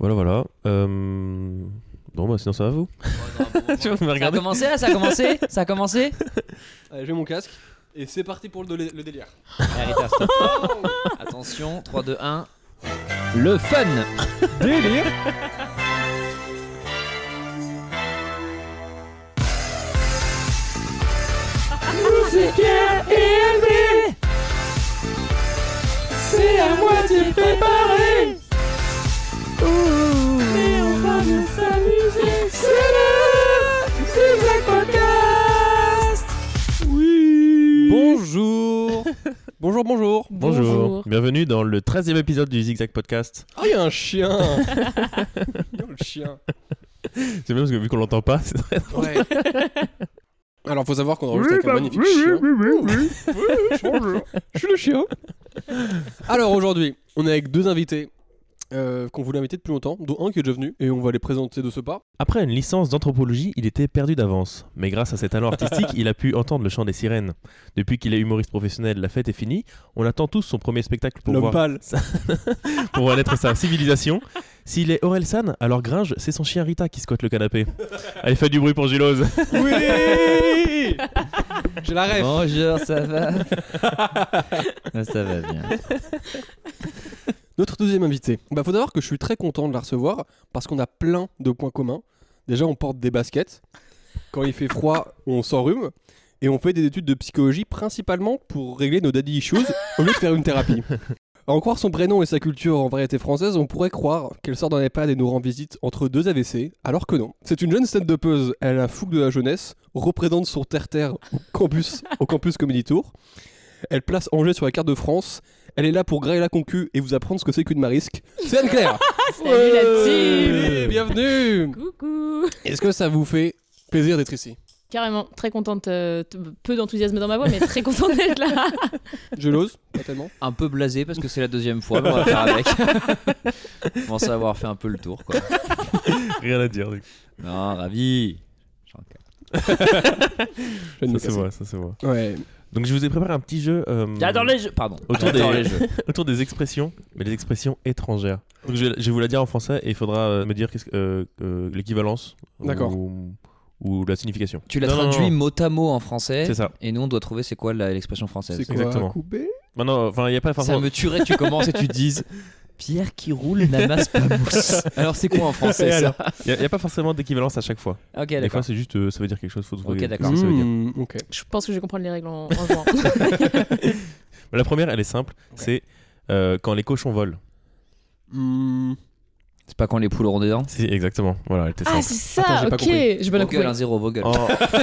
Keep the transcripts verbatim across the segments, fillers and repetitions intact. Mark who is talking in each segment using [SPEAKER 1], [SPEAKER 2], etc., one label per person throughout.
[SPEAKER 1] Voilà, voilà. Euh... Bon, bah sinon ça va vous
[SPEAKER 2] Tu vas me regarder. Ça a commencé là, ça a commencé Ça a commencé
[SPEAKER 3] Allez, j'ai mon casque et c'est parti pour le, le délire.
[SPEAKER 2] Allez, stop. Attention, trois, deux, un. Le fun.
[SPEAKER 3] Délire.
[SPEAKER 4] Musique élevée, c'est à moitié préparé. Et on va bien s'amuser. C'est le Zigzag Podcast.
[SPEAKER 3] Oui. Bonjour. Bonjour, bonjour.
[SPEAKER 1] Bonjour.
[SPEAKER 5] Bonjour.
[SPEAKER 1] Bienvenue dans le treizième épisode du Zigzag Podcast.
[SPEAKER 3] Ah, il y a un chien. Il y a le chien.
[SPEAKER 1] C'est bien parce que vu qu'on l'entend pas, c'est très drôle.
[SPEAKER 3] Ouais. Alors, faut savoir qu'on enregistre avec un magnifique chien. Oui, oui, oui, oui. Bonjour. Je suis le chien. Alors, aujourd'hui, on est avec deux invités euh, qu'on voulait inviter depuis longtemps, dont un qui est déjà venu, et on va les présenter de ce pas.
[SPEAKER 1] Après une licence d'anthropologie, il était perdu d'avance. Mais grâce à ses talents artistiques, il a pu entendre le chant des sirènes. Depuis qu'il est humoriste professionnel, la fête est finie. On attend tous son premier spectacle pour
[SPEAKER 3] L'homme
[SPEAKER 1] voir,
[SPEAKER 3] pâle.
[SPEAKER 1] pour voir naître sa civilisation. S'il est Orelsan, alors Gringe, c'est son chien Rita qui squatte le canapé. Allez, faites du bruit pour Gilose.
[SPEAKER 3] Oui. J'ai la ref.
[SPEAKER 2] Bonjour, ça va Ah, ça va bien.
[SPEAKER 3] Notre deuxième invité. Bah, faut savoir que je suis très content de la recevoir parce qu'on a plein de points communs. Déjà, on porte des baskets. Quand il fait froid, on s'enrhume. Et on fait des études de psychologie principalement pour régler nos daddy issues au lieu de faire une thérapie. À en croire son prénom et sa culture en variété française, on pourrait croire qu'elle sort d'un EHPAD et nous rend visite entre deux A V C, alors que non. C'est une jeune stand-upeuse, elle a la fougue de la jeunesse, représente son terre-terre au campus, au campus Comedy Tour. Elle place Angers sur la carte de France. Elle est là pour grailler la concu et vous apprendre ce que c'est qu'une marisque. C'est Anne-Claire.
[SPEAKER 5] Salut la team.
[SPEAKER 3] Oui, bienvenue.
[SPEAKER 5] Coucou.
[SPEAKER 3] Est-ce que ça vous fait plaisir d'être ici?
[SPEAKER 5] Carrément, très contente, euh, t- peu d'enthousiasme dans ma voix, mais très contente d'être là.
[SPEAKER 3] Je l'ose, pas tellement.
[SPEAKER 2] Un peu blasé parce que c'est la deuxième fois, mais on va faire avec. Je pense avoir fait un peu le tour, quoi.
[SPEAKER 1] Rien à dire. Du coup.
[SPEAKER 2] Non, ravi.
[SPEAKER 3] Je viens de me
[SPEAKER 1] Ça c'est
[SPEAKER 3] casser.
[SPEAKER 1] moi, ça c'est moi.
[SPEAKER 3] Ouais.
[SPEAKER 1] Donc je vous ai préparé un petit jeu euh,
[SPEAKER 2] J'adore les jeux. Pardon.
[SPEAKER 1] autour,
[SPEAKER 2] J'adore
[SPEAKER 1] des,
[SPEAKER 2] les jeux.
[SPEAKER 1] autour des expressions, mais des expressions étrangères. Donc je vais, je vais vous la dire en français et il faudra euh, me dire qu'est-ce que, euh, euh, l'équivalence
[SPEAKER 3] D'accord.
[SPEAKER 1] ou, ou la signification.
[SPEAKER 2] Tu l'as
[SPEAKER 1] Non, non,
[SPEAKER 2] traduit
[SPEAKER 1] non.
[SPEAKER 2] mot à mot en français.
[SPEAKER 1] C'est ça.
[SPEAKER 2] Et nous, on doit trouver c'est quoi la- l'expression française.
[SPEAKER 3] C'est quoi
[SPEAKER 1] Exactement.
[SPEAKER 3] coupé?
[SPEAKER 1] Bah non, enfin il y a pas
[SPEAKER 2] Ça
[SPEAKER 1] forcément.
[SPEAKER 2] me tuerait que tu commences et tu te dises Pierre qui roule n'amasse pas mousse. Alors c'est quoi en français
[SPEAKER 1] Et
[SPEAKER 2] ça
[SPEAKER 1] alors Il y, a- il y a pas forcément d'équivalence à chaque fois.
[SPEAKER 2] Ok,
[SPEAKER 1] Des fois
[SPEAKER 2] d'accord.
[SPEAKER 1] c'est juste euh, ça veut dire quelque chose. Faut trouver
[SPEAKER 2] Ok,
[SPEAKER 1] ce que
[SPEAKER 2] d'accord.
[SPEAKER 1] ça veut dire.
[SPEAKER 3] Mmh, ok.
[SPEAKER 5] Je pense que je vais comprendre les règles en, en jouant.
[SPEAKER 1] Mais la première elle est simple. C'est euh, quand les cochons volent.
[SPEAKER 3] Mmh.
[SPEAKER 2] C'est pas quand les poules auront des dents.
[SPEAKER 1] Si exactement. Voilà, elle était simple.
[SPEAKER 5] Ah, c'est ça,
[SPEAKER 3] Attends, j'ai pas
[SPEAKER 5] ok.
[SPEAKER 3] compris.
[SPEAKER 5] Je vais la
[SPEAKER 2] Vos gueules,
[SPEAKER 5] couper.
[SPEAKER 2] un zéro, vos gueules.
[SPEAKER 1] En,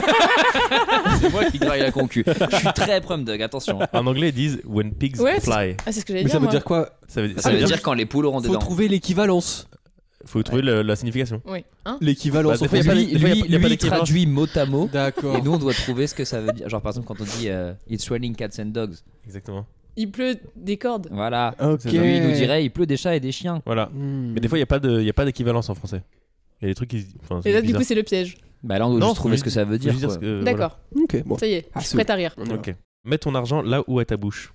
[SPEAKER 2] C'est moi qui graille la concu. Je suis très prum dog, attention.
[SPEAKER 1] en anglais ils disent when pigs
[SPEAKER 5] Ouais,
[SPEAKER 1] fly.
[SPEAKER 5] Ah, c'est ce que j'allais
[SPEAKER 3] Mais
[SPEAKER 5] dire.
[SPEAKER 3] ça veut
[SPEAKER 5] moi.
[SPEAKER 3] dire quoi?
[SPEAKER 1] Ça veut,
[SPEAKER 2] Ça,
[SPEAKER 1] ça
[SPEAKER 2] veut
[SPEAKER 1] veut
[SPEAKER 2] dire
[SPEAKER 1] dire
[SPEAKER 2] quand les poules auront des
[SPEAKER 3] Faut
[SPEAKER 2] dents.
[SPEAKER 3] trouver l'équivalence.
[SPEAKER 1] faut trouver le- la signification.
[SPEAKER 5] Oui. Hein
[SPEAKER 3] L'équivalence
[SPEAKER 1] Bah,
[SPEAKER 3] en
[SPEAKER 1] des fois, y a
[SPEAKER 3] français.
[SPEAKER 1] pas
[SPEAKER 2] Lui,
[SPEAKER 1] des- des fois, y a
[SPEAKER 2] lui,
[SPEAKER 1] pas- y a pas
[SPEAKER 2] lui, il
[SPEAKER 1] d'équivalence.
[SPEAKER 2] traduit mot à mot.
[SPEAKER 3] D'accord.
[SPEAKER 2] Et nous, on doit trouver ce que ça veut dire. Genre, par exemple, quand on dit euh, It's raining cats and dogs.
[SPEAKER 1] Exactement.
[SPEAKER 5] Il pleut des cordes.
[SPEAKER 2] Voilà.
[SPEAKER 3] Ok.
[SPEAKER 2] Lui, il nous dirait Il pleut des chats et des chiens.
[SPEAKER 1] Voilà.
[SPEAKER 3] Mmh.
[SPEAKER 1] Mais des fois il y a pas de il y a pas d'équivalence en français. Il y a des trucs qui enfin, c'est
[SPEAKER 5] Et là, du
[SPEAKER 1] bizarre.
[SPEAKER 5] coup, c'est le piège.
[SPEAKER 2] Bah là, on doit
[SPEAKER 1] Non,
[SPEAKER 2] juste
[SPEAKER 1] faut
[SPEAKER 2] trouver
[SPEAKER 1] juste-
[SPEAKER 2] ce que ça veut
[SPEAKER 1] faut
[SPEAKER 2] dire.
[SPEAKER 1] juste
[SPEAKER 2] quoi.
[SPEAKER 1] ce que-
[SPEAKER 5] D'accord.
[SPEAKER 3] Ok, bon.
[SPEAKER 5] Ça y est,
[SPEAKER 3] Ah,
[SPEAKER 5] je suis
[SPEAKER 3] c'est
[SPEAKER 5] prête à rire.
[SPEAKER 1] voilà. Ok. Mets ton argent là où est ta bouche.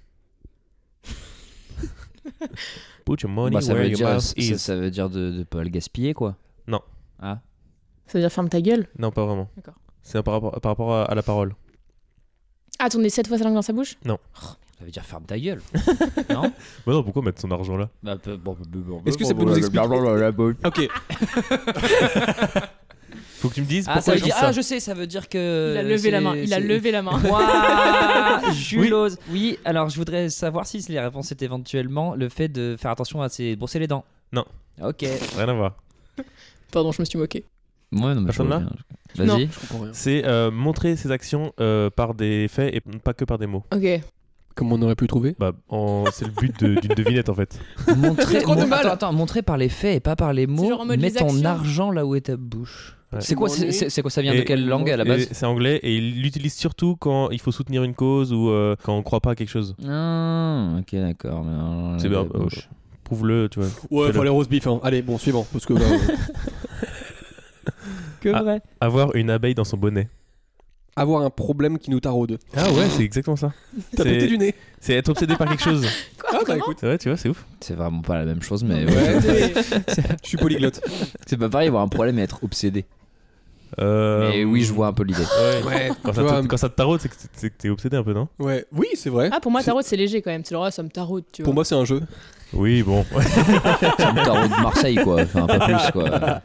[SPEAKER 1] Put your money
[SPEAKER 2] Bah, ça,
[SPEAKER 1] where
[SPEAKER 2] veut
[SPEAKER 1] your
[SPEAKER 2] dire,
[SPEAKER 1] mouth
[SPEAKER 2] ça,
[SPEAKER 1] is.
[SPEAKER 2] ça veut dire de ne pas le gaspiller, quoi.
[SPEAKER 1] Non.
[SPEAKER 2] Ah.
[SPEAKER 5] Ça veut dire ferme ta gueule.
[SPEAKER 1] Non, pas vraiment.
[SPEAKER 5] D'accord.
[SPEAKER 1] C'est par rapport, par rapport à, à la parole.
[SPEAKER 5] Ah, tourner sept fois sa langue dans sa bouche.
[SPEAKER 2] Ça veut dire ferme ta gueule. Non.
[SPEAKER 1] Bah non, pourquoi mettre son argent là?
[SPEAKER 2] Bah, peu- bon, bon, bon,
[SPEAKER 3] Est-ce que
[SPEAKER 2] bon,
[SPEAKER 3] ça peut
[SPEAKER 2] bon,
[SPEAKER 3] nous
[SPEAKER 2] bon,
[SPEAKER 3] expliquer-
[SPEAKER 2] bon, bon, bon, bon.
[SPEAKER 3] Ok.
[SPEAKER 1] Faut que tu me dises
[SPEAKER 2] Ah,
[SPEAKER 1] pourquoi
[SPEAKER 2] ça veut
[SPEAKER 1] ils
[SPEAKER 2] dire.
[SPEAKER 1] disent ça.
[SPEAKER 2] Ah, je sais, ça veut dire que.
[SPEAKER 5] Il a levé
[SPEAKER 2] c'est-
[SPEAKER 5] la main. Il a
[SPEAKER 2] c'est-
[SPEAKER 5] levé la main.
[SPEAKER 2] Ouah, Julose. Oui. alors je voudrais savoir si les réponses étaient éventuellement le fait de faire attention à ses brosser les dents.
[SPEAKER 1] Non.
[SPEAKER 2] Ok.
[SPEAKER 1] Rien à voir.
[SPEAKER 5] Pardon, je me suis moqué.
[SPEAKER 2] Ouais, non, mais
[SPEAKER 1] Personne
[SPEAKER 2] je vois
[SPEAKER 1] là
[SPEAKER 2] bien.
[SPEAKER 5] Non.
[SPEAKER 2] Vas-y.
[SPEAKER 3] Je comprends rien.
[SPEAKER 1] C'est euh, montrer ses actions euh, par des faits et pas que par des mots.
[SPEAKER 5] Ok.
[SPEAKER 3] Comment on aurait pu trouver?
[SPEAKER 1] Bah, en- c'est le but de- d'une devinette en fait.
[SPEAKER 2] Montrer,
[SPEAKER 3] trop de
[SPEAKER 2] mon-
[SPEAKER 3] mal.
[SPEAKER 2] attends, attends, montrer par les faits et pas par les mots.
[SPEAKER 5] genre en mode
[SPEAKER 2] Mets
[SPEAKER 5] les
[SPEAKER 2] ton
[SPEAKER 5] actions.
[SPEAKER 2] argent là où est ta bouche.
[SPEAKER 1] Ouais.
[SPEAKER 2] C'est quoi c'est, c'est- c'est quoi ça vient de
[SPEAKER 1] Et-
[SPEAKER 2] quelle langue à la
[SPEAKER 1] Et
[SPEAKER 2] base?
[SPEAKER 1] c'est anglais et il l'utilise surtout quand il faut soutenir une cause ou euh, quand on croit pas à quelque chose.
[SPEAKER 2] Ah, ok, d'accord. mais alors,
[SPEAKER 1] C'est
[SPEAKER 2] la
[SPEAKER 1] bien, euh,
[SPEAKER 2] bouche.
[SPEAKER 1] Prouve-le, tu vois.
[SPEAKER 3] Ouais,
[SPEAKER 1] Fais-le.
[SPEAKER 3] faut aller rose beef. Hein. Allez, bon, suivant. Parce que là, euh,
[SPEAKER 2] Que
[SPEAKER 1] Ah.
[SPEAKER 2] vrai.
[SPEAKER 1] Avoir une abeille dans son bonnet.
[SPEAKER 3] avoir un problème qui nous taraude.
[SPEAKER 1] Ah ouais, c'est exactement ça.
[SPEAKER 3] T'as
[SPEAKER 1] C'est-
[SPEAKER 3] pété du nez.
[SPEAKER 1] C'est être obsédé par quelque chose.
[SPEAKER 5] Quoi?
[SPEAKER 3] Ah bah écoute,
[SPEAKER 1] Ouais, tu vois, c'est ouf.
[SPEAKER 2] C'est vraiment pas la même chose, mais
[SPEAKER 3] ouais, je suis polyglotte.
[SPEAKER 2] c'est pas pareil avoir un problème et être obsédé.
[SPEAKER 1] Euh,
[SPEAKER 2] Mais oui, je vois un peu l'idée.
[SPEAKER 1] Ouais.
[SPEAKER 3] Ouais,
[SPEAKER 1] Quand,
[SPEAKER 3] tu
[SPEAKER 1] ça
[SPEAKER 3] vois,
[SPEAKER 1] te, quand ça te taraude, c'est que, c'est que t'es obsédé un peu, non?
[SPEAKER 3] ouais, oui, c'est vrai.
[SPEAKER 5] Ah, pour moi,
[SPEAKER 3] C'est-
[SPEAKER 5] tarot, c'est léger quand même. Tu le ça me taraude, tu vois.
[SPEAKER 3] Pour moi, c'est un jeu.
[SPEAKER 1] Oui, bon.
[SPEAKER 2] C'est un tarot de Marseille, quoi. Enfin, pas plus, quoi.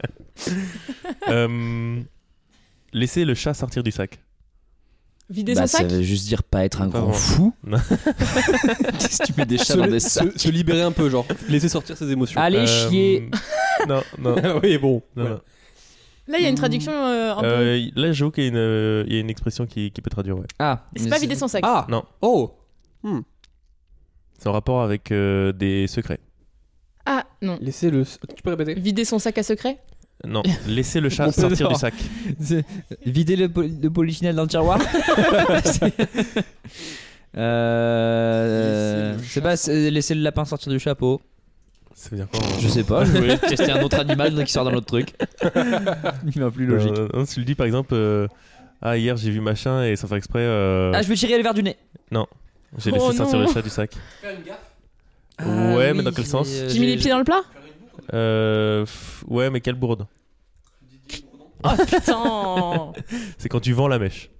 [SPEAKER 1] Euh, laisser le chat sortir du sac.
[SPEAKER 5] Vider
[SPEAKER 2] Bah,
[SPEAKER 5] son
[SPEAKER 2] ça
[SPEAKER 5] sac.
[SPEAKER 2] veut juste dire pas être un
[SPEAKER 1] Pas
[SPEAKER 2] grand
[SPEAKER 1] vraiment.
[SPEAKER 2] fou.
[SPEAKER 1] Non.
[SPEAKER 2] Si tu mets des chats
[SPEAKER 3] Se,
[SPEAKER 2] dans des
[SPEAKER 3] se-
[SPEAKER 2] sacs.
[SPEAKER 3] se libérer un peu, genre. Laisser sortir ses émotions.
[SPEAKER 2] Allez,
[SPEAKER 1] Euh,
[SPEAKER 2] chier.
[SPEAKER 1] Non, non.
[SPEAKER 3] oui, bon.
[SPEAKER 1] non,
[SPEAKER 3] ouais.
[SPEAKER 1] non.
[SPEAKER 5] Là, il y a une traduction euh, un peu.
[SPEAKER 1] Euh, là, j'avoue qu'il y a une, euh, il y a une expression qui, qui peut traduire, ouais.
[SPEAKER 2] Ah,
[SPEAKER 5] C'est
[SPEAKER 2] mais
[SPEAKER 5] pas vider son sac.
[SPEAKER 3] Ah
[SPEAKER 1] Non.
[SPEAKER 3] Oh
[SPEAKER 1] C'est en rapport avec euh, des secrets.
[SPEAKER 5] Ah, non.
[SPEAKER 3] Laissez le. Tu peux répéter?
[SPEAKER 5] Vider son sac à secret.
[SPEAKER 1] Non, laisser le chat
[SPEAKER 3] Mon
[SPEAKER 1] sortir
[SPEAKER 2] trésor.
[SPEAKER 1] du sac.
[SPEAKER 2] C'est- Vider le, pol- le polichinelle dans le tiroir. C'est- euh,
[SPEAKER 3] Laisser le
[SPEAKER 2] c'est
[SPEAKER 3] chat
[SPEAKER 2] pas c'est laisser le lapin sortir du chapeau.
[SPEAKER 1] Ça veut dire quoi?
[SPEAKER 2] Je sais pas, je voulais tester un autre animal qui sort dans l'autre truc. Il m'a plus logique.
[SPEAKER 1] Euh, non, tu le dis par exemple, euh, ah hier j'ai vu machin et sans faire exprès, euh,
[SPEAKER 2] Ah, je vais tirer le verre du nez.
[SPEAKER 1] j'ai laissé
[SPEAKER 5] Oh
[SPEAKER 1] sortir
[SPEAKER 5] non.
[SPEAKER 1] le chat du sac.
[SPEAKER 3] Faire une gaffe.
[SPEAKER 2] Ah,
[SPEAKER 1] Ouais, mais dans quel sens
[SPEAKER 2] euh,
[SPEAKER 5] J'ai mis les pieds dans le plat.
[SPEAKER 1] Euh, pff, ouais, mais quelle bourde?
[SPEAKER 5] Oh putain.
[SPEAKER 1] C'est quand tu vends la mèche.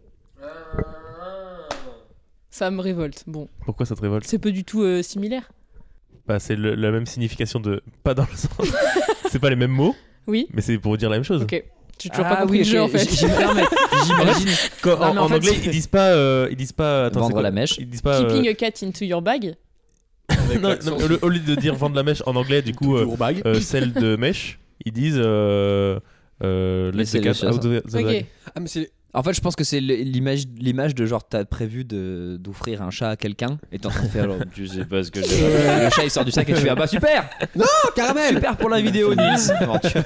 [SPEAKER 5] Ça me révolte. Bon,
[SPEAKER 1] Pourquoi ça te révolte?
[SPEAKER 5] c'est pas du tout euh, similaire.
[SPEAKER 1] Bah, c'est le- la même signification de. Pas dans le sens. C'est pas les mêmes mots,
[SPEAKER 5] Oui.
[SPEAKER 1] mais c'est pour dire la même chose.
[SPEAKER 5] Ok. J'ai toujours
[SPEAKER 2] Ah
[SPEAKER 5] pas compris
[SPEAKER 2] oui,
[SPEAKER 5] le jeu
[SPEAKER 2] ok.
[SPEAKER 5] en fait.
[SPEAKER 2] J- j'im- non, mais J'imagine
[SPEAKER 1] Quand-
[SPEAKER 2] Non,
[SPEAKER 1] en
[SPEAKER 2] mais en
[SPEAKER 1] en
[SPEAKER 2] fait,
[SPEAKER 1] anglais,
[SPEAKER 2] c'est-
[SPEAKER 1] ils disent pas. euh, ils disent pas. Attends, c'est
[SPEAKER 2] vendre
[SPEAKER 1] quoi
[SPEAKER 2] la mèche.
[SPEAKER 1] Ils disent pas. euh,
[SPEAKER 5] Keeping a cat into your bag.
[SPEAKER 3] Avec
[SPEAKER 1] non,
[SPEAKER 3] l'accent
[SPEAKER 1] non, au lieu- au lieu de dire vendre la mèche en anglais, du coup, euh,
[SPEAKER 3] toujours bag.
[SPEAKER 1] euh, celle de mèche, ils disent. Euh, euh, let
[SPEAKER 2] Laissez
[SPEAKER 1] the
[SPEAKER 2] les
[SPEAKER 1] cat
[SPEAKER 2] chats
[SPEAKER 1] out the, the
[SPEAKER 5] Ok.
[SPEAKER 1] bag.
[SPEAKER 3] Ah, mais c'est.
[SPEAKER 2] En fait, je pense que c'est le- l'image, l'image de genre t'as prévu de d'offrir un chat à quelqu'un et t'es en train de faire genre, tu sais pas ce que j'ai. Le chat il sort du sac et tu fais ah bah super,
[SPEAKER 3] Oh, caramel
[SPEAKER 2] super pour la vidéo Nils. Bon, tu-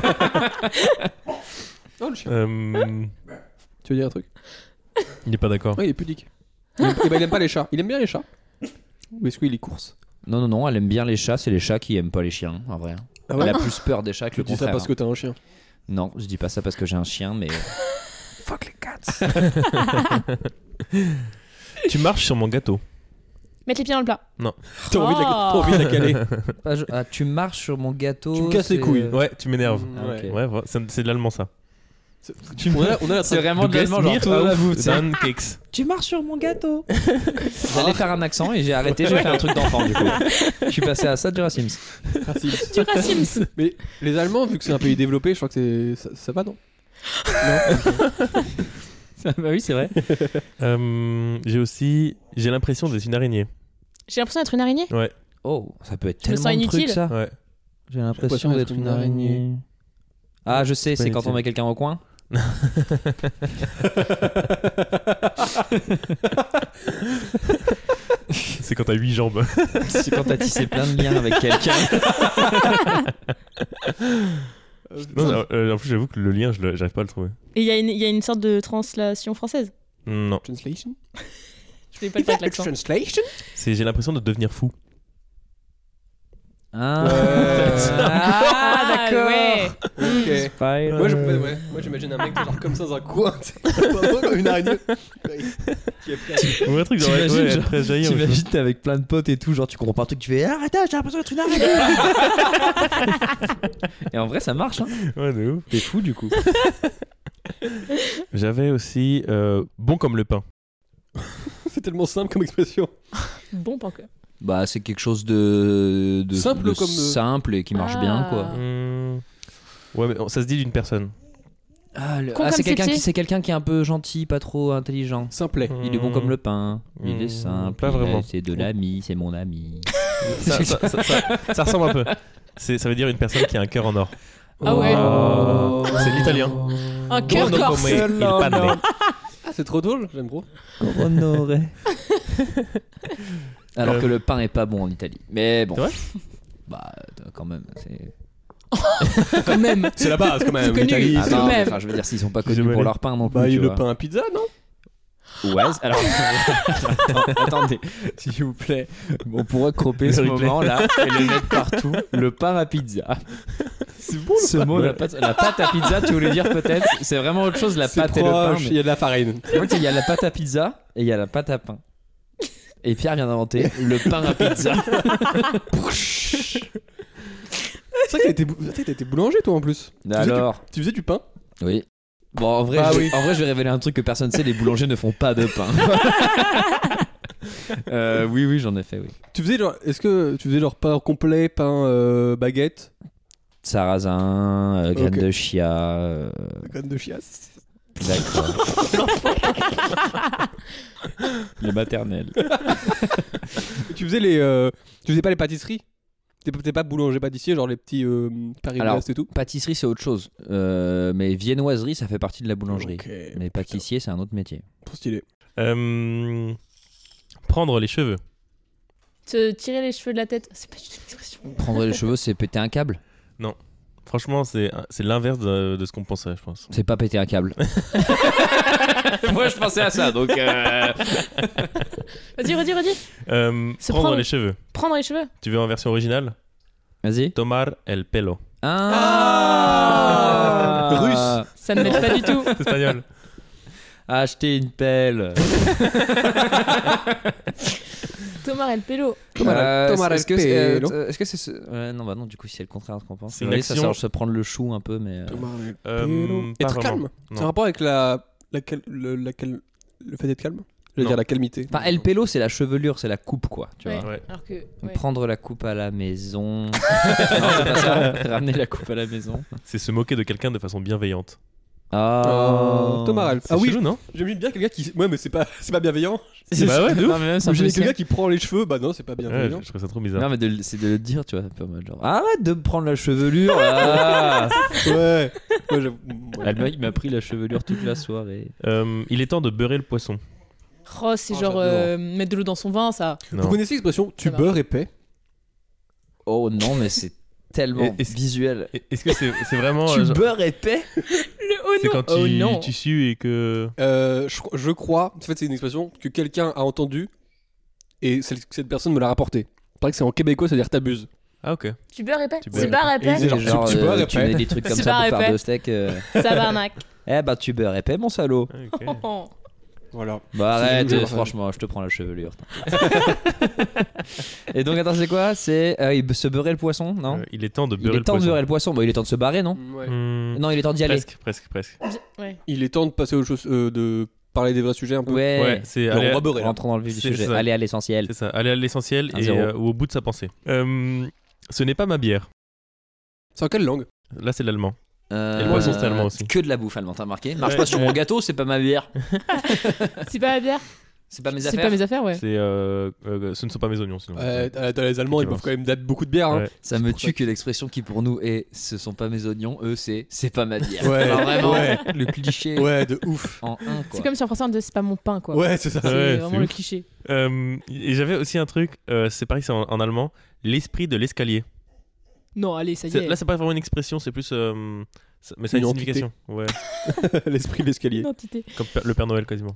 [SPEAKER 3] Oh, le chien.
[SPEAKER 1] Euh,
[SPEAKER 3] Tu veux dire un truc?
[SPEAKER 1] il est pas d'accord.
[SPEAKER 3] Ouais, il est pudique. Il aime, eh ben, il aime pas les chats. Il aime bien les chats. Ou est-ce qu'il est course?
[SPEAKER 2] Non non non, elle aime bien les chats, c'est les chats qui aiment pas les chiens en vrai.
[SPEAKER 3] Ah
[SPEAKER 2] Elle a plus peur des chats que
[SPEAKER 3] Tu
[SPEAKER 2] le
[SPEAKER 3] dis ça
[SPEAKER 2] contraire.
[SPEAKER 3] parce que t'as un chien.
[SPEAKER 2] Non, je dis pas ça parce que j'ai un chien, mais
[SPEAKER 3] Fuck les cats.
[SPEAKER 1] Tu marches sur mon gâteau.
[SPEAKER 5] Mettre les pieds dans le plat.
[SPEAKER 3] T'as envie, de la... t'as
[SPEAKER 5] Oh.
[SPEAKER 3] envie de la caler.
[SPEAKER 2] Ah, je- ah, tu marches sur mon gâteau.
[SPEAKER 3] Tu me casses les
[SPEAKER 2] c'est-
[SPEAKER 3] couilles.
[SPEAKER 1] Ouais, tu m'énerves.
[SPEAKER 3] Mm,
[SPEAKER 2] Ok.
[SPEAKER 1] Ouais, voilà, c'est c'est de l'allemand ça.
[SPEAKER 3] On a, on a la
[SPEAKER 2] C'est vraiment
[SPEAKER 1] Du
[SPEAKER 2] de l'allemand, genre
[SPEAKER 1] Gast
[SPEAKER 2] toi, là, vous,
[SPEAKER 1] mir
[SPEAKER 2] tu sais.
[SPEAKER 1] dann Keks.
[SPEAKER 2] Tu marches sur mon gâteau. J'allais faire un accent et j'ai arrêté, j'ai fait un truc d'enfant du coup. Je suis passé à ça du Sims.
[SPEAKER 3] raciste.
[SPEAKER 5] Tu racimes.
[SPEAKER 3] Mais les Allemands, vu que c'est un pays développé, je crois que c'est ça, ça va, non?
[SPEAKER 2] Bah oui, c'est vrai.
[SPEAKER 1] Euh, j'ai aussi. J'ai l'impression d'être une araignée.
[SPEAKER 5] J'ai l'impression d'être une araignée.
[SPEAKER 1] Ouais,
[SPEAKER 2] Oh, ça peut être
[SPEAKER 5] Je me
[SPEAKER 2] tellement
[SPEAKER 5] sens
[SPEAKER 2] de trucs
[SPEAKER 5] inutile.
[SPEAKER 2] ça.
[SPEAKER 1] ouais.
[SPEAKER 2] J'ai l'impression d'être une araignée. Ah, je sais,
[SPEAKER 1] C'est
[SPEAKER 2] c'est
[SPEAKER 1] pas
[SPEAKER 2] quand
[SPEAKER 1] inutile.
[SPEAKER 2] on met quelqu'un au coin.
[SPEAKER 1] C'est quand t'as huit jambes.
[SPEAKER 2] C'est quand t'as tissé plein de liens avec quelqu'un.
[SPEAKER 1] Non, non, euh, en plus, j'avoue que le lien, je le- j'arrive pas à le trouver.
[SPEAKER 5] Et il y, a une- il y a une sorte de translation française.
[SPEAKER 1] Non.
[SPEAKER 3] Translation?
[SPEAKER 5] Je voulais pas le faire avec l'accent.
[SPEAKER 3] Translation?
[SPEAKER 1] C'est j'ai l'impression de devenir fou.
[SPEAKER 2] Ah,
[SPEAKER 3] Ouais.
[SPEAKER 2] ah d'accord.
[SPEAKER 5] Ouais.
[SPEAKER 3] Ok.
[SPEAKER 2] Spider.
[SPEAKER 3] Moi, je- ouais, moi j'imagine un mec genre comme ça dans un coin, tu sais, vraiment comme une araignée. Qui est prêt à-
[SPEAKER 1] Ou un truc genre,
[SPEAKER 2] T'imagines,
[SPEAKER 1] ouais,
[SPEAKER 2] genre,
[SPEAKER 1] être prêt à jaillir.
[SPEAKER 2] T'imagines, t'es avec plein de potes et tout, genre tu comprends pas un truc, tu fais arrête, j'ai l'impression d'être une araignée. Et en vrai, ça marche, hein.
[SPEAKER 1] Ouais, de ouf.
[SPEAKER 2] T'es fou du coup.
[SPEAKER 1] J'avais aussi euh, bon comme le pain.
[SPEAKER 3] C'est tellement simple comme expression.
[SPEAKER 5] Bon, pas encore.
[SPEAKER 2] Bah, c'est quelque chose de, de
[SPEAKER 3] Simple
[SPEAKER 2] de
[SPEAKER 3] comme, euh,
[SPEAKER 2] simple et qui marche
[SPEAKER 5] Ah.
[SPEAKER 2] bien, quoi.
[SPEAKER 1] Hmm. Ouais, mais ça se dit d'une personne.
[SPEAKER 2] Ah, le-
[SPEAKER 5] Con
[SPEAKER 2] ah,
[SPEAKER 5] comme
[SPEAKER 2] c'est quelqu'un
[SPEAKER 5] ses
[SPEAKER 2] qui
[SPEAKER 5] pieds.
[SPEAKER 2] c'est quelqu'un qui est un peu gentil, pas trop intelligent.
[SPEAKER 3] Simplet.
[SPEAKER 2] Il est bon comme le pain, il
[SPEAKER 1] Hmm,
[SPEAKER 2] est simple,
[SPEAKER 1] pas
[SPEAKER 2] il est-
[SPEAKER 1] vraiment.
[SPEAKER 2] c'est de l'ami, c'est mon ami.
[SPEAKER 1] Ça, ça, ça, ça- ça ressemble un peu. C'est- Ça veut dire une personne qui a un cœur en or.
[SPEAKER 5] Ah ouais.
[SPEAKER 1] Oh. C'est l'italien.
[SPEAKER 5] Un cœur
[SPEAKER 1] Buono
[SPEAKER 5] corse.
[SPEAKER 1] come il pane.
[SPEAKER 3] Ah, c'est trop drôle, j'aime trop.
[SPEAKER 2] Honoré. Alors
[SPEAKER 1] Euh.
[SPEAKER 2] que le pain est pas bon en Italie. Mais bon.
[SPEAKER 1] C'est vrai
[SPEAKER 2] Bah, euh, quand même, c'est.
[SPEAKER 5] Quand même.
[SPEAKER 3] C'est la base quand même,
[SPEAKER 5] C'est connu.
[SPEAKER 3] l'Italie.
[SPEAKER 2] Ah
[SPEAKER 5] c'est
[SPEAKER 2] non,
[SPEAKER 5] quand
[SPEAKER 2] mais
[SPEAKER 5] même.
[SPEAKER 2] enfin, je veux dire, s'ils sont pas
[SPEAKER 1] J'ai
[SPEAKER 2] connus pour
[SPEAKER 1] volé.
[SPEAKER 2] leur pain non plus.
[SPEAKER 3] Bah, il y
[SPEAKER 2] tu
[SPEAKER 3] a le
[SPEAKER 2] vois.
[SPEAKER 3] pain à pizza, non?
[SPEAKER 2] Ouais, alors. Attends, attendez, s'il vous plaît. On pourrait cropper ce
[SPEAKER 1] Le replay.
[SPEAKER 2] moment là et le mettre partout. Le pain à pizza.
[SPEAKER 3] C'est bon,
[SPEAKER 2] Ce mot, la pâte, la pâte à pizza, tu voulais dire peut-être. C'est vraiment autre chose, la
[SPEAKER 3] C'est
[SPEAKER 2] pâte et le pain.
[SPEAKER 3] proche,
[SPEAKER 2] mais-
[SPEAKER 3] il y a de la farine.
[SPEAKER 2] En fait, il y a la pâte à pizza et il y a la pâte à pain. Et Pierre vient d'inventer le pain à pizza.
[SPEAKER 3] C'est vrai que t'as été, bou- t'as été boulanger toi en plus. Tu faisais
[SPEAKER 2] Alors
[SPEAKER 3] du- Tu faisais du pain?
[SPEAKER 2] Oui. Bon, en vrai,
[SPEAKER 3] Ah
[SPEAKER 2] je,
[SPEAKER 3] oui.
[SPEAKER 2] en vrai, je vais révéler un truc que personne sait, les boulangers ne font pas de pain. euh, oui, oui, j'en ai fait, oui.
[SPEAKER 3] Tu faisais genre, est-ce que tu faisais genre pain complet, pain euh, baguette?
[SPEAKER 2] Sarrasin, euh, graines
[SPEAKER 3] Ok.
[SPEAKER 2] de chia. Euh,
[SPEAKER 3] Graines de chiasse.
[SPEAKER 2] D'accord. Le maternel.
[SPEAKER 3] Tu faisais les, euh, tu faisais pas les pâtisseries? T'es pas- T'es pas boulanger pâtissier, genre les petits euh, Paris-Brest et tout?
[SPEAKER 2] Pâtisserie, c'est autre chose. Euh, mais viennoiserie, ça fait partie de la boulangerie.
[SPEAKER 3] Ok,
[SPEAKER 2] Mais pâtissier, c'est un autre métier.
[SPEAKER 3] trop stylé.
[SPEAKER 1] Euh, Prendre les cheveux.
[SPEAKER 5] Se tirer les cheveux de la tête, c'est pas du tout une expression.
[SPEAKER 2] Prendre les cheveux, c'est péter un câble.
[SPEAKER 1] Franchement, c'est c'est l'inverse de, de ce qu'on pensait, je pense.
[SPEAKER 2] C'est pas péter un câble. Moi, je pensais à ça, donc. Euh...
[SPEAKER 5] Vas-y, redis, redis.
[SPEAKER 1] Euh,
[SPEAKER 5] Se
[SPEAKER 1] prendre
[SPEAKER 5] prendre-
[SPEAKER 1] les cheveux.
[SPEAKER 5] Prendre les cheveux.
[SPEAKER 1] Tu veux en version originale?
[SPEAKER 2] Vas-y.
[SPEAKER 1] Tomar el pelo.
[SPEAKER 2] Ah,
[SPEAKER 3] Russe.
[SPEAKER 5] Ça ne m'aide pas du tout.
[SPEAKER 1] C'est espagnol.
[SPEAKER 2] Acheter une pelle.
[SPEAKER 5] Thomas El Pelo.
[SPEAKER 3] Thomas
[SPEAKER 2] Euh,
[SPEAKER 3] Thomas
[SPEAKER 2] est-ce que c'est,
[SPEAKER 3] Pelo.
[SPEAKER 2] euh, est-ce que c'est ce... ouais, non bah non du coup c'est le contraire de ce qu'on pense.
[SPEAKER 1] C'est une
[SPEAKER 2] Oui, ça
[SPEAKER 1] action.
[SPEAKER 2] sert à se prendre le chou un peu mais. euh,
[SPEAKER 1] Euh,
[SPEAKER 3] Être
[SPEAKER 1] pas vraiment.
[SPEAKER 3] calme. C'est un
[SPEAKER 1] Non.
[SPEAKER 3] rapport avec la, la, cal- le, la cal- le fait d'être calme. Je veux
[SPEAKER 1] Non.
[SPEAKER 3] dire la calmité.
[SPEAKER 2] Enfin El Pelo c'est la chevelure, c'est la coupe quoi. Tu
[SPEAKER 5] Ouais.
[SPEAKER 2] vois.
[SPEAKER 1] Ouais.
[SPEAKER 5] Alors que. ouais.
[SPEAKER 2] Prendre la coupe à la maison. Non, c'est pas ça. Ramener la coupe à la maison.
[SPEAKER 1] C'est se moquer de quelqu'un de façon bienveillante.
[SPEAKER 2] Ah.
[SPEAKER 3] Oh, Thomas Ralph.
[SPEAKER 1] C'est
[SPEAKER 3] Ah oui,
[SPEAKER 1] chelou, non?
[SPEAKER 3] j'aime bien quelqu'un qui. Ouais, mais c'est pas, c'est pas bienveillant.
[SPEAKER 1] Bah ouais, de ouf.
[SPEAKER 2] Non, mais même, c'est un peu
[SPEAKER 3] J'ai
[SPEAKER 2] le
[SPEAKER 3] quelqu'un qui prend les cheveux, bah non, c'est pas
[SPEAKER 1] Ouais,
[SPEAKER 3] bienveillant.
[SPEAKER 1] je trouve ça trop bizarre.
[SPEAKER 2] Non mais de- c'est de le dire tu vois un peu en mode genre arrête de me prendre la chevelure là.
[SPEAKER 3] Ouais. Ouais, j'avoue. Ouais.
[SPEAKER 2] Elle m'a- il m'a pris la chevelure toute la soirée.
[SPEAKER 1] Euh, il est temps de beurrer le poisson.
[SPEAKER 5] Oh, c'est
[SPEAKER 3] Oh,
[SPEAKER 5] genre
[SPEAKER 3] j'adore.
[SPEAKER 5] euh, mettre de l'eau dans son vin, ça.
[SPEAKER 1] Non.
[SPEAKER 3] Vous connaissez l'expression tu
[SPEAKER 5] Ça va.
[SPEAKER 3] beurres épais?
[SPEAKER 2] Oh non mais c'est tellement
[SPEAKER 1] Et- et c'est-
[SPEAKER 2] visuel.
[SPEAKER 1] Et- Est-ce que c'est c'est vraiment.
[SPEAKER 2] Tu
[SPEAKER 1] euh, genre-
[SPEAKER 2] beurres épais.
[SPEAKER 5] Le oh
[SPEAKER 1] C'est
[SPEAKER 5] non.
[SPEAKER 1] quand tu,
[SPEAKER 5] Oh non.
[SPEAKER 1] tu sues et que.
[SPEAKER 3] Euh, je, je crois, en fait, c'est une expression que quelqu'un a entendue et celle- cette personne me l'a rapportée. Il paraît que c'est en québécois, c'est-à-dire t'abuses.
[SPEAKER 1] Ah, ok.
[SPEAKER 5] Tu beurres épais.
[SPEAKER 1] Tu beurres
[SPEAKER 5] C'est pas
[SPEAKER 3] épais.
[SPEAKER 5] épais.
[SPEAKER 3] Et genre,
[SPEAKER 2] genre,
[SPEAKER 3] tu- tu
[SPEAKER 2] euh,
[SPEAKER 3] beurres
[SPEAKER 2] tu
[SPEAKER 3] épais.
[SPEAKER 2] mets des trucs comme
[SPEAKER 5] C'est
[SPEAKER 2] ça
[SPEAKER 5] pas
[SPEAKER 2] pour faire
[SPEAKER 5] épais.
[SPEAKER 2] de steak. euh.
[SPEAKER 5] Tabarnak.
[SPEAKER 2] Eh bah tu beurres épais mon salaud.
[SPEAKER 1] Ah, ok.
[SPEAKER 5] Oh.
[SPEAKER 3] Voilà.
[SPEAKER 2] Bah
[SPEAKER 3] C'est
[SPEAKER 2] arrête,
[SPEAKER 3] joli,
[SPEAKER 2] euh,
[SPEAKER 3] enfin.
[SPEAKER 2] franchement, je te prends la chevelure. Et donc attends, c'est quoi? C'est euh, il se beurrer le poisson, non?
[SPEAKER 1] Euh, il est temps de
[SPEAKER 2] Il
[SPEAKER 1] beurrer
[SPEAKER 2] est
[SPEAKER 1] le
[SPEAKER 2] temps de
[SPEAKER 1] poisson.
[SPEAKER 2] beurrer le poisson. Bon, il est temps de se barrer, non?
[SPEAKER 3] Ouais.
[SPEAKER 1] Hmm,
[SPEAKER 2] Non, il est temps d'y aller.
[SPEAKER 1] presque, presque, presque.
[SPEAKER 5] Ouais.
[SPEAKER 3] Il est temps de passer aux choses, euh, de parler des vrais sujets un peu.
[SPEAKER 2] Ouais.
[SPEAKER 1] Ouais, c'est
[SPEAKER 3] Alors,
[SPEAKER 1] aller,
[SPEAKER 3] on va beurrer là.
[SPEAKER 2] Rentrons dans le vif du
[SPEAKER 1] C'est
[SPEAKER 2] sujet.
[SPEAKER 1] ça.
[SPEAKER 2] Allez à l'essentiel.
[SPEAKER 1] c'est ça, aller à l'essentiel
[SPEAKER 2] Un
[SPEAKER 1] et
[SPEAKER 2] zéro.
[SPEAKER 1] euh, ou au bout de sa pensée. Euh, ce n'est pas ma bière.
[SPEAKER 3] C'est en quelle langue?
[SPEAKER 1] Là, c'est l'allemand.
[SPEAKER 2] Euh,
[SPEAKER 1] Et le poisson, c'est allemand aussi.
[SPEAKER 2] Que de la bouffe allemande, t'as remarqué? Marche
[SPEAKER 1] Ouais.
[SPEAKER 2] pas sur mon gâteau, c'est pas ma bière.
[SPEAKER 5] C'est pas la bière.
[SPEAKER 2] C'est pas mes
[SPEAKER 5] C'est
[SPEAKER 2] affaires.
[SPEAKER 5] pas mes affaires, ouais.
[SPEAKER 1] C'est, euh, euh, ce ne sont pas mes oignons, sinon.
[SPEAKER 3] Euh, t'as- t'as les Allemands, ils boivent quand même date beaucoup de bière. Hein.
[SPEAKER 1] Ouais.
[SPEAKER 2] Ça me
[SPEAKER 3] pour ça
[SPEAKER 2] tue que l'expression qui pour nous est ce sont pas mes oignons, eux c'est c'est pas ma bière.
[SPEAKER 3] Ouais,
[SPEAKER 2] Alors vraiment
[SPEAKER 3] ouais.
[SPEAKER 2] le cliché
[SPEAKER 3] Ouais, de ouf.
[SPEAKER 2] en un quoi.
[SPEAKER 5] C'est comme si en français on disait c'est pas mon pain, quoi.
[SPEAKER 3] Ouais, c'est ça.
[SPEAKER 5] C'est
[SPEAKER 1] Ouais,
[SPEAKER 5] vraiment
[SPEAKER 1] c'est
[SPEAKER 5] le
[SPEAKER 1] ouf.
[SPEAKER 5] cliché.
[SPEAKER 1] Euh, et j'avais aussi un truc, euh, c'est pareil, c'est en, en allemand, l'esprit de l'escalier.
[SPEAKER 5] Non, allez, ça y
[SPEAKER 1] C'est-
[SPEAKER 5] est.
[SPEAKER 1] Là, c'est pas vraiment une expression, c'est plus. euh, ça- mais ça a
[SPEAKER 3] Une
[SPEAKER 1] une
[SPEAKER 3] entité.
[SPEAKER 1] signification. Ouais,
[SPEAKER 3] L'esprit de l'escalier.
[SPEAKER 5] Identité.
[SPEAKER 1] comme Père- le Père Noël quasiment.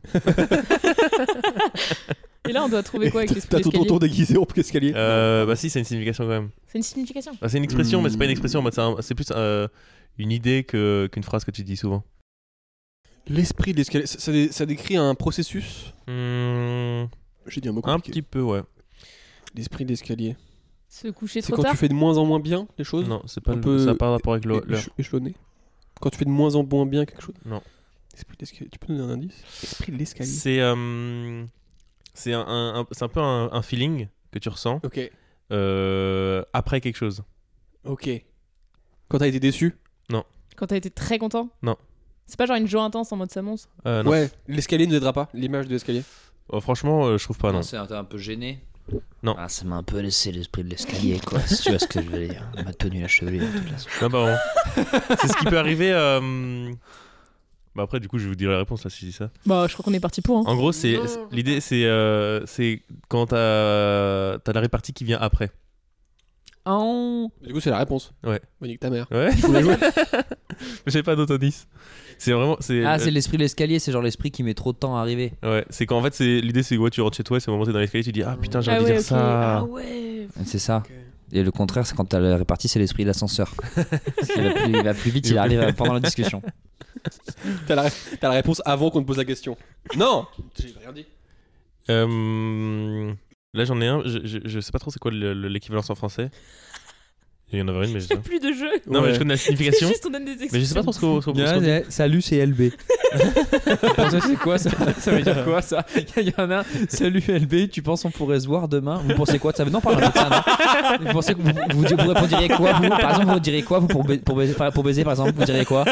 [SPEAKER 5] Et là, on doit trouver quoi avec l'esprit
[SPEAKER 3] T'as tout ton
[SPEAKER 5] d'escalier
[SPEAKER 3] tour déguisé en escalier.
[SPEAKER 1] Euh, bah si, c'est une signification quand même.
[SPEAKER 5] C'est une signification.
[SPEAKER 1] Bah, c'est une expression,
[SPEAKER 3] Hmm.
[SPEAKER 1] mais c'est pas une expression, en mode, c'est un- c'est plus euh, une idée que, qu'une phrase que tu dis souvent.
[SPEAKER 3] L'esprit de l'escalier, ça, ça dé- ça décrit un processus.
[SPEAKER 1] Hmm,
[SPEAKER 3] J'ai dit un mot
[SPEAKER 1] un
[SPEAKER 3] compliqué.
[SPEAKER 1] petit peu, ouais.
[SPEAKER 3] L'esprit de l'escalier.
[SPEAKER 5] Se coucher
[SPEAKER 3] C'est
[SPEAKER 5] trop
[SPEAKER 3] quand
[SPEAKER 5] tard.
[SPEAKER 3] tu fais de moins en moins bien les choses.
[SPEAKER 1] Non, c'est pas
[SPEAKER 3] Un
[SPEAKER 1] le-
[SPEAKER 3] peu
[SPEAKER 1] ça n'a pas de rapport avec le-
[SPEAKER 3] É-
[SPEAKER 1] l'heure.
[SPEAKER 3] éche- échelonné. Quand tu fais de moins en moins bien quelque chose.
[SPEAKER 1] Non.
[SPEAKER 3] L'esprit de l'escalier. Tu peux nous donner un indice? L'esprit de l'escalier.
[SPEAKER 1] C'est euh, c'est un, un- un- c'est un peu un, un feeling que tu ressens
[SPEAKER 3] Ok.
[SPEAKER 1] euh, après quelque chose.
[SPEAKER 3] Ok. Quand t'as été déçu.
[SPEAKER 5] Quand t'as été très content.
[SPEAKER 1] Non.
[SPEAKER 5] C'est pas genre une joie intense en mode ça monte.
[SPEAKER 1] Euh, non.
[SPEAKER 3] Ouais. L'escalier ne aidera pas. L'image de l'escalier.
[SPEAKER 1] Oh, franchement, euh, je trouve pas, non.
[SPEAKER 2] Non, c'est un, t'es un peu gêné.
[SPEAKER 1] Non.
[SPEAKER 2] Ah, ça m'a un peu laissé l'esprit de l'escalier quoi. Si tu vois ce que je veux dire. On m'a tenu la chevelure toute la soirée.
[SPEAKER 1] Non, pas vraiment. C'est ce qui peut arriver. euh, Bah après, du coup, je vais vous dire la réponse là si je dis ça.
[SPEAKER 5] Bah, je crois qu'on est parti pour. Hein.
[SPEAKER 1] En gros, c'est c'est- l'idée, c'est euh, c'est quand t'as t'as la répartie qui vient après.
[SPEAKER 5] Oh.
[SPEAKER 3] Du coup, c'est la réponse.
[SPEAKER 1] Ouais.
[SPEAKER 3] Bah, nique ta mère.
[SPEAKER 1] Ouais. Mais j'ai pas d'autres indices. C'est vraiment. C'est,
[SPEAKER 2] Ah,
[SPEAKER 1] euh,
[SPEAKER 2] c'est l'esprit de l'escalier, c'est genre l'esprit qui met trop de temps à arriver.
[SPEAKER 1] Ouais, c'est qu'en fait, c'est l'idée, c'est ouais, tu rentres chez toi, c'est au moment où t'es dans l'escalier, tu dis ah putain, j'ai
[SPEAKER 5] Ah
[SPEAKER 1] envie de
[SPEAKER 5] ouais,
[SPEAKER 1] dire
[SPEAKER 5] ok.
[SPEAKER 1] ça.
[SPEAKER 5] Ah ouais.
[SPEAKER 2] C'est ça. Et le contraire, c'est quand t'as la répartie, c'est l'esprit de l'ascenseur. Parce qu'il va plus, il va plus vite, il arrive pendant la discussion.
[SPEAKER 3] T'as la, ré- t'as la réponse avant qu'on te pose la question. Non. J'ai rien dit.
[SPEAKER 1] Euh, Là, j'en ai un. Je, je, je sais pas trop c'est quoi le- le- l'équivalence en français. Il y en avait une, mais je sais
[SPEAKER 5] J'ai
[SPEAKER 1] pas.
[SPEAKER 5] plus de jeux.
[SPEAKER 1] Non, mais
[SPEAKER 3] Ouais.
[SPEAKER 1] je connais la
[SPEAKER 5] C'est
[SPEAKER 1] signification.
[SPEAKER 5] juste on donne des expressions.
[SPEAKER 1] Mais je sais pas trop ce qu'on ce qu'on- ce qu'on dit.
[SPEAKER 2] Ouais, salut, c'est L B. Ça, c'est quoi ça Ça veut dire quoi ça Il y en a un, salut L B, tu penses on pourrait se voir demain Vous pensez quoi de ça Non, parlez pas de ça, non. Vous pensez que vous, vous, vous, vous répondriez quoi vous Par exemple, vous diriez quoi vous pour, ba- pour, baiser, pour baiser, par exemple, vous diriez quoi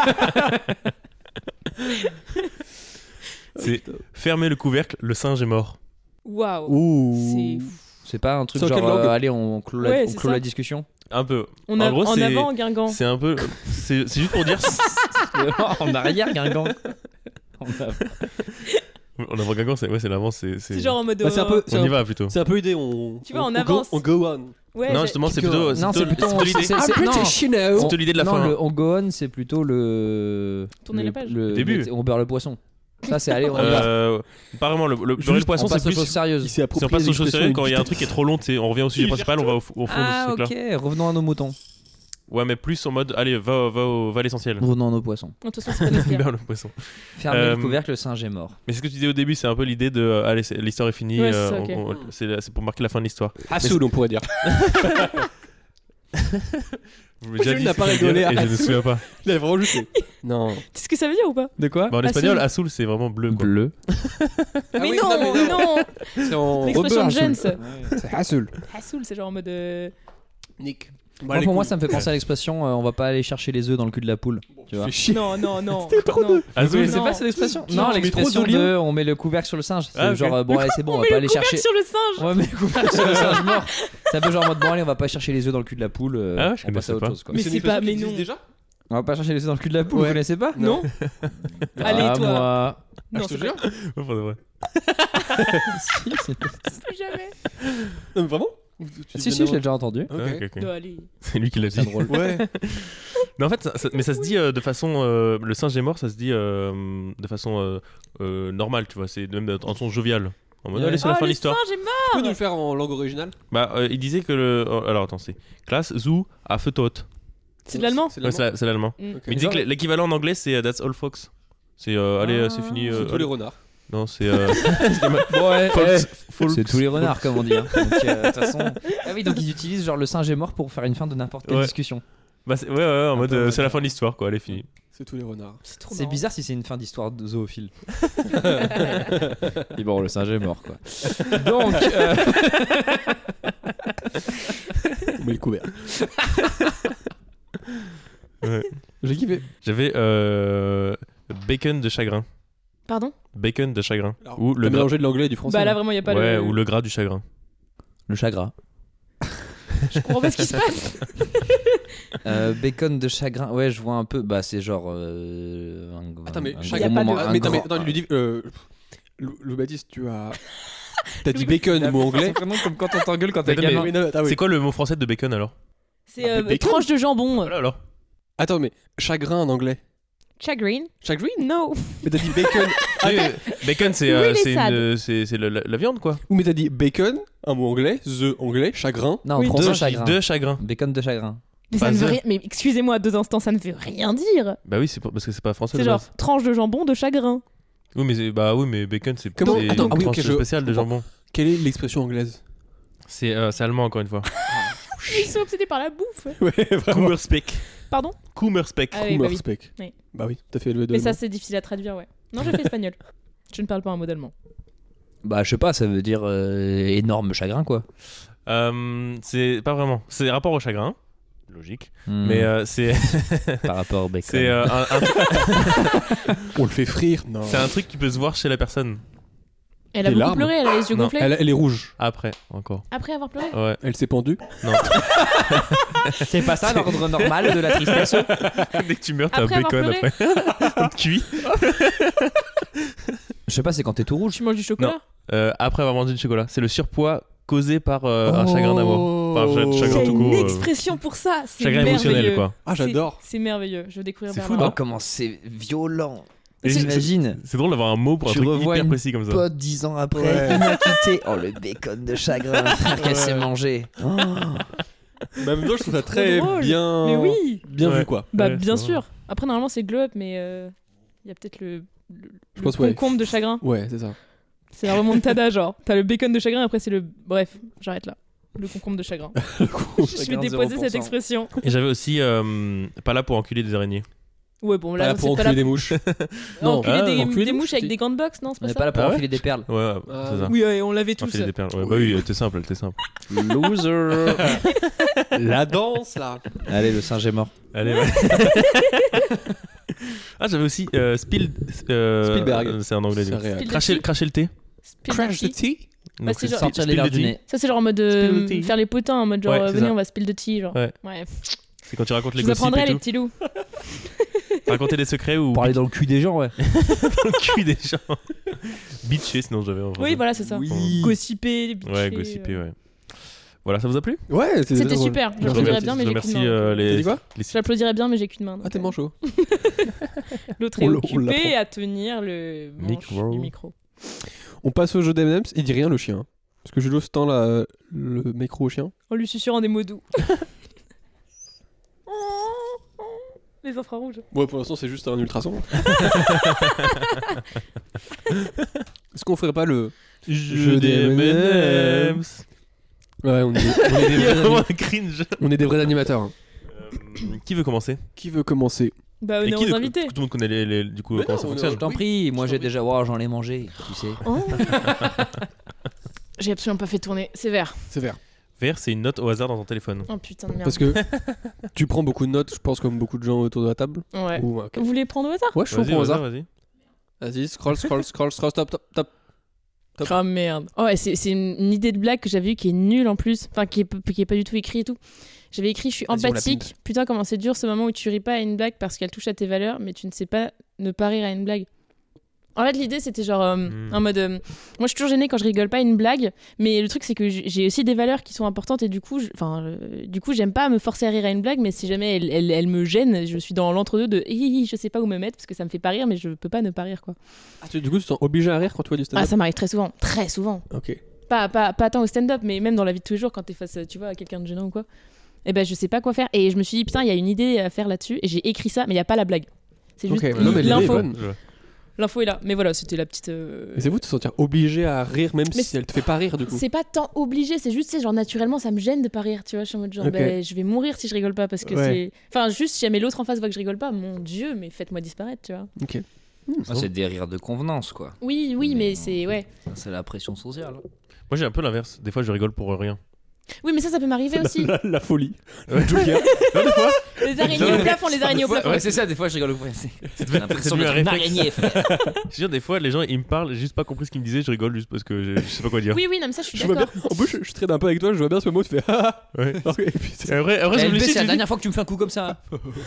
[SPEAKER 1] C'est fermer le couvercle, le singe est mort.
[SPEAKER 5] Waouh.
[SPEAKER 3] Ouh.
[SPEAKER 5] C'est fou.
[SPEAKER 2] C'est pas un truc
[SPEAKER 3] C'est en
[SPEAKER 2] genre,
[SPEAKER 3] quelle langue
[SPEAKER 2] euh, allez, on clôt la,
[SPEAKER 5] Ouais,
[SPEAKER 2] on
[SPEAKER 5] c'est
[SPEAKER 2] clôt
[SPEAKER 5] ça.
[SPEAKER 2] la discussion
[SPEAKER 1] Un peu.
[SPEAKER 5] On
[SPEAKER 1] En
[SPEAKER 5] a,
[SPEAKER 1] gros,
[SPEAKER 5] en
[SPEAKER 1] c'est-
[SPEAKER 5] avant, Guingamp.
[SPEAKER 1] C'est un peu. C'est c'est juste pour dire.
[SPEAKER 2] En arrière, Guingamp. En avant.
[SPEAKER 1] On a Guingamp, c'est ouais, c'est l'avant, c'est.
[SPEAKER 5] C'est genre en mode.
[SPEAKER 3] Bah, c'est un
[SPEAKER 5] euh,
[SPEAKER 3] peu. C'est
[SPEAKER 1] On y
[SPEAKER 3] un,
[SPEAKER 1] va plutôt.
[SPEAKER 3] c'est un peu idée. On.
[SPEAKER 5] Tu vois, on
[SPEAKER 3] on
[SPEAKER 5] avance.
[SPEAKER 3] Go, on go on.
[SPEAKER 5] Ouais,
[SPEAKER 1] Non,
[SPEAKER 5] j'ai-
[SPEAKER 1] justement, c'est
[SPEAKER 3] Keep
[SPEAKER 1] plutôt.
[SPEAKER 3] going.
[SPEAKER 1] c'est
[SPEAKER 2] Non, c'est plutôt.
[SPEAKER 1] c'est plutôt l'idée.
[SPEAKER 2] c'est- c'est-
[SPEAKER 3] I'm
[SPEAKER 2] non.
[SPEAKER 3] British, you know.
[SPEAKER 1] C'est plutôt l'idée de la
[SPEAKER 2] non,
[SPEAKER 1] fin.
[SPEAKER 2] le
[SPEAKER 1] hein.
[SPEAKER 2] on go on, c'est plutôt le.
[SPEAKER 5] Tourner
[SPEAKER 2] le,
[SPEAKER 5] la page.
[SPEAKER 2] Le
[SPEAKER 1] Le début.
[SPEAKER 2] le- on beurre le poisson. Ça, c'est allez, on y va.
[SPEAKER 1] Euh, Pas vraiment. Le, le,
[SPEAKER 3] Juste,
[SPEAKER 1] beurrer le poisson,
[SPEAKER 2] On
[SPEAKER 1] c'est
[SPEAKER 2] passe aux
[SPEAKER 1] plus.
[SPEAKER 2] choses
[SPEAKER 3] Il
[SPEAKER 2] sérieuses.
[SPEAKER 3] s'est
[SPEAKER 1] Si on
[SPEAKER 3] approprié
[SPEAKER 1] passe aux choses
[SPEAKER 3] l'expression
[SPEAKER 1] sérieuses, quand il y a un
[SPEAKER 3] vite.
[SPEAKER 1] truc qui est trop long, tu sais, on revient au sujet principal, on va au, au fond
[SPEAKER 2] Ah,
[SPEAKER 1] de ce truc-là.
[SPEAKER 2] ok, revenons à nos moutons.
[SPEAKER 1] Ouais, mais plus en mode, allez, va, va, au- va à l'essentiel.
[SPEAKER 2] Revenons à nos poissons.
[SPEAKER 5] De toute façon, c'est pas notre
[SPEAKER 1] Beurre
[SPEAKER 5] pierre.
[SPEAKER 1] le poisson.
[SPEAKER 2] Fermez
[SPEAKER 1] Euh,
[SPEAKER 2] le couvercle, le singe est mort.
[SPEAKER 1] Mais c'est ce que tu disais au début, c'est un peu l'idée de, euh, allez, c'est- l'histoire est finie,
[SPEAKER 5] Ouais, c'est
[SPEAKER 1] euh,
[SPEAKER 5] ça,
[SPEAKER 1] on-
[SPEAKER 5] ok.
[SPEAKER 1] on- c'est la- c'est pour marquer la fin de l'histoire.
[SPEAKER 3] Hassoul, on pourrait dire.
[SPEAKER 1] Vous m'avez déjà
[SPEAKER 3] Jules
[SPEAKER 1] dit
[SPEAKER 3] n'a
[SPEAKER 1] ce
[SPEAKER 3] pas
[SPEAKER 1] que je voulais
[SPEAKER 3] rigolé
[SPEAKER 1] dire
[SPEAKER 3] à
[SPEAKER 1] et je ne me
[SPEAKER 3] Hassoul.
[SPEAKER 1] souviens pas.
[SPEAKER 3] Il a vraiment juste. fait, Non.
[SPEAKER 5] Tu sais ce que ça veut dire ou pas
[SPEAKER 2] De quoi
[SPEAKER 1] Bah, en espagnol,
[SPEAKER 5] Azul.
[SPEAKER 1] Azul, c'est vraiment bleu. Quoi.
[SPEAKER 2] Bleu.
[SPEAKER 3] Ah
[SPEAKER 5] Mais
[SPEAKER 3] oui,
[SPEAKER 5] non,
[SPEAKER 3] non, mais non.
[SPEAKER 5] non.
[SPEAKER 3] C'est en
[SPEAKER 5] L'expression de
[SPEAKER 3] rebeu,
[SPEAKER 5] Jens.
[SPEAKER 3] Hassoul. C'est Hassoul.
[SPEAKER 5] Hassoul, c'est genre en mode. euh,
[SPEAKER 3] Nick.
[SPEAKER 2] Moi, pour moi, ça me fait penser à l'expression euh, on va pas aller chercher les œufs dans le cul de la poule. Tu vois
[SPEAKER 3] Fais chier.
[SPEAKER 5] Non, non, non.
[SPEAKER 3] C'était trop
[SPEAKER 5] non.
[SPEAKER 1] Azul,
[SPEAKER 2] Vous
[SPEAKER 1] c'est
[SPEAKER 5] Non.
[SPEAKER 2] pas cette expression
[SPEAKER 3] Non,
[SPEAKER 2] Non,
[SPEAKER 3] tu mets
[SPEAKER 2] l'expression
[SPEAKER 3] trop d'olive.
[SPEAKER 2] de on met le couvercle sur le singe. C'est
[SPEAKER 1] Ah, ok.
[SPEAKER 2] genre euh, bon allez c'est bon on va
[SPEAKER 5] Mais
[SPEAKER 2] pas
[SPEAKER 5] le
[SPEAKER 2] aller
[SPEAKER 5] couvercle
[SPEAKER 2] chercher.
[SPEAKER 5] sur le singe.
[SPEAKER 2] Ouais mais le couvercle sur le singe mort. Ça veut genre en mode bon allez on va pas chercher les œufs dans le cul de la poule. euh,
[SPEAKER 1] Ah ouais, je
[SPEAKER 2] on passe
[SPEAKER 1] connaissais
[SPEAKER 2] à autre
[SPEAKER 1] pas.
[SPEAKER 2] chose quoi.
[SPEAKER 5] Mais
[SPEAKER 3] c'est
[SPEAKER 5] c'est
[SPEAKER 3] une
[SPEAKER 5] pas-
[SPEAKER 3] expression
[SPEAKER 5] mais
[SPEAKER 3] qui
[SPEAKER 5] non.
[SPEAKER 3] existe déjà.
[SPEAKER 2] On va pas chercher les œufs dans le cul de la poule.
[SPEAKER 3] Ouais.
[SPEAKER 2] Vous connaissez pas
[SPEAKER 5] Non. Allez,
[SPEAKER 2] Ah,
[SPEAKER 5] toi.
[SPEAKER 2] moi.
[SPEAKER 5] Non,
[SPEAKER 3] je te
[SPEAKER 5] c'est
[SPEAKER 3] jure.
[SPEAKER 5] pas.
[SPEAKER 1] Ouais, pour de vrai.
[SPEAKER 2] Si, c'est-
[SPEAKER 5] Plus jamais.
[SPEAKER 3] Non, mais vraiment Ou tu
[SPEAKER 2] si
[SPEAKER 3] viens
[SPEAKER 2] si je l'ai
[SPEAKER 3] d'avoir-
[SPEAKER 2] déjà entendu.
[SPEAKER 3] Ok.
[SPEAKER 1] Ouais, ok, ok.
[SPEAKER 5] Non, allez.
[SPEAKER 1] C'est lui qui l'a dit.
[SPEAKER 2] C'est drôle.
[SPEAKER 3] Ouais.
[SPEAKER 1] Mais en fait, ça, ça- mais ça se dit euh, de façon. euh, le singe est mort, ça se dit euh, de façon euh, euh, normale, tu vois. C'est même en son jovial. En mode,
[SPEAKER 2] Ouais.
[SPEAKER 1] allez, c'est la
[SPEAKER 5] Oh,
[SPEAKER 1] fin de
[SPEAKER 5] le
[SPEAKER 1] l'histoire.
[SPEAKER 5] singe est mort.
[SPEAKER 3] Tu peux nous le faire en langue originale
[SPEAKER 1] Bah, euh, il disait que le. oh, alors, attends, c'est. Classe, Zoo, à Feutot.
[SPEAKER 5] C'est de l'allemand.
[SPEAKER 3] C'est
[SPEAKER 1] Ouais, c'est la- c'est l'allemand.
[SPEAKER 5] Mm.
[SPEAKER 3] Ok.
[SPEAKER 1] Mais il dit que l'équivalent en anglais, c'est euh, That's all, folks. C'est euh, allez, euh, c'est fini. euh,
[SPEAKER 3] C'est tous les renards.
[SPEAKER 1] Non, c'est. euh,
[SPEAKER 2] Bon, ouais,
[SPEAKER 1] folks,
[SPEAKER 2] eh,
[SPEAKER 1] folks,
[SPEAKER 2] c'est tous les renards
[SPEAKER 1] folks.
[SPEAKER 2] comme on dit. hein. Donc euh, de toute façon. Ah oui donc ils utilisent genre le singe est mort pour faire une fin de n'importe quelle
[SPEAKER 1] Ouais.
[SPEAKER 2] discussion.
[SPEAKER 1] Bah, c'est- ouais, ouais, ouais, en mode,
[SPEAKER 3] peu,
[SPEAKER 1] euh,
[SPEAKER 3] ouais.
[SPEAKER 1] c'est la fin de l'histoire, quoi. Elle est finie.
[SPEAKER 3] C'est tous les renards.
[SPEAKER 5] C'est trop
[SPEAKER 2] C'est
[SPEAKER 5] marrant.
[SPEAKER 2] bizarre si c'est une fin d'histoire de zoophile. Et bon, le singe est mort, quoi. Donc, euh,
[SPEAKER 3] Mais le couvert.
[SPEAKER 1] Ouais.
[SPEAKER 3] J'ai kiffé.
[SPEAKER 1] J'avais euh, bacon de chagrin.
[SPEAKER 5] Pardon
[SPEAKER 1] Bacon de chagrin.
[SPEAKER 3] Alors,
[SPEAKER 1] Ou
[SPEAKER 3] le
[SPEAKER 1] le gras.
[SPEAKER 3] mélanger de l'anglais et du français.
[SPEAKER 5] Bah là, vraiment, il n'y a pas
[SPEAKER 1] Ouais,
[SPEAKER 5] le.
[SPEAKER 1] ou le gras du chagrin.
[SPEAKER 2] le chagrin.
[SPEAKER 5] Je comprends pas ce qui se passe.
[SPEAKER 2] Euh, bacon de chagrin. Ouais, je vois un peu. Bah, c'est genre. euh, un,
[SPEAKER 3] Attends, mais
[SPEAKER 2] un
[SPEAKER 3] chagrin-
[SPEAKER 2] gros
[SPEAKER 5] Y a pas
[SPEAKER 2] moment-
[SPEAKER 5] de-
[SPEAKER 3] Ah,
[SPEAKER 2] un
[SPEAKER 3] mais attends, mais
[SPEAKER 2] grand-
[SPEAKER 3] attends, lui dis. euh, Lou Lou Baptiste, tu as. T'as dit
[SPEAKER 5] Louis-
[SPEAKER 3] bacon, mot anglais.
[SPEAKER 2] comme quand on t'engueule quand
[SPEAKER 1] t'es gamin.
[SPEAKER 3] Oui, non, attends, oui.
[SPEAKER 1] C'est quoi le mot français de bacon alors
[SPEAKER 5] C'est euh,
[SPEAKER 3] bacon
[SPEAKER 5] tranche de jambon.
[SPEAKER 1] Voilà alors.
[SPEAKER 3] Attends, mais chagrin en anglais.
[SPEAKER 5] Chagrin.
[SPEAKER 3] Chagrin
[SPEAKER 5] No.
[SPEAKER 3] Mais t'as dit bacon.
[SPEAKER 1] Oui, bacon c'est euh,
[SPEAKER 5] Really
[SPEAKER 1] c'est
[SPEAKER 5] sad.
[SPEAKER 1] une- c'est- c'est le- la, la viande quoi.
[SPEAKER 3] Ou mais t'as dit bacon, un mot anglais, the anglais, chagrin.
[SPEAKER 2] Non,
[SPEAKER 5] Oui,
[SPEAKER 2] tronçon
[SPEAKER 1] De
[SPEAKER 2] de chagrin.
[SPEAKER 1] de chagrin.
[SPEAKER 2] Bacon de chagrin.
[SPEAKER 5] Mais ça
[SPEAKER 1] Pas
[SPEAKER 5] ne veut
[SPEAKER 1] the.
[SPEAKER 5] rien. Mais excusez-moi, deux instants, ça ne veut rien dire.
[SPEAKER 1] Bah oui, c'est pas- parce que c'est pas français
[SPEAKER 5] C'est
[SPEAKER 1] de
[SPEAKER 5] genre
[SPEAKER 1] base.
[SPEAKER 5] tranche de jambon de chagrin.
[SPEAKER 1] Oui mais c'est- bah oui mais bacon c'est
[SPEAKER 3] Comment-
[SPEAKER 1] c'est
[SPEAKER 3] Attends,
[SPEAKER 1] une
[SPEAKER 3] ah oui,
[SPEAKER 1] tranche
[SPEAKER 3] ok, je-
[SPEAKER 1] spéciale de
[SPEAKER 3] je comprends.
[SPEAKER 1] jambon.
[SPEAKER 3] Quelle est l'expression anglaise
[SPEAKER 1] C'est euh, c'est allemand encore une fois.
[SPEAKER 5] Ils sont obsédés par la bouffe.
[SPEAKER 3] Ouais, vraiment.
[SPEAKER 1] Kummerspeck.
[SPEAKER 5] Pardon
[SPEAKER 1] Kummerspeck.
[SPEAKER 5] Ah oui, bah oui.
[SPEAKER 3] Kummerspeck.
[SPEAKER 5] Oui.
[SPEAKER 3] Bah oui, t'as fait le
[SPEAKER 5] Mais ça, c'est difficile à traduire, ouais. Non, j'ai fait espagnol. Je ne parle pas un mot d'allemand.
[SPEAKER 2] Bah, je sais pas, ça veut dire euh, énorme chagrin, quoi.
[SPEAKER 1] Euh, c'est pas vraiment. C'est rapport au chagrin. Logique.
[SPEAKER 2] Hmm,
[SPEAKER 1] Mais euh, c'est
[SPEAKER 2] par rapport au bacon.
[SPEAKER 1] c'est euh, un, un-
[SPEAKER 3] On le fait frire. Non.
[SPEAKER 1] c'est un truc qui peut se voir chez la personne
[SPEAKER 5] Elle a
[SPEAKER 3] Des
[SPEAKER 5] beaucoup
[SPEAKER 3] larmes
[SPEAKER 5] pleuré, elle a les yeux
[SPEAKER 1] Non.
[SPEAKER 5] gonflés.
[SPEAKER 3] Elle, elle est rouge.
[SPEAKER 1] après encore.
[SPEAKER 5] Après avoir pleuré
[SPEAKER 1] Ouais.
[SPEAKER 3] Elle s'est pendue.
[SPEAKER 1] Non.
[SPEAKER 2] C'est pas ça l'ordre normal de la tristesse.
[SPEAKER 1] Dès que tu meurs, t'as un
[SPEAKER 5] Après avoir
[SPEAKER 1] bacon
[SPEAKER 5] pleuré
[SPEAKER 1] après. On te cuit.
[SPEAKER 2] Je sais pas, c'est quand t'es tout rouge.
[SPEAKER 5] Tu manges du chocolat
[SPEAKER 1] Euh, après avoir mangé du chocolat. C'est le surpoids causé par euh, un chagrin d'amour. Enfin, cha- chagrin
[SPEAKER 5] C'est
[SPEAKER 1] tout
[SPEAKER 5] une
[SPEAKER 1] court. euh,
[SPEAKER 5] expression pour ça. C'est
[SPEAKER 1] chagrin
[SPEAKER 5] merveilleux.
[SPEAKER 1] émotionnel quoi.
[SPEAKER 3] Ah, j'adore.
[SPEAKER 5] C'est c'est merveilleux. Je veux découvrir
[SPEAKER 3] C'est
[SPEAKER 5] Bernard.
[SPEAKER 3] fou,
[SPEAKER 2] Oh,
[SPEAKER 3] non
[SPEAKER 2] comment c'est violent.
[SPEAKER 1] Et c'est-
[SPEAKER 2] J'imagine.
[SPEAKER 1] C'est drôle d'avoir un mot pour un
[SPEAKER 2] Tu
[SPEAKER 1] truc
[SPEAKER 2] revois
[SPEAKER 1] hyper
[SPEAKER 2] une
[SPEAKER 1] précis comme ça.
[SPEAKER 2] Pote dix ans après,
[SPEAKER 3] Ouais.
[SPEAKER 2] inacquitté. Oh, le bacon de chagrin qu'elle s'est mangé. Oh.
[SPEAKER 3] Mais en même temps, je trouve ça très
[SPEAKER 5] drôle.
[SPEAKER 3] bien.
[SPEAKER 5] Mais oui
[SPEAKER 3] Bien
[SPEAKER 1] Ouais.
[SPEAKER 3] vu quoi.
[SPEAKER 5] Bah,
[SPEAKER 1] Ouais,
[SPEAKER 5] bien
[SPEAKER 1] c'est
[SPEAKER 5] sûr. Après, normalement, c'est glow up, mais euh, il y a peut-être le, le,
[SPEAKER 3] Je
[SPEAKER 5] le
[SPEAKER 3] pense, ouais.
[SPEAKER 5] concombre de chagrin.
[SPEAKER 3] Ouais, c'est ça.
[SPEAKER 5] C'est la remontada, genre. T'as le bacon de chagrin, après c'est le. Bref, j'arrête là. Le concombre de chagrin. Je vais déposer cette expression.
[SPEAKER 1] Et j'avais aussi euh, pas là pour enculer des araignées.
[SPEAKER 5] Ouais, bon,
[SPEAKER 3] Pas
[SPEAKER 5] là,
[SPEAKER 3] là
[SPEAKER 5] c'est
[SPEAKER 3] pour
[SPEAKER 5] pas
[SPEAKER 3] enculer
[SPEAKER 5] là
[SPEAKER 3] des mouches.
[SPEAKER 5] Non,
[SPEAKER 3] Non.
[SPEAKER 5] enculer
[SPEAKER 1] Ah,
[SPEAKER 5] des,
[SPEAKER 3] enculer
[SPEAKER 5] des
[SPEAKER 3] des
[SPEAKER 5] mouches
[SPEAKER 3] mouches,
[SPEAKER 5] avec
[SPEAKER 3] si.
[SPEAKER 5] des gants de boxe, non, c'est
[SPEAKER 2] On
[SPEAKER 5] pas
[SPEAKER 2] n'est
[SPEAKER 5] ça
[SPEAKER 2] pas là pour
[SPEAKER 1] Ah ouais
[SPEAKER 2] enfiler des perles.
[SPEAKER 1] Ouais, ouais,
[SPEAKER 3] Ah,
[SPEAKER 1] c'est ça.
[SPEAKER 5] Oui, ouais, on l'avait tous.
[SPEAKER 1] Enfiler des perles. Ouais, bah oui, elle était simple, elle était simple.
[SPEAKER 2] Loser.
[SPEAKER 3] La danse là.
[SPEAKER 2] Allez, le singe est mort.
[SPEAKER 1] Allez, ouais. Ah, j'avais aussi euh, Spiel, euh,
[SPEAKER 3] Spielberg.
[SPEAKER 1] euh, C'est en anglais. du
[SPEAKER 3] C'est
[SPEAKER 1] coup.
[SPEAKER 3] réel.
[SPEAKER 5] Spiel-
[SPEAKER 1] Cracher, cracher le thé.
[SPEAKER 3] Crash the tea.
[SPEAKER 5] Bah,
[SPEAKER 1] Donc,
[SPEAKER 5] c'est genre-
[SPEAKER 2] Sortir les
[SPEAKER 1] spill
[SPEAKER 2] verres
[SPEAKER 1] the
[SPEAKER 2] du
[SPEAKER 1] tea.
[SPEAKER 2] nez.
[SPEAKER 5] Ça, c'est genre en mode euh,
[SPEAKER 1] Spill the tea.
[SPEAKER 5] faire les potins, en mode genre
[SPEAKER 1] Ouais,
[SPEAKER 5] euh,
[SPEAKER 1] c'est
[SPEAKER 5] venez,
[SPEAKER 1] ça.
[SPEAKER 5] on va spill the tea, genre.
[SPEAKER 1] Ouais.
[SPEAKER 5] Ouais.
[SPEAKER 1] C'est quand tu racontes
[SPEAKER 5] Je
[SPEAKER 1] les
[SPEAKER 5] vous
[SPEAKER 1] gossips
[SPEAKER 5] apprendrai
[SPEAKER 1] et
[SPEAKER 5] les
[SPEAKER 1] tout.
[SPEAKER 5] petits loups.
[SPEAKER 1] Raconter des secrets ou
[SPEAKER 2] Parler dans le cul des gens, ouais.
[SPEAKER 1] dans le cul des gens. Bitcher, sinon j'avais en
[SPEAKER 5] Oui,
[SPEAKER 1] français.
[SPEAKER 5] voilà, c'est ça.
[SPEAKER 3] Oui.
[SPEAKER 5] Gossiper, bitcher.
[SPEAKER 1] Ouais, gossiper,
[SPEAKER 5] euh.
[SPEAKER 1] ouais. Voilà, ça vous a plu?
[SPEAKER 3] Ouais,
[SPEAKER 5] C'était
[SPEAKER 3] drôle.
[SPEAKER 5] super.
[SPEAKER 1] Je
[SPEAKER 5] J'applaudirais
[SPEAKER 1] remercie-
[SPEAKER 5] bien, mais
[SPEAKER 1] je
[SPEAKER 5] j'ai qu'une
[SPEAKER 1] remercie
[SPEAKER 5] main.
[SPEAKER 1] euh,
[SPEAKER 3] T'as
[SPEAKER 1] les,
[SPEAKER 3] dit quoi
[SPEAKER 1] les
[SPEAKER 5] J'applaudirais bien, mais j'ai qu'une main.
[SPEAKER 3] Ah,
[SPEAKER 5] donc,
[SPEAKER 3] t'es
[SPEAKER 5] euh,
[SPEAKER 3] manchot.
[SPEAKER 5] L'autre
[SPEAKER 3] On
[SPEAKER 5] est
[SPEAKER 3] le- on
[SPEAKER 5] occupé
[SPEAKER 3] l'apprend.
[SPEAKER 5] à tenir le manche
[SPEAKER 1] Micro.
[SPEAKER 5] du micro.
[SPEAKER 3] On passe au jeu d'M and M's. Il dit rien le chien. Parce que Julo se tend la- le micro au chien.
[SPEAKER 5] En lui susurrant des mots doux. Les infrarouges.
[SPEAKER 3] Ouais, pour l'instant, c'est juste un ultrason. Est-ce qu'on ferait pas le.
[SPEAKER 1] jeux des
[SPEAKER 3] M and
[SPEAKER 1] M
[SPEAKER 3] M's. Ouais, on est, on est des
[SPEAKER 1] Il y a
[SPEAKER 3] vrais,
[SPEAKER 1] vraiment
[SPEAKER 3] anim-
[SPEAKER 1] un cringe.
[SPEAKER 3] on est des vrais animateurs. hein.
[SPEAKER 1] Euh, Qui veut commencer?
[SPEAKER 3] Qui veut commencer?
[SPEAKER 5] Bah,
[SPEAKER 1] Et
[SPEAKER 5] on
[SPEAKER 1] qui
[SPEAKER 5] est
[SPEAKER 1] de-
[SPEAKER 5] aux invités.
[SPEAKER 1] Tout le monde connaît les, les- du coup
[SPEAKER 3] Mais
[SPEAKER 1] comment
[SPEAKER 3] non,
[SPEAKER 1] ça
[SPEAKER 3] on est-
[SPEAKER 1] fonctionne.
[SPEAKER 2] Je t'en
[SPEAKER 3] Oui,
[SPEAKER 2] prie, moi
[SPEAKER 3] je
[SPEAKER 2] j'ai
[SPEAKER 3] t'en
[SPEAKER 2] déjà. Wow, j'en ai mangé, tu sais.
[SPEAKER 5] Oh. J'ai absolument pas fait tourner. C'est vert.
[SPEAKER 3] C'est vert.
[SPEAKER 1] Vert, c'est une note au hasard dans ton téléphone.
[SPEAKER 5] Oh putain de merde.
[SPEAKER 3] Parce que tu prends beaucoup de notes, je pense, comme beaucoup de gens autour de la table.
[SPEAKER 5] Ouais.
[SPEAKER 3] Ou, ok.
[SPEAKER 5] Vous voulez prendre au hasard?
[SPEAKER 3] Ouais, je
[SPEAKER 1] Vas-y,
[SPEAKER 3] prends au
[SPEAKER 1] au
[SPEAKER 3] hasard.
[SPEAKER 1] hasard, vas-y.
[SPEAKER 3] Vas-y, scroll, scroll, scroll, scroll, stop, stop, stop. Top.
[SPEAKER 5] Ah merde. Oh, ouais, c'est c'est une idée de blague que j'avais eue qui est nulle en plus. Enfin, qui est, p- qui est pas du tout écrit et tout. J'avais écrit je suis
[SPEAKER 3] Vas-y, on la
[SPEAKER 5] empathique. Putain, comment c'est dur ce moment où tu ris pas à une blague parce qu'elle touche à tes valeurs, mais tu ne sais pas ne pas rire à une blague. En fait, l'idée c'était genre euh,
[SPEAKER 1] Mm.
[SPEAKER 5] en mode. euh, moi, je suis toujours gênée quand je rigole pas à une blague, mais le truc c'est que j- j'ai aussi des valeurs qui sont importantes et du coup, je- enfin, euh, du coup, j'aime pas me forcer à rire à une blague, mais si jamais elle, elle, elle me gêne, je suis dans l'entre-deux de hi, hi, hi, je sais pas où me mettre parce que ça me fait pas rire, mais je peux pas ne pas rire quoi.
[SPEAKER 3] Ah, tu- du coup, tu te sens obligé à rire quand tu vois du
[SPEAKER 5] Ah,
[SPEAKER 3] stand-up.
[SPEAKER 5] ça m'arrive très souvent, très souvent.
[SPEAKER 3] Ok.
[SPEAKER 5] Pas, pas, pas tant au stand-up, mais même dans la vie de tous les jours, quand t'es face, tu vois, à quelqu'un de gênant ou quoi. Et ben, je sais pas quoi faire. Et je me suis dit, putain, il y a une idée à faire là-dessus. Et j'ai écrit ça, mais il y a pas la blague. C'est juste
[SPEAKER 3] Ok, non, mais l'idée est
[SPEAKER 5] l'info.
[SPEAKER 3] bonne.
[SPEAKER 1] Je vois.
[SPEAKER 5] L'info est là. Mais voilà, c'était la petite. euh,
[SPEAKER 3] Mais c'est vous de te sentir obligé à rire, même
[SPEAKER 5] Mais
[SPEAKER 3] si elle te fait pas rire du coup.
[SPEAKER 5] C'est pas tant obligé, c'est juste, c'est genre naturellement, ça me gêne de pas rire, tu vois. Je suis en mode genre,
[SPEAKER 3] Ok.
[SPEAKER 5] ben, je vais mourir si je rigole pas parce que
[SPEAKER 3] Ouais.
[SPEAKER 5] c'est. Enfin, juste si jamais l'autre en face voit que je rigole pas, mon dieu, mais faites-moi disparaître, tu vois.
[SPEAKER 3] Ok.
[SPEAKER 2] Ah, c'est des rires de convenance, quoi.
[SPEAKER 5] Oui, oui,
[SPEAKER 2] Mais
[SPEAKER 5] mais c'est. Ouais.
[SPEAKER 2] Ça, c'est la pression sociale.
[SPEAKER 1] Moi j'ai un peu l'inverse. Des fois je rigole pour rien.
[SPEAKER 5] Oui, mais ça, ça peut m'arriver aussi.
[SPEAKER 3] La, la folie.
[SPEAKER 1] Ouais.
[SPEAKER 3] Julien.
[SPEAKER 5] Les araignées au plafond, les araignées au plafond.
[SPEAKER 2] Ouais, c'est ça, des fois je rigole. Ouais, c'est
[SPEAKER 1] C'est
[SPEAKER 2] j'ai l'impression
[SPEAKER 1] devenu un
[SPEAKER 2] d'être une
[SPEAKER 1] réflexe.
[SPEAKER 2] araignée, frère.
[SPEAKER 1] Je veux dire, des fois les gens ils me parlent, j'ai juste pas compris ce qu'ils me disaient, je rigole juste parce que je, je sais pas quoi dire.
[SPEAKER 5] Oui, oui, non, mais ça, je suis
[SPEAKER 3] Je vois bien.
[SPEAKER 5] d'accord.
[SPEAKER 3] En plus, je, je traîne un peu avec toi, je vois bien ce moment où tu fais ah.
[SPEAKER 1] Ouais.
[SPEAKER 3] Ok, et puis c'est-
[SPEAKER 1] Et après, après je
[SPEAKER 2] L B,
[SPEAKER 1] réfléchis,
[SPEAKER 2] c'est la
[SPEAKER 1] tu dis-
[SPEAKER 2] dernière fois que tu me fais un coup comme ça.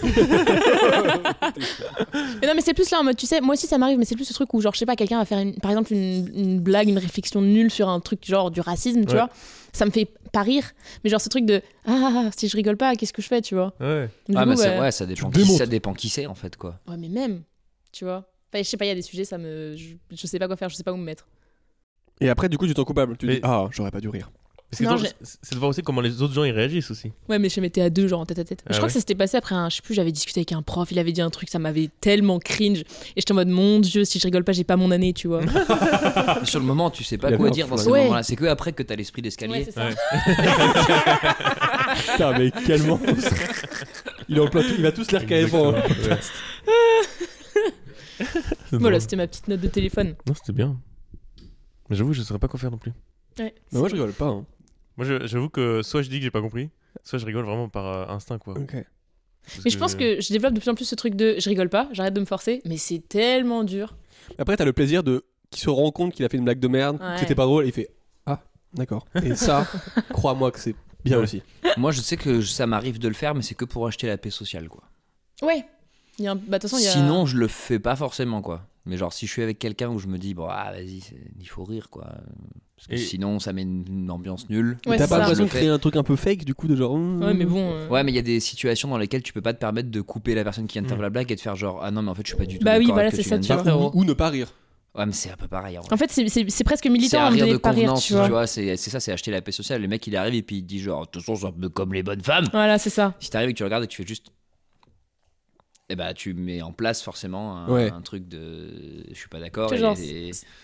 [SPEAKER 5] Mais non, mais c'est plus là en mode, tu sais, moi aussi ça m'arrive, mais c'est plus ce truc où, genre, je sais pas, quelqu'un va faire une- par exemple une, une blague, une réflexion nulle sur un truc genre du racisme, tu
[SPEAKER 1] Ouais.
[SPEAKER 5] vois. Ça me fait pas rire, mais genre ce truc de ah, si je rigole pas, qu'est-ce que je fais, tu vois.
[SPEAKER 1] Ouais.
[SPEAKER 5] Du
[SPEAKER 2] Ah,
[SPEAKER 5] coup,
[SPEAKER 2] mais c'est-
[SPEAKER 5] bah,
[SPEAKER 2] ouais, ça dépend,
[SPEAKER 3] Tu
[SPEAKER 2] qui,
[SPEAKER 3] démontes.
[SPEAKER 2] ça dépend qui c'est en fait, quoi.
[SPEAKER 5] ouais, mais même, tu vois. Enfin, je sais pas, il y a des sujets, ça me. Je, je sais pas quoi faire, je sais pas où me mettre.
[SPEAKER 3] Et après, du coup, tu t'en coupable. Tu
[SPEAKER 1] Mais-
[SPEAKER 3] dis ah, j'aurais pas dû rire.
[SPEAKER 1] Parce que
[SPEAKER 5] Non,
[SPEAKER 1] c'est-
[SPEAKER 5] j'ai-
[SPEAKER 1] c'est c'est de voir aussi comment les autres gens ils réagissent aussi.
[SPEAKER 5] Ouais, mais je m'étais à deux, genre en tête à tête.
[SPEAKER 1] Ah
[SPEAKER 5] je crois
[SPEAKER 1] ouais
[SPEAKER 5] que ça s'était passé après un. Je sais plus, j'avais discuté avec un prof, il avait dit un truc, ça m'avait tellement cringe. Et j'étais en mode, mon dieu, si je rigole pas, j'ai pas mon année, tu vois.
[SPEAKER 2] Mais sur le moment, tu sais pas
[SPEAKER 3] Il y
[SPEAKER 2] quoi
[SPEAKER 3] avait un
[SPEAKER 2] dire dans
[SPEAKER 3] flingue.
[SPEAKER 2] ces
[SPEAKER 5] Ouais.
[SPEAKER 2] moments-là. C'est que après que t'as l'esprit d'escalier.
[SPEAKER 5] Ouais, c'est ça.
[SPEAKER 1] Ouais.
[SPEAKER 3] Putain, mais quel monstre. Il est en plein tout, il va tous les recaler pour.
[SPEAKER 1] Ouais. C'est
[SPEAKER 5] Voilà,
[SPEAKER 1] drôle.
[SPEAKER 5] c'était ma petite note de téléphone.
[SPEAKER 1] Non, c'était bien. Mais j'avoue, je saurais pas quoi faire non plus.
[SPEAKER 5] Ouais.
[SPEAKER 3] Mais moi, je rigole pas. Hein.
[SPEAKER 1] Moi, je- j'avoue que soit je dis que j'ai pas compris, soit je rigole vraiment par euh, instinct, quoi.
[SPEAKER 3] Ok.
[SPEAKER 1] Parce
[SPEAKER 5] Mais je pense que je développe de plus en plus ce truc de je rigole pas, j'arrête de me forcer, mais c'est tellement dur.
[SPEAKER 3] Après, t'as le plaisir de qu'il se rend compte qu'il a fait une blague de merde,
[SPEAKER 5] Ouais.
[SPEAKER 3] que c'était pas drôle, et il fait ah, d'accord. Et ça, crois-moi que c'est bien
[SPEAKER 1] Ouais.
[SPEAKER 3] aussi.
[SPEAKER 2] Moi, je sais que ça m'arrive de le faire, mais c'est que pour acheter la paix sociale, quoi.
[SPEAKER 5] Ouais. Il y a un- bah, de toute façon, il y a...
[SPEAKER 2] Sinon, je le fais pas forcément, quoi. Mais genre, si je suis avec quelqu'un où je me dis, bon, ah, vas-y, c'est- il faut rire, quoi. Parce que
[SPEAKER 1] Et-
[SPEAKER 2] sinon, ça met une, une ambiance nulle.
[SPEAKER 5] Ouais,
[SPEAKER 3] T'as
[SPEAKER 5] c'est
[SPEAKER 3] pas
[SPEAKER 5] ça.
[SPEAKER 3] l'impression
[SPEAKER 2] Je
[SPEAKER 3] de
[SPEAKER 2] le
[SPEAKER 3] créer un truc un peu fake, du coup, de genre. hmm.
[SPEAKER 5] Ouais, mais bon. euh,
[SPEAKER 2] Ouais, mais il y a des situations dans lesquelles tu peux pas te permettre de couper la personne qui vient de faire la blague et de faire genre, ah non, mais en fait, je suis pas du tout.
[SPEAKER 5] Bah oui,
[SPEAKER 2] d'accord
[SPEAKER 5] voilà,
[SPEAKER 2] avec ce
[SPEAKER 5] c'est
[SPEAKER 2] que
[SPEAKER 5] ça,
[SPEAKER 2] tu
[SPEAKER 5] tu
[SPEAKER 2] viens de
[SPEAKER 5] vois.
[SPEAKER 2] dire.
[SPEAKER 3] Ou, ou ne pas rire.
[SPEAKER 2] Ouais, mais c'est un peu pareil. En, vrai.
[SPEAKER 5] En fait, c'est- c'est c'est presque
[SPEAKER 2] c'est
[SPEAKER 5] militant
[SPEAKER 2] un
[SPEAKER 5] à me
[SPEAKER 2] rire de
[SPEAKER 5] donner de pas rire,
[SPEAKER 2] convenance,
[SPEAKER 5] tu vois.
[SPEAKER 2] c'est c'est ça, c'est acheter la paix sociale. Le mec, il arrive et puis il te dit genre, de toute façon, c'est un peu comme les bonnes femmes.
[SPEAKER 5] Voilà, c'est ça.
[SPEAKER 2] Si t'arrives et que tu regardes et que tu fais juste. Eh bah, tu mets en place forcément un,
[SPEAKER 3] Ouais.
[SPEAKER 2] un truc de. Je suis pas d'accord.
[SPEAKER 5] C'est
[SPEAKER 2] Et,
[SPEAKER 5] genre,
[SPEAKER 2] et,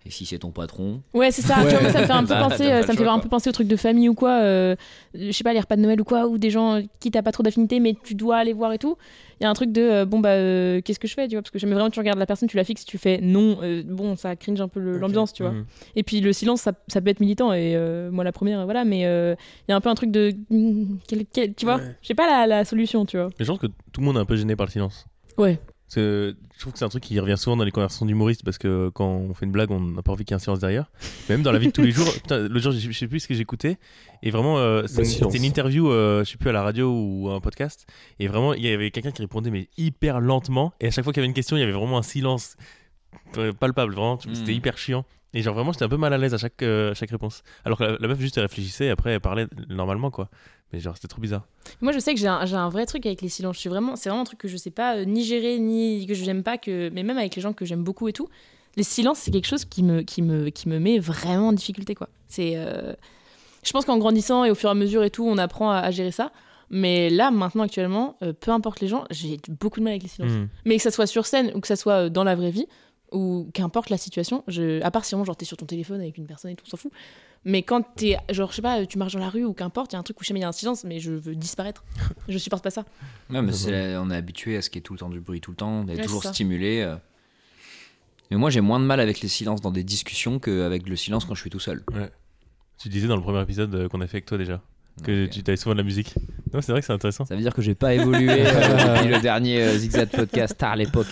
[SPEAKER 2] Et si c'est ton patron.
[SPEAKER 5] Ouais, c'est ça.
[SPEAKER 3] Ouais.
[SPEAKER 5] Tu vois, moi, ça me fait un peu
[SPEAKER 2] Bah,
[SPEAKER 5] penser,
[SPEAKER 2] t'as pas
[SPEAKER 5] euh,
[SPEAKER 2] le
[SPEAKER 5] ça me fait
[SPEAKER 2] choix,
[SPEAKER 5] un
[SPEAKER 2] quoi.
[SPEAKER 5] peu penser au truc de famille ou quoi. euh, je sais pas, les repas de Noël ou quoi, ou des gens qui t'as pas trop d'affinité, mais tu dois aller voir et tout. Il y a un truc de euh, bon bah euh, qu'est-ce que je fais, tu vois, parce que jamais vraiment tu regardes la personne, tu la fixes, tu fais non. euh, bon, ça cringe un peu le-
[SPEAKER 3] Ok.
[SPEAKER 5] l'ambiance, tu vois.
[SPEAKER 1] Mhm.
[SPEAKER 5] Et puis le silence, ça, ça peut être militant. Et euh, moi la première, voilà. Mais euh, il y a un peu un truc de hmm, quel- quel- tu vois.
[SPEAKER 3] Ouais.
[SPEAKER 5] J'ai pas la, la solution, tu vois.
[SPEAKER 1] Mais je pense que tout le monde est un peu gêné par le silence.
[SPEAKER 5] Ouais.
[SPEAKER 1] C'est- Je trouve que c'est un truc qui revient souvent dans les conversations d'humoristes parce que quand on fait une blague, on n'a pas envie qu'il y ait un silence derrière. Mais même dans la vie de tous les jours, putain, l'autre jour, je sais plus ce que j'écoutais. Et vraiment, euh, c'est
[SPEAKER 3] Le
[SPEAKER 1] une,
[SPEAKER 3] silence.
[SPEAKER 1] c'était une interview, euh, je sais plus, à la radio ou à un podcast. Et vraiment, il y avait quelqu'un qui répondait, mais hyper lentement. Et à chaque fois qu'il y avait une question, il y avait vraiment un silence euh, palpable. Vraiment, tu-
[SPEAKER 2] Mm.
[SPEAKER 1] c'était hyper chiant. Et genre, vraiment, j'étais un peu mal à l'aise à chaque, euh, chaque réponse. Alors que la, la meuf, juste, elle réfléchissait et après, elle parlait normalement, quoi. Mais genre, c'était trop bizarre.
[SPEAKER 5] Moi, je sais que j'ai un, j'ai un vrai truc avec les silences. Je suis vraiment, c'est vraiment un truc que je sais pas euh, ni gérer, ni que je n'aime pas, que, mais même avec les gens que j'aime beaucoup et tout. Les silences, c'est quelque chose qui me, qui me, qui me met vraiment en difficulté, quoi. C'est, euh, je pense qu'en grandissant et au fur et à mesure et tout, on apprend à, à gérer ça. Mais là, maintenant, actuellement, euh, peu importe les gens, j'ai beaucoup de mal avec les silences.
[SPEAKER 1] Mm.
[SPEAKER 5] Mais que ça soit sur scène ou que ça soit euh, dans la vraie vie, ou qu'importe la situation, je... à part si vraiment genre t'es sur ton téléphone avec une personne et tout, on s'en fout. Mais quand t'es, genre, je sais pas, tu marches dans la rue ou qu'importe, il y a un truc où je sais, mais il y a un silence, mais je veux disparaître. Je supporte pas ça.
[SPEAKER 2] Ouais, mais c'est la- on est habitué à ce qu'il y ait tout le temps du bruit, tout le temps, d'être
[SPEAKER 5] Ouais,
[SPEAKER 2] toujours
[SPEAKER 5] c'est ça.
[SPEAKER 2] stimulé. euh. Mais moi, j'ai moins de mal avec les silences dans des discussions qu'avec le silence quand je suis tout seul.
[SPEAKER 1] Tu disais dans le premier épisode euh, qu'on a fait avec toi déjà que
[SPEAKER 2] Donc,
[SPEAKER 1] tu avais souvent de la musique. Non, c'est vrai que c'est intéressant.
[SPEAKER 2] Ça veut dire que j'ai pas évolué euh, depuis le dernier euh, Zigzag Podcast à l'époque.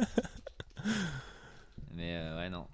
[SPEAKER 2] Mais euh, ouais, non.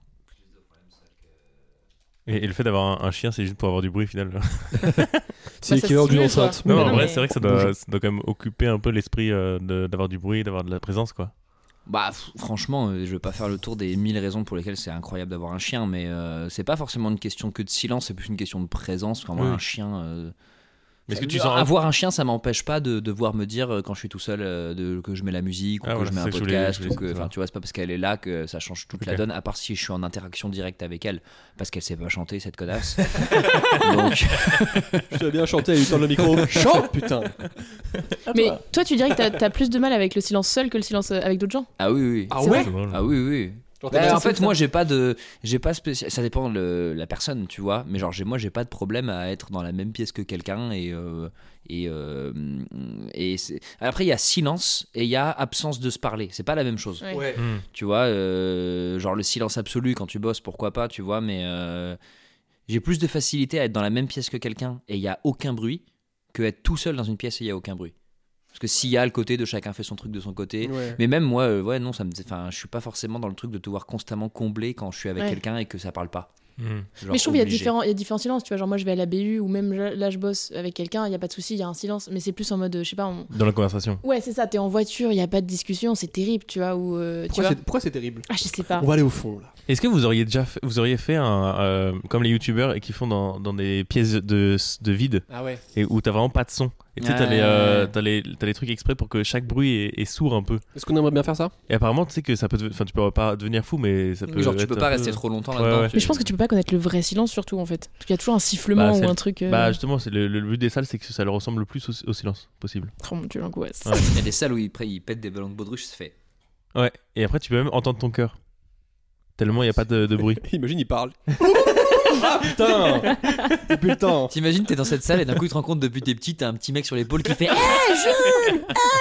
[SPEAKER 1] Et, et le fait d'avoir un, un chien, c'est juste pour avoir du bruit au final.
[SPEAKER 3] C'est
[SPEAKER 5] Bah, ça
[SPEAKER 3] l'équivalent d'une
[SPEAKER 5] stimule, quoi.
[SPEAKER 3] enceinte.
[SPEAKER 1] Non,
[SPEAKER 5] Mais
[SPEAKER 1] en
[SPEAKER 5] non,
[SPEAKER 1] vrai,
[SPEAKER 5] mais-
[SPEAKER 1] c'est vrai que ça doit, ça doit quand même occuper un peu l'esprit euh, de- d'avoir du bruit, d'avoir de la présence, quoi.
[SPEAKER 2] Bah, f- franchement, euh, je vais pas faire le tour des mille raisons pour lesquelles c'est incroyable d'avoir un chien, mais euh, c'est pas forcément une question que de silence, c'est plus une question de présence. Quand moi,
[SPEAKER 1] Oui.
[SPEAKER 2] un chien. euh,
[SPEAKER 1] Mais est-ce que
[SPEAKER 2] ça-
[SPEAKER 1] tu sens un-
[SPEAKER 2] avoir un chien, ça m'empêche pas de devoir me dire euh, quand je suis tout seul euh, de, que je mets la musique ou
[SPEAKER 1] Ah,
[SPEAKER 2] que
[SPEAKER 1] voilà,
[SPEAKER 2] je mets
[SPEAKER 1] c'est
[SPEAKER 2] un
[SPEAKER 1] ça que je voulais-
[SPEAKER 2] podcast
[SPEAKER 1] je voulais
[SPEAKER 2] ou que,
[SPEAKER 1] savoir.
[SPEAKER 2] enfin, tu vois, c'est pas parce qu'elle est là que ça change toute
[SPEAKER 1] Ok.
[SPEAKER 2] la donne. À part si je suis en interaction directe avec elle, parce qu'elle sait pas chanter cette connasse. Donc,
[SPEAKER 3] Je t'avais bien chanté, il lui tend le micro. Chante, putain.
[SPEAKER 5] Mais toi, tu dirais que t'as, t'as plus de mal avec le silence seul que le silence euh, avec d'autres gens.
[SPEAKER 2] ah oui, oui.
[SPEAKER 3] Ah
[SPEAKER 5] C'est
[SPEAKER 3] ouais
[SPEAKER 5] vrai
[SPEAKER 1] drôle.
[SPEAKER 2] Ah oui, oui.
[SPEAKER 3] Genre,
[SPEAKER 2] Bah,
[SPEAKER 3] t'as-
[SPEAKER 2] en fait,
[SPEAKER 5] ça.
[SPEAKER 2] moi, j'ai pas de, j'ai pas spécial. Ça dépend de la personne, tu vois. Mais genre, j'ai, moi, j'ai pas de problème à être dans la même pièce que quelqu'un et euh, et euh, et c'est- après il y a silence et il y a absence de se parler. C'est pas la même chose,
[SPEAKER 5] Ouais.
[SPEAKER 3] Ouais.
[SPEAKER 1] Hmm.
[SPEAKER 2] tu vois. euh, genre le silence absolu quand tu bosses, pourquoi pas, tu vois. Mais euh, j'ai plus de facilité à être dans la même pièce que quelqu'un et il y a aucun bruit que être tout seul dans une pièce et il y a aucun bruit. Parce que s'il y a le côté de chacun fait son truc de son côté.
[SPEAKER 3] Ouais.
[SPEAKER 2] Mais même moi, euh, ouais, non, ça me, enfin, je suis pas forcément dans le truc de devoir constamment combler quand je suis avec
[SPEAKER 5] Ouais.
[SPEAKER 2] quelqu'un et que ça parle pas.
[SPEAKER 1] Hmm.
[SPEAKER 2] Genre
[SPEAKER 5] Mais je trouve qu'il y a
[SPEAKER 2] obligé.
[SPEAKER 5] différents, il y a différents silences. Tu vois, genre moi, je vais à la B U ou même là, là, je bosse avec quelqu'un, il y a pas de souci, il y a un silence. Mais c'est plus en mode, euh, je sais pas. On...
[SPEAKER 1] Dans la conversation.
[SPEAKER 5] Ouais, c'est ça. T'es en voiture, il y a pas de discussion, c'est terrible, tu vois. Ou euh, tu
[SPEAKER 3] Pourquoi
[SPEAKER 5] vois.
[SPEAKER 3] c'est- pourquoi c'est terrible
[SPEAKER 5] Ah, je sais pas.
[SPEAKER 3] On va aller au fond là.
[SPEAKER 1] Est-ce que vous auriez déjà fait, vous auriez fait un, euh, comme les youtubeurs et qui font dans, dans des pièces de, de vide
[SPEAKER 3] Ah ouais.
[SPEAKER 1] et où t'as vraiment pas de son et tu sais, t'as
[SPEAKER 2] Ah,
[SPEAKER 1] les, euh,
[SPEAKER 2] ouais.
[SPEAKER 1] t'as les, t'as les trucs exprès pour que chaque bruit est, est sourd un peu.
[SPEAKER 3] Est-ce qu'on aimerait bien faire ça?
[SPEAKER 1] Et apparemment, tu sais que ça peut, te- enfin, tu peux pas devenir fou, mais ça peut.
[SPEAKER 2] Genre tu
[SPEAKER 1] être
[SPEAKER 2] peux
[SPEAKER 1] un
[SPEAKER 2] pas
[SPEAKER 1] peu-
[SPEAKER 2] rester trop longtemps
[SPEAKER 1] Ouais,
[SPEAKER 2] là-dedans.
[SPEAKER 1] ouais.
[SPEAKER 2] tu-
[SPEAKER 5] Mais je pense que tu peux pas connaître le vrai silence, surtout en fait. Il y a toujours un sifflement
[SPEAKER 1] Bah, c'est
[SPEAKER 5] ou un
[SPEAKER 1] le-
[SPEAKER 5] truc. euh,
[SPEAKER 1] Bah justement, c'est le, le but des salles, c'est que ça leur ressemble le plus au, au silence possible.
[SPEAKER 5] Oh mon dieu, l'angoisse.
[SPEAKER 1] Ouais.
[SPEAKER 2] Il y a des salles où ils, après, ils pètent des ballons de baudruche, ça fait.
[SPEAKER 1] Ouais. Et après, tu peux même entendre ton cœur. Tellement il y a pas de, de bruit.
[SPEAKER 3] Imagine, il parle. Ah putain. Depuis le temps.
[SPEAKER 2] T'imagines, t'es dans cette salle et d'un coup tu te rends compte depuis t'es petit, t'as un petit mec sur l'épaule qui fait Hey Jules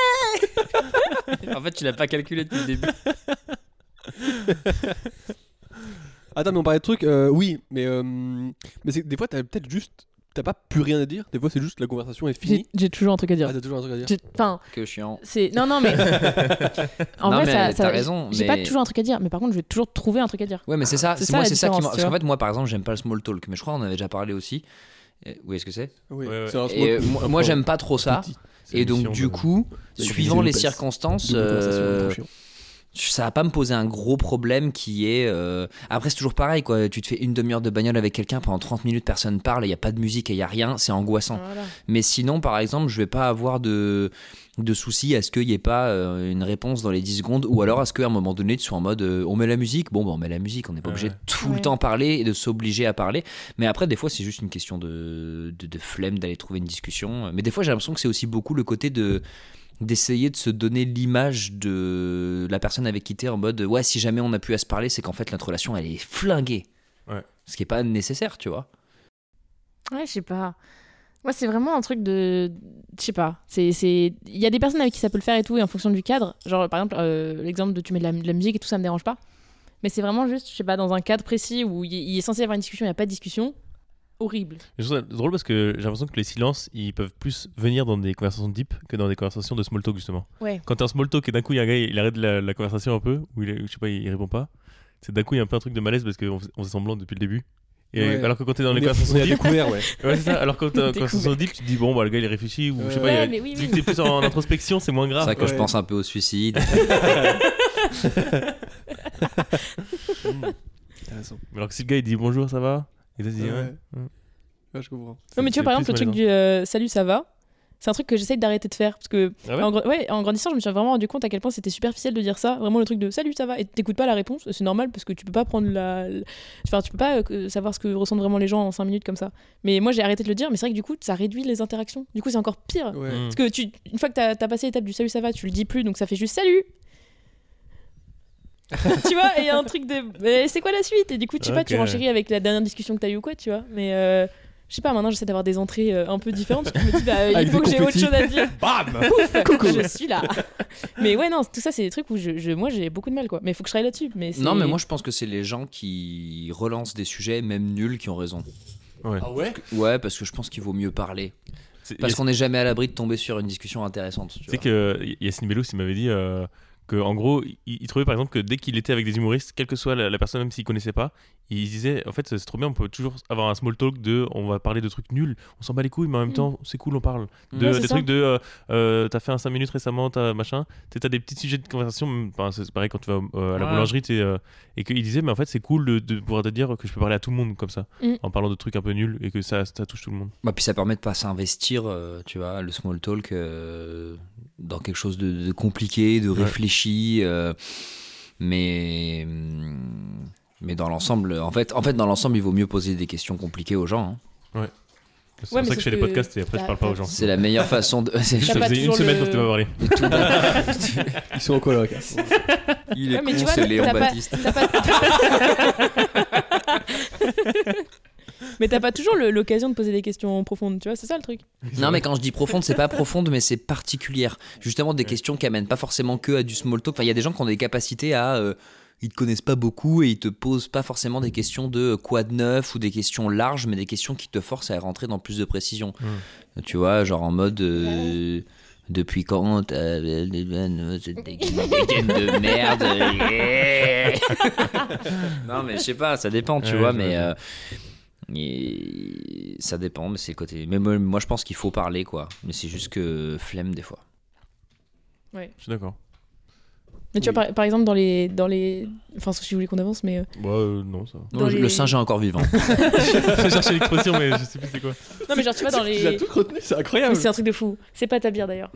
[SPEAKER 2] Hey En fait, tu l'as pas calculé depuis le début.
[SPEAKER 3] Attends, mais on parlait de trucs. euh, oui, mais euh, mais c'est que des fois t'as peut-être juste t'as pas plus rien à dire. Des fois c'est juste la conversation est
[SPEAKER 5] J'ai,
[SPEAKER 3] finie.
[SPEAKER 5] j'ai toujours un truc à dire.
[SPEAKER 3] Ah t'as toujours un truc à dire.
[SPEAKER 5] J'ai- Enfin,
[SPEAKER 2] Que chiant.
[SPEAKER 5] c'est. Non, non, mais. en
[SPEAKER 2] Non,
[SPEAKER 5] vrai,
[SPEAKER 2] mais
[SPEAKER 5] ça.
[SPEAKER 2] t'as
[SPEAKER 5] ça-
[SPEAKER 2] raison,
[SPEAKER 5] J'ai
[SPEAKER 2] mais-
[SPEAKER 5] pas toujours un truc à dire, mais par contre, je vais toujours trouver un truc à dire.
[SPEAKER 2] Ouais, mais c'est ça,
[SPEAKER 5] C'est
[SPEAKER 2] c'est
[SPEAKER 5] ça,
[SPEAKER 2] moi
[SPEAKER 5] la
[SPEAKER 2] c'est ça qui
[SPEAKER 5] différence,
[SPEAKER 2] m'a.
[SPEAKER 5] tu
[SPEAKER 2] Parce qu'en
[SPEAKER 5] vois.
[SPEAKER 2] fait, moi par exemple, j'aime pas le small talk, mais je crois qu'on en avait déjà parlé aussi. Euh, Oui, est-ce que c'est
[SPEAKER 3] Oui.
[SPEAKER 1] Ouais, ouais.
[SPEAKER 3] C'est un
[SPEAKER 2] Et euh,
[SPEAKER 3] small-
[SPEAKER 2] moi, moi, j'aime pas trop ça.
[SPEAKER 3] Petit.
[SPEAKER 1] C'est
[SPEAKER 2] Et
[SPEAKER 1] une
[SPEAKER 2] donc,
[SPEAKER 1] mission
[SPEAKER 2] du
[SPEAKER 1] de-
[SPEAKER 2] coup,
[SPEAKER 3] C'est
[SPEAKER 2] suivant
[SPEAKER 3] une
[SPEAKER 2] les
[SPEAKER 3] baisse.
[SPEAKER 2] circonstances,
[SPEAKER 3] Double conversation,
[SPEAKER 2] euh,
[SPEAKER 3] trop chiant.
[SPEAKER 2] ça va pas me poser un gros problème qui est. euh, Après, c'est toujours pareil, quoi. Tu te fais une demi-heure de bagnole avec quelqu'un pendant trente minutes, personne parle, il y a pas de musique et il y a rien, c'est angoissant.
[SPEAKER 5] Voilà.
[SPEAKER 2] Mais sinon, par exemple, je vais pas avoir de, de soucis à ce qu'il n'y ait pas euh, une réponse dans les dix secondes, ou alors à ce qu'à un moment donné, tu sois en mode euh, on met la musique, bon, bah, on met la musique, on n'est pas
[SPEAKER 1] Ouais,
[SPEAKER 2] obligé
[SPEAKER 1] ouais.
[SPEAKER 2] de tout
[SPEAKER 5] Ouais.
[SPEAKER 2] le temps parler et de s'obliger à parler. Mais après, des fois, c'est juste une question de, de, de flemme d'aller trouver une discussion. Mais des fois, j'ai l'impression que c'est aussi beaucoup le côté de. d'essayer de se donner l'image de la personne avec qui t'es en mode ouais, si jamais on a pu à se parler, c'est qu'en fait notre relation elle est flinguée.
[SPEAKER 1] Ouais.
[SPEAKER 2] Ce qui est pas nécessaire, tu vois.
[SPEAKER 5] Ouais, je sais pas. Moi, c'est vraiment un truc de. Je sais pas. C'est, c'est... Il y a des personnes avec qui ça peut le faire et tout, et en fonction du cadre. Genre, par exemple, euh, l'exemple de tu mets de la, de la musique et tout, ça me dérange pas. Mais c'est vraiment juste, je sais pas, dans un cadre précis où il, il est censé y avoir une discussion, il n'y a pas de discussion. Horrible.
[SPEAKER 1] Je trouve ça drôle parce que j'ai l'impression que les silences, ils peuvent plus venir dans des conversations deep que dans des conversations de small talk, justement.
[SPEAKER 5] Ouais.
[SPEAKER 1] Quand t'es en small talk et d'un coup, il y a un gars, il arrête la, la conversation un peu, ou il, est- je sais pas, il répond pas, c'est d'un coup, il y a un peu un truc de malaise parce qu'on fait- on fait semblant depuis le début. Et
[SPEAKER 3] Ouais.
[SPEAKER 1] alors que quand t'es dans les
[SPEAKER 3] On est-
[SPEAKER 1] conversations
[SPEAKER 3] on est à
[SPEAKER 1] deep,
[SPEAKER 3] découvert, ouais.
[SPEAKER 1] ouais, c'est ça. Alors que quand t'es en
[SPEAKER 5] Découvert.
[SPEAKER 1] conversation deep, tu te dis bon, bah le gars il réfléchit ou je sais pas,
[SPEAKER 5] Ouais,
[SPEAKER 1] il y a-
[SPEAKER 5] mais oui,
[SPEAKER 1] vu
[SPEAKER 5] oui.
[SPEAKER 1] que t'es plus en introspection, c'est moins grave.
[SPEAKER 2] C'est vrai que
[SPEAKER 3] ouais.
[SPEAKER 2] je pense un peu au suicide.
[SPEAKER 3] Intéressant.
[SPEAKER 1] Mais alors que si le gars il dit bonjour, ça va, et toi tu dis
[SPEAKER 3] Ouais.
[SPEAKER 1] ouais. ouais.
[SPEAKER 3] Ouais, je comprends.
[SPEAKER 5] Non, mais tu
[SPEAKER 1] C'est
[SPEAKER 5] vois, par exemple,
[SPEAKER 1] plus
[SPEAKER 5] le truc
[SPEAKER 1] malaisant.
[SPEAKER 5] du euh, salut, ça va. C'est un truc que j'essaye d'arrêter de faire. Parce que,
[SPEAKER 1] Ah ouais
[SPEAKER 5] en, gr- ouais, en grandissant, je me suis vraiment rendu compte à quel point c'était superficiel de dire ça. Vraiment, le truc de salut, ça va. Et t'écoutes pas la réponse. C'est normal parce que tu peux pas prendre la. l- Enfin, tu peux pas euh, savoir ce que ressentent vraiment les gens en cinq minutes comme ça. Mais moi, j'ai arrêté de le dire. Mais c'est vrai que du coup, ça réduit les interactions. Du coup, c'est encore pire.
[SPEAKER 3] Ouais.
[SPEAKER 1] Mm.
[SPEAKER 5] Parce que tu, une fois que t'as as passé l'étape du salut, ça va, tu le dis plus. Donc ça fait juste salut. Tu vois, et il y a un truc de. Mais c'est quoi la suite? Et du coup, tu sais pas, tu
[SPEAKER 1] Ok.
[SPEAKER 5] renchéris avec la dernière discussion que t'as eu ou quoi, tu vois. Mais. euh, Je sais pas, maintenant j'essaie d'avoir des entrées euh, un peu différentes parce que je me dis, bah, il
[SPEAKER 3] Avec
[SPEAKER 5] faut
[SPEAKER 3] des
[SPEAKER 5] que j'ai autre
[SPEAKER 3] confettis.
[SPEAKER 5] chose à dire.
[SPEAKER 1] Bam
[SPEAKER 5] Pouf, je suis là. Mais ouais, non, tout ça, c'est des trucs où je, je- moi j'ai beaucoup de mal, quoi. Mais il faut que je travaille là-dessus. Mais c'est-
[SPEAKER 2] Non, mais moi je pense que c'est les gens qui relancent des sujets, même nuls, qui ont raison.
[SPEAKER 1] Ouais.
[SPEAKER 3] Ah ouais?
[SPEAKER 2] Ouais, parce que je pense qu'il vaut mieux parler.
[SPEAKER 1] C'est-
[SPEAKER 2] Parce
[SPEAKER 1] Yass-
[SPEAKER 2] qu'on n'est jamais à l'abri de tomber sur une discussion intéressante. Tu
[SPEAKER 1] Tu sais
[SPEAKER 2] vois.
[SPEAKER 1] que Y- Yacine Bellous, il m'avait dit euh, que en gros, il, il trouvait par exemple que dès qu'il était avec des humoristes, quelle que soit la, la personne, même s'il connaissait pas, il disait en fait c'est trop bien, on peut toujours avoir un small talk de on va parler de trucs nuls, on s'en bat les couilles, mais en même
[SPEAKER 5] Mm.
[SPEAKER 1] temps c'est cool, on parle. De,
[SPEAKER 5] Ouais, c'est
[SPEAKER 1] des
[SPEAKER 5] ça.
[SPEAKER 1] trucs de euh, euh, t'as fait un cinq minutes récemment, t'as machin, t'as t'as des petits sujets de conversation, même- enfin, c'est pareil quand tu vas euh, à la
[SPEAKER 2] Ouais.
[SPEAKER 1] boulangerie, t'es, euh, et qu'il disait mais en fait c'est cool de, de pouvoir te dire que je peux parler à tout le monde comme ça,
[SPEAKER 5] Mm.
[SPEAKER 1] en parlant de trucs un peu nuls et que ça, ça touche tout le monde.
[SPEAKER 2] Bah, puis ça permet de pas s'investir, euh, tu vois, le small talk euh, dans quelque chose de, de compliqué, de
[SPEAKER 1] Ouais.
[SPEAKER 2] réfléchi. euh, mais mais dans l'ensemble, en fait, en fait, dans l'ensemble, il vaut mieux poser des questions compliquées aux gens. hein.
[SPEAKER 1] C'est
[SPEAKER 5] Ouais,
[SPEAKER 1] pour
[SPEAKER 5] mais
[SPEAKER 1] ça que je fais
[SPEAKER 5] sauf
[SPEAKER 1] les
[SPEAKER 5] que
[SPEAKER 1] podcasts et après je
[SPEAKER 5] t'as-
[SPEAKER 1] parle pas aux
[SPEAKER 5] t'as-
[SPEAKER 1] gens.
[SPEAKER 2] C'est la meilleure façon de. c'est-
[SPEAKER 1] Je
[SPEAKER 5] T'as
[SPEAKER 1] te
[SPEAKER 5] pas
[SPEAKER 1] faisais une
[SPEAKER 5] toujours
[SPEAKER 1] semaine
[SPEAKER 5] le-
[SPEAKER 1] pour te pas parler.
[SPEAKER 3] Ils sont en coloc.
[SPEAKER 2] Il est
[SPEAKER 5] Ouais, mais
[SPEAKER 2] con,
[SPEAKER 5] tu vois,
[SPEAKER 2] c'est Léon
[SPEAKER 5] t'as pas-
[SPEAKER 2] Baptiste.
[SPEAKER 5] t'as pas- Mais t'as pas toujours le- l'occasion de poser des questions profondes, tu vois, c'est ça le truc.
[SPEAKER 2] Non, mais quand je dis profonde, c'est pas profonde, mais c'est particulière. Justement, des questions qui amènent pas forcément que à du small talk. Enfin, il y a des gens qui ont des capacités à. euh, ils te connaissent pas beaucoup et ils te posent pas forcément des questions de euh, quoi de neuf ou des questions larges, mais des questions qui te forcent à rentrer dans plus de précision. Tu vois, genre en mode. euh, Depuis quand t'as des vannes, c'est des gaines de merde. yeah. Non, mais je sais pas, ça dépend, tu
[SPEAKER 1] Ouais,
[SPEAKER 2] vois,
[SPEAKER 1] je
[SPEAKER 2] mais.
[SPEAKER 1] vois.
[SPEAKER 2] euh, et ça dépend, mais c'est le côté. Mais moi, moi, je pense qu'il faut parler, quoi. Mais c'est juste que flemme des fois.
[SPEAKER 1] Je suis d'accord.
[SPEAKER 5] Mais tu vois, par, par exemple, dans les, dans les. Enfin, si vous voulez qu'on avance, mais. euh,
[SPEAKER 1] Bah euh, non, ça.
[SPEAKER 5] Dans
[SPEAKER 2] Non, le
[SPEAKER 5] les-
[SPEAKER 2] singe est encore vivant.
[SPEAKER 1] J'ai cherché l'expression, mais je sais plus c'est quoi.
[SPEAKER 5] Non, mais genre, tu vois, dans
[SPEAKER 3] Tu l'as
[SPEAKER 5] les.
[SPEAKER 3] tout retenu, c'est
[SPEAKER 5] Mais
[SPEAKER 3] incroyable.
[SPEAKER 5] c'est un truc de fou. C'est pas ta bière d'ailleurs.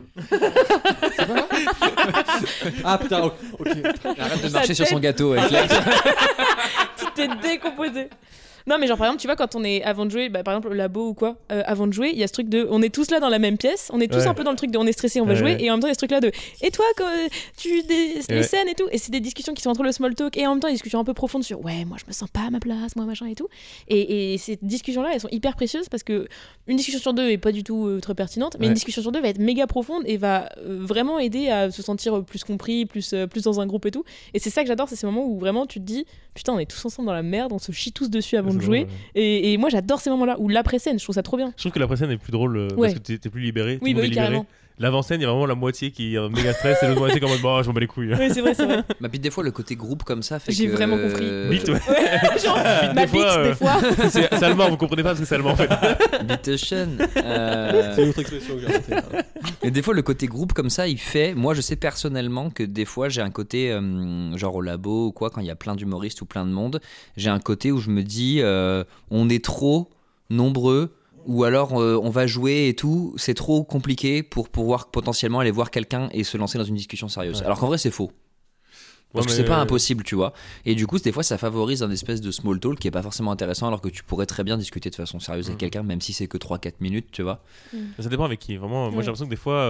[SPEAKER 3] Ah putain, ok. ok.
[SPEAKER 2] Arrête de
[SPEAKER 5] Sa
[SPEAKER 2] marcher sur son
[SPEAKER 5] tête.
[SPEAKER 2] gâteau avec la.
[SPEAKER 5] Tu t'es décomposé. Non, mais genre, par exemple, tu vois, quand on est avant de jouer, bah, par exemple, au labo ou quoi, euh, avant de jouer, il y a ce truc de. On est tous là dans la même pièce, on est tous
[SPEAKER 1] Ouais.
[SPEAKER 5] un peu dans le truc de. On est stressé, on va
[SPEAKER 1] Ouais,
[SPEAKER 5] jouer,
[SPEAKER 1] ouais.
[SPEAKER 5] et en même temps, il y a ce truc là de. Et toi, quand euh, tu. Des, les
[SPEAKER 1] Ouais.
[SPEAKER 5] scènes et tout, et c'est des discussions qui sont entre le small talk et en même temps, des discussions un peu profondes sur. Ouais, moi, je me sens pas à ma place, moi, machin et tout. Et, et ces discussions là, elles sont hyper précieuses parce que une discussion sur deux est pas du tout euh, très pertinente, mais
[SPEAKER 1] Ouais.
[SPEAKER 5] une discussion sur deux va être méga profonde et va euh, vraiment aider à se sentir euh, plus compris, plus, euh, plus dans un groupe et tout. Et c'est ça que j'adore, c'est ces moments où vraiment tu te dis, putain, on est tous ensemble dans la merde, on se chie tous dessus avant de
[SPEAKER 1] C'est
[SPEAKER 5] jouer.
[SPEAKER 1] drôle, ouais.
[SPEAKER 5] Et, et moi j'adore ces moments-là, ou l'après-scène, je trouve ça trop bien.
[SPEAKER 1] Je trouve que la pré-scène est plus drôle euh,
[SPEAKER 5] Ouais.
[SPEAKER 1] parce que t'es t'es plus libéré. tout
[SPEAKER 5] Oui,
[SPEAKER 1] le
[SPEAKER 5] bah
[SPEAKER 1] monde
[SPEAKER 5] oui,
[SPEAKER 1] est libéré.
[SPEAKER 5] carrément.
[SPEAKER 1] L'avant-scène, il y a vraiment la moitié qui est en méga stress et l'autre moitié qui est en mode bon, je m'en bats les couilles.
[SPEAKER 5] Oui, c'est vrai, c'est vrai.
[SPEAKER 2] Bah, puis des fois, le côté groupe comme ça fait
[SPEAKER 5] J'ai
[SPEAKER 2] que.
[SPEAKER 5] vraiment compris.
[SPEAKER 1] Bite, ouais.
[SPEAKER 5] Ouais, genre, ma
[SPEAKER 1] des fois,
[SPEAKER 5] bite,
[SPEAKER 1] euh,
[SPEAKER 5] des fois.
[SPEAKER 1] C'est c'est allemand, vous comprenez pas parce que c'est allemand en fait.
[SPEAKER 2] Bitteschen. Euh,
[SPEAKER 3] C'est une autre expression que j'ai inventée.
[SPEAKER 2] Mais des fois, le côté groupe comme ça, il fait. Moi, je sais personnellement que des fois, j'ai un côté, euh, genre au labo ou quoi, quand il y a plein d'humoristes ou plein de monde, j'ai un côté où je me dis, euh, on est trop nombreux, ou alors euh, on va jouer et tout, c'est trop compliqué pour pouvoir potentiellement aller voir quelqu'un et se lancer dans une discussion sérieuse.
[SPEAKER 1] Ouais.
[SPEAKER 2] Alors qu'en vrai, c'est faux. Parce
[SPEAKER 1] Ouais,
[SPEAKER 2] que
[SPEAKER 1] mais-
[SPEAKER 2] c'est pas impossible, tu vois. Et du coup, des fois, ça favorise un espèce de small talk qui est pas forcément intéressant, alors que tu pourrais très bien discuter de façon sérieuse avec
[SPEAKER 1] Mhm.
[SPEAKER 2] quelqu'un, même si c'est que trois quatre minutes, tu vois.
[SPEAKER 1] Ça dépend avec qui. Vraiment, moi
[SPEAKER 5] Ouais.
[SPEAKER 1] j'ai l'impression que des fois, euh,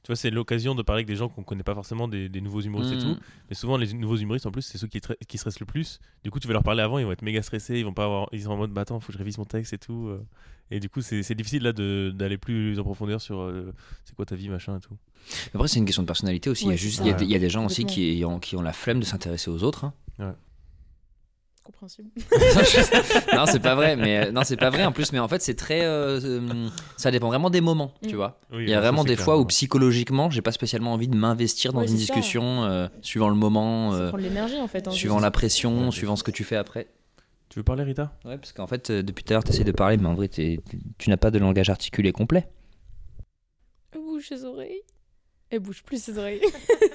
[SPEAKER 1] tu vois, c'est l'occasion de parler avec des gens qu'on connaît pas forcément, des, des nouveaux humoristes
[SPEAKER 2] Mmh.
[SPEAKER 1] et tout. Mais souvent, les nouveaux humoristes, en plus, c'est ceux qui, tra- qui stressent le plus. Du coup, tu vas leur parler avant, ils vont être méga stressés, ils vont pas avoir, ils sont en mode, bah attends, faut que je révise mon texte et tout. euh. Et du coup, c'est, c'est difficile là de, d'aller plus en profondeur sur euh, c'est quoi ta vie, machin et tout.
[SPEAKER 6] Après, c'est une question de personnalité aussi.
[SPEAKER 5] Ouais,
[SPEAKER 6] il y a
[SPEAKER 5] c'est
[SPEAKER 6] juste,
[SPEAKER 5] ça.
[SPEAKER 6] il y a des- il y a des gens aussi
[SPEAKER 5] Complètement.
[SPEAKER 6] qui ont, qui ont la flemme de s'intéresser aux autres. hein.
[SPEAKER 5] Compréhensible.
[SPEAKER 6] non, c'est pas vrai. Mais non, c'est pas vrai en plus. Mais en fait, c'est très. euh, euh, ça dépend vraiment des moments, tu
[SPEAKER 5] Mm.
[SPEAKER 6] vois.
[SPEAKER 1] Oui,
[SPEAKER 6] Il y a
[SPEAKER 1] ça,
[SPEAKER 6] vraiment
[SPEAKER 1] c'est
[SPEAKER 6] des
[SPEAKER 1] clair,
[SPEAKER 6] fois où
[SPEAKER 1] ouais.
[SPEAKER 6] psychologiquement, j'ai pas spécialement envie de m'investir dans
[SPEAKER 5] Ouais,
[SPEAKER 6] une
[SPEAKER 5] c'est ça.
[SPEAKER 6] discussion euh, suivant le moment,
[SPEAKER 5] Ça
[SPEAKER 6] euh,
[SPEAKER 5] prend de l'énergie en fait. hein,
[SPEAKER 6] suivant
[SPEAKER 5] juste.
[SPEAKER 6] la pression,
[SPEAKER 1] Ouais,
[SPEAKER 6] suivant ce que tu fais après.
[SPEAKER 1] Tu veux parler, Rita?
[SPEAKER 6] Ouais, parce qu'en fait, euh, depuis tout à l'heure, tu essaies de parler, mais en vrai, t'es- tu n'as pas de langage articulé complet.
[SPEAKER 5] Elle bouge ses oreilles. Elle bouge plus ses oreilles.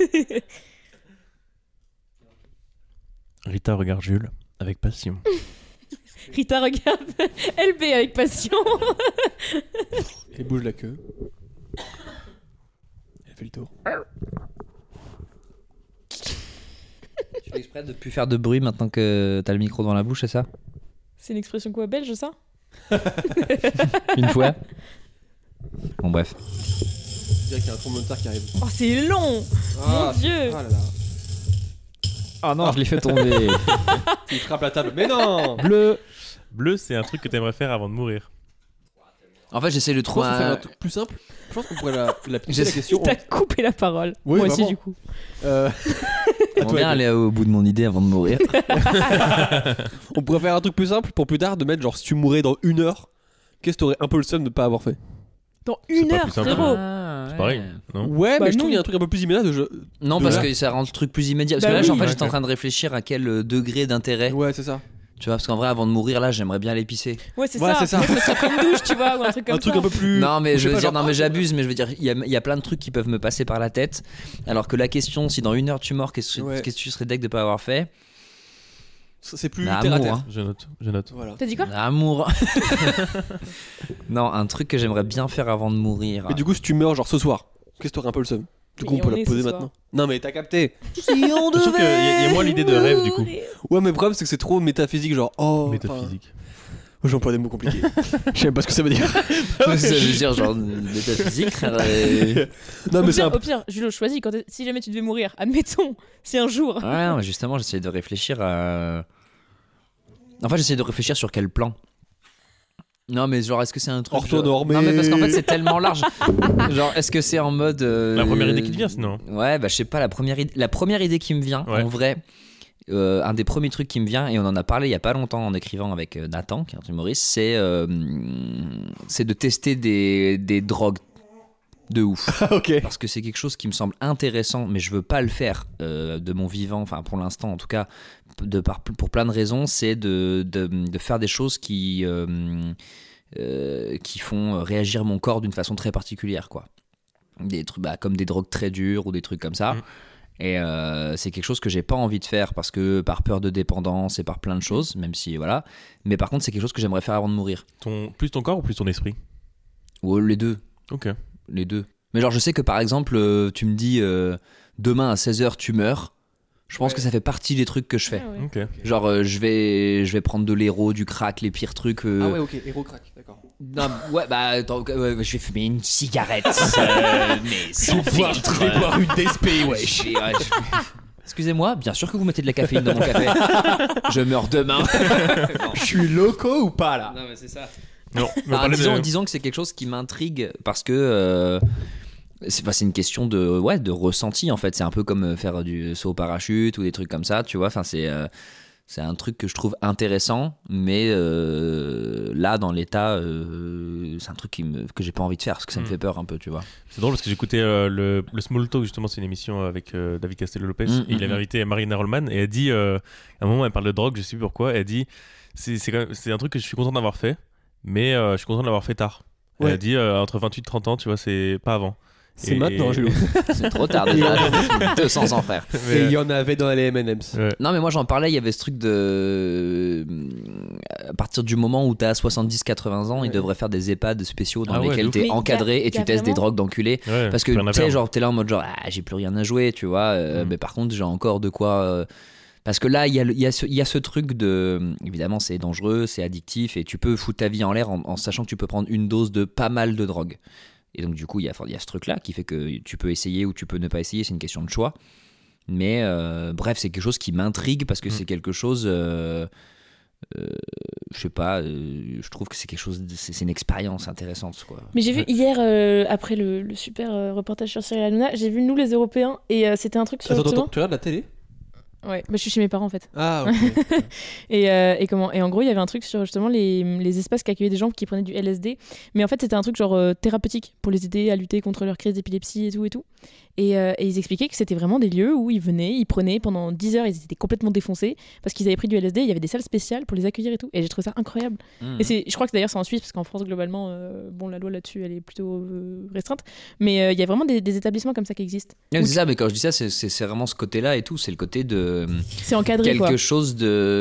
[SPEAKER 1] Rita regarde Jules avec passion.
[SPEAKER 5] Rita regarde L B avec passion.
[SPEAKER 3] Elle bouge la queue. Elle fait le tour.
[SPEAKER 6] Tu fais exprès de plus faire de bruit maintenant que t'as le micro dans la bouche, c'est ça?
[SPEAKER 5] C'est une expression quoi belge ça?
[SPEAKER 6] Une fois. Bon, bref.
[SPEAKER 3] Je dirais qu'il y a un tremblement de terre qui arrive.
[SPEAKER 5] Oh c'est long.
[SPEAKER 3] Ah,
[SPEAKER 5] Mon Dieu.
[SPEAKER 3] Ah là là.
[SPEAKER 6] Oh non, je l'ai fait tomber.
[SPEAKER 3] Il frappe la table. Mais non.
[SPEAKER 1] Bleu. Bleu, c'est un truc que t'aimerais faire avant de mourir.
[SPEAKER 6] En fait, j'essaie de
[SPEAKER 3] Je pense
[SPEAKER 6] trouver
[SPEAKER 3] qu'on fait
[SPEAKER 6] un...
[SPEAKER 3] un truc plus simple. Je pense qu'on pourrait la, la, poser
[SPEAKER 6] Je
[SPEAKER 3] la
[SPEAKER 6] sais-
[SPEAKER 3] question.
[SPEAKER 5] T'as coupé la parole.
[SPEAKER 3] Oui,
[SPEAKER 5] Moi aussi
[SPEAKER 3] vraiment.
[SPEAKER 5] du coup.
[SPEAKER 3] Euh,
[SPEAKER 6] J'aimerais bien aller au bout de mon idée avant de mourir.
[SPEAKER 3] on pourrait faire un truc plus simple pour plus tard de mettre genre si tu mourais dans une heure, qu'est-ce que t'aurais un peu le seum de pas avoir fait?
[SPEAKER 5] Dans une
[SPEAKER 1] pas
[SPEAKER 5] heure
[SPEAKER 1] plus simple.
[SPEAKER 5] frérot.
[SPEAKER 1] C'est pareil, non?
[SPEAKER 3] Ouais,
[SPEAKER 5] Bah
[SPEAKER 3] mais je trouve
[SPEAKER 5] non.
[SPEAKER 3] qu'il y a un truc un peu plus immédiat de jeu.
[SPEAKER 6] Non,
[SPEAKER 3] De
[SPEAKER 6] parce
[SPEAKER 3] là.
[SPEAKER 6] que ça rend le truc plus immédiat. Parce
[SPEAKER 5] Bah
[SPEAKER 6] que là,
[SPEAKER 5] oui.
[SPEAKER 6] en fait,
[SPEAKER 1] Ouais,
[SPEAKER 6] j'étais en
[SPEAKER 1] ok.
[SPEAKER 6] train de réfléchir à quel euh, degré d'intérêt.
[SPEAKER 3] Ouais, c'est ça.
[SPEAKER 6] Tu vois, parce qu'en vrai, avant de mourir, là, j'aimerais bien aller pisser.
[SPEAKER 5] Ouais c'est
[SPEAKER 3] Ouais,
[SPEAKER 5] ça.
[SPEAKER 3] c'est ça.
[SPEAKER 5] Moi je me serais pris une douche tu vois ou un truc comme
[SPEAKER 3] Un truc
[SPEAKER 5] ça.
[SPEAKER 3] un peu plus.
[SPEAKER 6] Non, mais
[SPEAKER 3] je
[SPEAKER 6] je
[SPEAKER 3] sais
[SPEAKER 6] veux
[SPEAKER 3] pas,
[SPEAKER 6] dire,
[SPEAKER 3] genre,
[SPEAKER 6] non, mais
[SPEAKER 3] ah,
[SPEAKER 6] j'abuse, mais je veux dire, il y a, il y a plein de trucs qui peuvent me passer par la tête. Alors que la question, si dans une heure tu mors, qu'est-ce
[SPEAKER 3] Ouais.
[SPEAKER 6] qu'est-ce que tu serais deg de pas avoir fait?
[SPEAKER 3] C'est plus
[SPEAKER 6] Bah,
[SPEAKER 3] terre à
[SPEAKER 6] amour,
[SPEAKER 3] terre.
[SPEAKER 6] hein.
[SPEAKER 1] Je note, je note.
[SPEAKER 3] Voilà.
[SPEAKER 5] T'as dit quoi?
[SPEAKER 6] Amour. Non, un truc que j'aimerais bien faire avant de mourir.
[SPEAKER 3] Mais du coup, si tu meurs genre ce soir, qu'est-ce que t'aurais un peu le seum? Du coup,
[SPEAKER 5] Et
[SPEAKER 3] on peut
[SPEAKER 5] on
[SPEAKER 3] la
[SPEAKER 5] est
[SPEAKER 3] poser
[SPEAKER 5] ce soir.
[SPEAKER 3] maintenant. Non, mais t'as capté.
[SPEAKER 6] Si on
[SPEAKER 1] Je trouve qu'il y, a- il y a moins l'idée de rêve du coup.
[SPEAKER 3] Ouais, mais le problème, c'est que c'est trop métaphysique. Genre, oh. enfin,
[SPEAKER 1] Métaphysique.
[SPEAKER 3] J'emploie des mots compliqués. Je sais même pas ce que ça veut dire.
[SPEAKER 6] Ça veut dire genre métaphysique. euh,
[SPEAKER 3] Non,
[SPEAKER 5] Au
[SPEAKER 3] mais c'est
[SPEAKER 5] pire,
[SPEAKER 3] un.
[SPEAKER 5] au pire, Jules, choisis quand t'es- si jamais tu devais mourir, admettons, si un jour.
[SPEAKER 6] Ouais, non, mais justement, j'essaie de réfléchir à. Enfin, j'essaie de réfléchir sur quel plan. Non, mais genre, est-ce que c'est un truc. genre-
[SPEAKER 3] Orthonormé.
[SPEAKER 6] Non, mais parce qu'en fait, c'est tellement large. Genre, est-ce que c'est en mode. euh,
[SPEAKER 1] La première idée qui te vient, sinon.
[SPEAKER 6] Ouais, bah, je sais pas, la première, idée... la première idée qui me vient,
[SPEAKER 1] Ouais.
[SPEAKER 6] en vrai. euh, un des premiers trucs qui me vient, et on en a parlé il y a pas longtemps en écrivant avec euh, Nathan, qui est un humoriste, c'est euh, c'est de tester des, des drogues de ouf.
[SPEAKER 3] Ok.
[SPEAKER 6] Parce que c'est quelque chose qui me semble intéressant, mais je veux pas le faire euh, de mon vivant, enfin pour l'instant en tout cas, de par, pour plein de raisons, c'est de, de, de faire des choses qui, euh, euh, qui font réagir mon corps d'une façon très particulière, quoi. Des trucs bah, comme des drogues très dures ou des trucs comme ça.
[SPEAKER 1] Mm.
[SPEAKER 6] Et euh, c'est quelque chose que j'ai pas envie de faire parce que par peur de dépendance et par plein de choses, même si voilà. Mais par contre, c'est quelque chose que j'aimerais faire avant de mourir.
[SPEAKER 1] Ton, plus ton corps ou plus ton esprit?
[SPEAKER 6] Ou les deux.
[SPEAKER 1] Ok.
[SPEAKER 6] Les deux. Mais genre, je sais que par exemple, euh, tu me dis euh, demain à seize heures tu meurs. Je pense
[SPEAKER 3] Ouais.
[SPEAKER 6] que ça fait partie des trucs que je fais.
[SPEAKER 5] Ah ouais.
[SPEAKER 1] Ok.
[SPEAKER 6] Genre, euh, je vais, je vais prendre de l'héros, du crack, les pires trucs. euh,
[SPEAKER 3] Ah ouais, ok. Héros crack, d'accord.
[SPEAKER 6] non, ouais, bah, attends, ouais, je vais fumer une cigarette, euh, mais sans filtre.
[SPEAKER 3] Je vais boire une D S P,
[SPEAKER 6] Ouais, je vais- ouais, je- Excusez-moi, bien sûr que vous mettez de la caféine dans mon café. Je meurs demain. Non.
[SPEAKER 3] Je suis loco ou pas là?
[SPEAKER 6] Non, mais c'est ça.
[SPEAKER 1] Non, mais
[SPEAKER 6] Ah,
[SPEAKER 1] parler
[SPEAKER 6] disons,
[SPEAKER 1] de-
[SPEAKER 6] disons que c'est quelque chose qui m'intrigue parce que euh, c'est, enfin, c'est une question de, ouais, de ressenti en fait. C'est un peu comme euh, faire du saut au parachute ou des trucs comme ça, tu vois. Enfin, c'est, euh, c'est un truc que je trouve intéressant, mais euh, là, dans l'état, euh, c'est un truc qui me, que j'ai pas envie de faire parce que ça me
[SPEAKER 1] Mm.
[SPEAKER 6] fait peur un peu, tu vois.
[SPEAKER 1] C'est drôle parce que j'écoutais euh, le, le Small Talk, justement, c'est une émission avec euh, David Castello-Lopez.
[SPEAKER 6] Mm,
[SPEAKER 1] et il
[SPEAKER 6] mm,
[SPEAKER 1] avait
[SPEAKER 6] mm.
[SPEAKER 1] invité Marina Rollman et elle dit, euh, à un moment, elle parle de drogue, je sais plus pourquoi, elle dit, c'est, c'est, quand même- c'est un truc que je suis content d'avoir fait, mais euh, je suis content de l'avoir fait tard.
[SPEAKER 3] Ouais.
[SPEAKER 1] Elle a dit, euh, entre vingt-huit et trente ans, tu vois, c'est pas avant.
[SPEAKER 3] C'est
[SPEAKER 1] Et-
[SPEAKER 3] maintenant,
[SPEAKER 1] et-
[SPEAKER 3] Jules.
[SPEAKER 6] C'est trop tard déjà. deux cents ans, frère.
[SPEAKER 3] Et
[SPEAKER 1] Mais,
[SPEAKER 3] il y en avait dans les M and M's.
[SPEAKER 1] euh, ouais.
[SPEAKER 6] Non, mais moi j'en parlais, il y avait ce truc de. À partir du moment où t'as soixante-dix quatre-vingts ans,
[SPEAKER 3] Ouais.
[SPEAKER 6] ils devraient faire des EHPAD spéciaux dans
[SPEAKER 1] Ah ouais,
[SPEAKER 6] lesquels
[SPEAKER 1] de ouf.
[SPEAKER 6] t'es
[SPEAKER 5] Mais
[SPEAKER 6] encadré
[SPEAKER 5] y a-
[SPEAKER 6] et tu
[SPEAKER 5] y a
[SPEAKER 6] testes des
[SPEAKER 5] vraiment-
[SPEAKER 6] drogues d'enculé.
[SPEAKER 1] Ouais,
[SPEAKER 6] Parce que
[SPEAKER 1] rien à
[SPEAKER 6] tu sais,
[SPEAKER 1] faire.
[SPEAKER 6] genre, t'es là en mode genre, ah, j'ai plus rien à jouer, tu vois. euh,
[SPEAKER 1] Mm.
[SPEAKER 6] Mais par contre, j'ai encore de quoi. euh, Parce que là, il y, a le- il y, a ce- il y a ce truc de. Évidemment, c'est dangereux, c'est addictif et tu peux foutre ta vie en l'air en, en sachant que tu peux prendre une dose de pas mal de drogue. Et donc, du coup, il y a, il y a ce truc-là qui fait que tu peux essayer ou tu peux ne pas essayer, c'est une question de choix. Mais euh, bref, c'est quelque chose qui m'intrigue parce que mmh. c'est quelque chose. Euh, euh, je sais pas, euh, je trouve que c'est quelque chose. De, c'est, c'est une expérience intéressante, quoi.
[SPEAKER 5] Mais j'ai vu hier, euh, après le, le super euh, reportage sur Cyril Hanouna, j'ai vu Nous les Européens et euh, c'était un truc sur.
[SPEAKER 3] Attends,
[SPEAKER 5] justement...
[SPEAKER 3] attends, tu regardes la télé ?
[SPEAKER 5] Ouais, bah, je suis chez mes parents en fait.
[SPEAKER 3] Ah, ok.
[SPEAKER 5] et, euh, et, comment... et en gros, il y avait un truc sur justement les, les espaces qui accueillaient des gens qui prenaient du L S D. Mais en fait, c'était un truc genre euh, thérapeutique pour les aider à lutter contre leur crise d'épilepsie et tout et tout. Et, euh, et ils expliquaient que c'était vraiment des lieux où ils venaient, ils prenaient pendant dix heures, ils étaient complètement défoncés parce qu'ils avaient pris du L S D. Il y avait des salles spéciales pour les accueillir et tout. Et j'ai trouvé ça incroyable. Mmh. Et c'est, je crois que d'ailleurs c'est en Suisse parce qu'en France globalement, euh, bon la loi là-dessus elle est plutôt euh, restreinte. Mais euh, il y a vraiment des, des établissements comme ça qui existent.
[SPEAKER 6] Ouais, c'est ça. Mais quand je dis ça, c'est, c'est, c'est vraiment ce côté-là et tout. C'est le côté de.
[SPEAKER 5] C'est encadré
[SPEAKER 6] quelque
[SPEAKER 5] quoi.
[SPEAKER 6] chose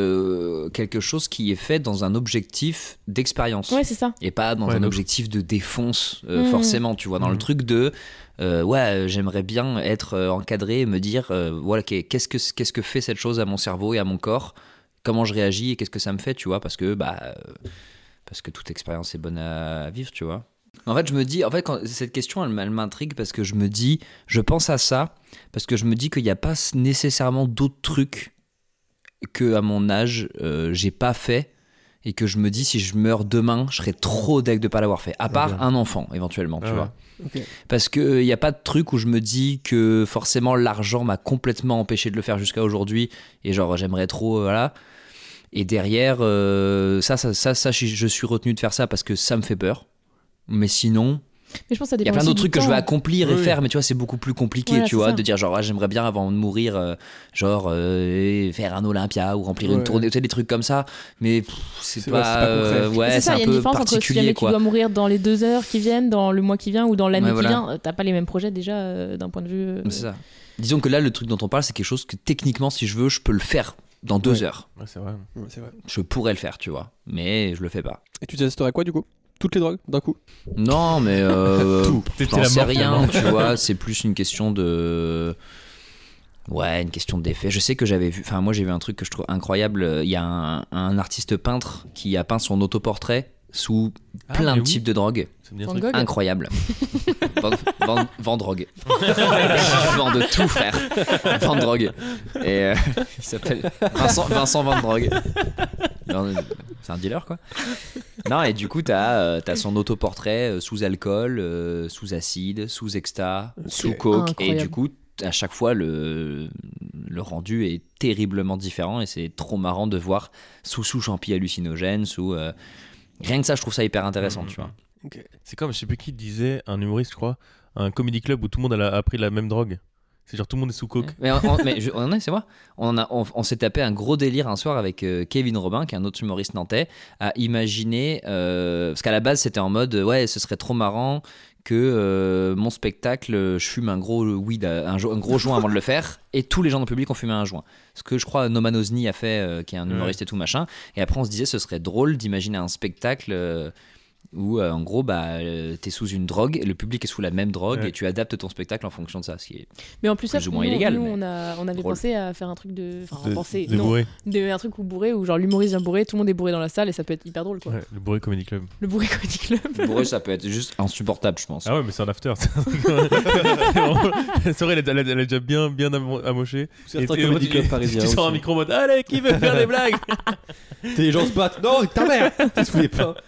[SPEAKER 6] de quelque chose qui est fait dans un objectif d'expérience.
[SPEAKER 5] Ouais, c'est ça.
[SPEAKER 6] Et pas dans
[SPEAKER 1] ouais,
[SPEAKER 6] un
[SPEAKER 1] donc...
[SPEAKER 6] objectif de défonce euh,
[SPEAKER 5] mmh.
[SPEAKER 6] forcément. Tu vois, dans mmh. le truc de. Euh, ouais, j'aimerais bien être euh, encadré et me dire euh, voilà, qu'est-ce que, qu'est-ce que fait cette chose à mon cerveau et à mon corps, comment je réagis et qu'est-ce que ça me fait, tu vois, parce que, bah, euh, parce que toute expérience est bonne à vivre, tu vois. En fait, je me dis, en fait, quand, cette question, elle, elle m'intrigue parce que je me dis, je pense à ça, parce que je me dis qu'il n'y a pas nécessairement d'autres trucs que à mon âge, euh, j'ai pas fait. Et que je me dis, si je meurs demain, je serais trop deg de pas l'avoir fait. À part okay. un enfant, éventuellement, tu ah ouais. vois. Okay. Parce qu'il n'y euh, a pas de truc où je me dis que forcément l'argent m'a complètement empêché de le faire jusqu'à aujourd'hui. Et genre, j'aimerais trop, euh, voilà. Et derrière, euh, ça, ça, ça, ça, je suis retenu de faire ça parce que ça me fait peur. Mais sinon...
[SPEAKER 5] Mais je pense que ça
[SPEAKER 6] il y a plein d'autres trucs
[SPEAKER 5] temps.
[SPEAKER 6] que je veux accomplir et
[SPEAKER 3] oui.
[SPEAKER 6] faire, mais tu vois, c'est beaucoup plus compliqué,
[SPEAKER 5] voilà,
[SPEAKER 6] tu vois,
[SPEAKER 5] ça.
[SPEAKER 6] de dire genre, ah, j'aimerais bien avant de mourir, euh, genre, euh, faire un Olympia ou remplir
[SPEAKER 3] ouais.
[SPEAKER 6] une tournée, tu sais, des trucs comme ça, mais pff, c'est,
[SPEAKER 3] c'est,
[SPEAKER 6] pas,
[SPEAKER 3] ouais, c'est pas
[SPEAKER 6] euh, ouais,
[SPEAKER 5] c'est,
[SPEAKER 6] c'est
[SPEAKER 5] ça,
[SPEAKER 6] un
[SPEAKER 5] y a
[SPEAKER 6] peu
[SPEAKER 5] une différence entre si
[SPEAKER 6] particulier,
[SPEAKER 5] jamais
[SPEAKER 6] quoi.
[SPEAKER 5] tu dois mourir dans les deux heures qui viennent, dans le mois qui vient ou dans l'année
[SPEAKER 6] ouais,
[SPEAKER 5] qui
[SPEAKER 6] voilà.
[SPEAKER 5] vient, t'as pas les mêmes projets déjà euh, d'un point de vue. Euh...
[SPEAKER 6] C'est ça. Disons que là, le truc dont on parle, c'est quelque chose que techniquement, si je veux, je peux le faire dans deux
[SPEAKER 3] ouais.
[SPEAKER 6] heures.
[SPEAKER 1] Ouais, c'est vrai.
[SPEAKER 3] Ouais, c'est vrai.
[SPEAKER 6] Je pourrais le faire, tu vois, mais je le fais pas.
[SPEAKER 3] Et tu testerais quoi du coup ? Toutes les drogues d'un coup ?
[SPEAKER 6] Non, mais euh,
[SPEAKER 1] Tout.
[SPEAKER 6] J'en sais rien, tu vois. C'est plus une question de, ouais, une question d'effet. Je sais que j'avais vu, enfin moi j'ai vu un truc que je trouve incroyable. Il y a un, un artiste peintre qui a peint son autoportrait sous
[SPEAKER 1] ah,
[SPEAKER 6] plein de
[SPEAKER 1] oui.
[SPEAKER 6] types de drogues. Incroyable. Vend, vend, vend drogue. Je vends de tout, frère. Vend drogue. Et euh, il s'appelle Vincent, Vincent Vend drogue. C'est un dealer, quoi. Non, et du coup, t'as, euh, t'as son autoportrait euh, sous alcool, euh, sous acide, sous exta, okay. sous coke. Incroyable. Et du coup, à chaque fois, le, le rendu est terriblement différent. Et c'est trop marrant de voir sous sous champi hallucinogène, sous. Euh, rien que ça, je trouve ça hyper intéressant, mmh. tu vois.
[SPEAKER 1] Okay. C'est comme, je sais plus qui disait, un humoriste, je crois, un comedy club où tout le monde a, a pris la même drogue. C'est genre tout le monde est sous coke.
[SPEAKER 6] Mais, on, mais je, on, c'est moi. On, a, on, on s'est tapé un gros délire un soir avec euh, Kevin Robin, qui est un autre humoriste nantais, à imaginer, euh, parce qu'à la base c'était en mode, ouais, ce serait trop marrant que euh, mon spectacle, je fume un gros weed, un, un gros joint avant de le faire, et tous les gens dans le public ont fumé un joint. Ce que je crois Noman Ozni a fait, euh, qui est un humoriste ouais. et tout machin. Et après on se disait, ce serait drôle d'imaginer un spectacle. Euh, où euh, en gros bah euh, t'es sous une drogue, le public est sous la même drogue ouais. et tu adaptes ton spectacle en fonction de ça, ce qui est
[SPEAKER 5] mais en plus,
[SPEAKER 6] plus
[SPEAKER 5] ça,
[SPEAKER 6] ou moins
[SPEAKER 5] nous,
[SPEAKER 6] illégal.
[SPEAKER 5] Nous,
[SPEAKER 6] mais
[SPEAKER 5] on, a, on avait drôle. pensé à faire un truc de, enfin,
[SPEAKER 1] de,
[SPEAKER 5] pensé,
[SPEAKER 1] de
[SPEAKER 5] non,
[SPEAKER 1] bourré.
[SPEAKER 5] De, un truc où bourré, où genre l'humoriste vient bourré, tout le monde est bourré dans la salle et ça peut être hyper drôle, quoi.
[SPEAKER 1] Ouais, le bourré comedy club.
[SPEAKER 5] Le bourré comedy club.
[SPEAKER 6] Le bourré, ça peut être juste insupportable, je pense.
[SPEAKER 1] Ah ouais, mais c'est un after. C'est vrai, elle, elle, elle est déjà bien, bien amochée.
[SPEAKER 3] Certains comedy club parisiens.
[SPEAKER 1] Tu sors un micro en mode, allez, qui veut faire des blagues?
[SPEAKER 3] T'es les gens se battent. Non, ta mère. T'es sous les pas.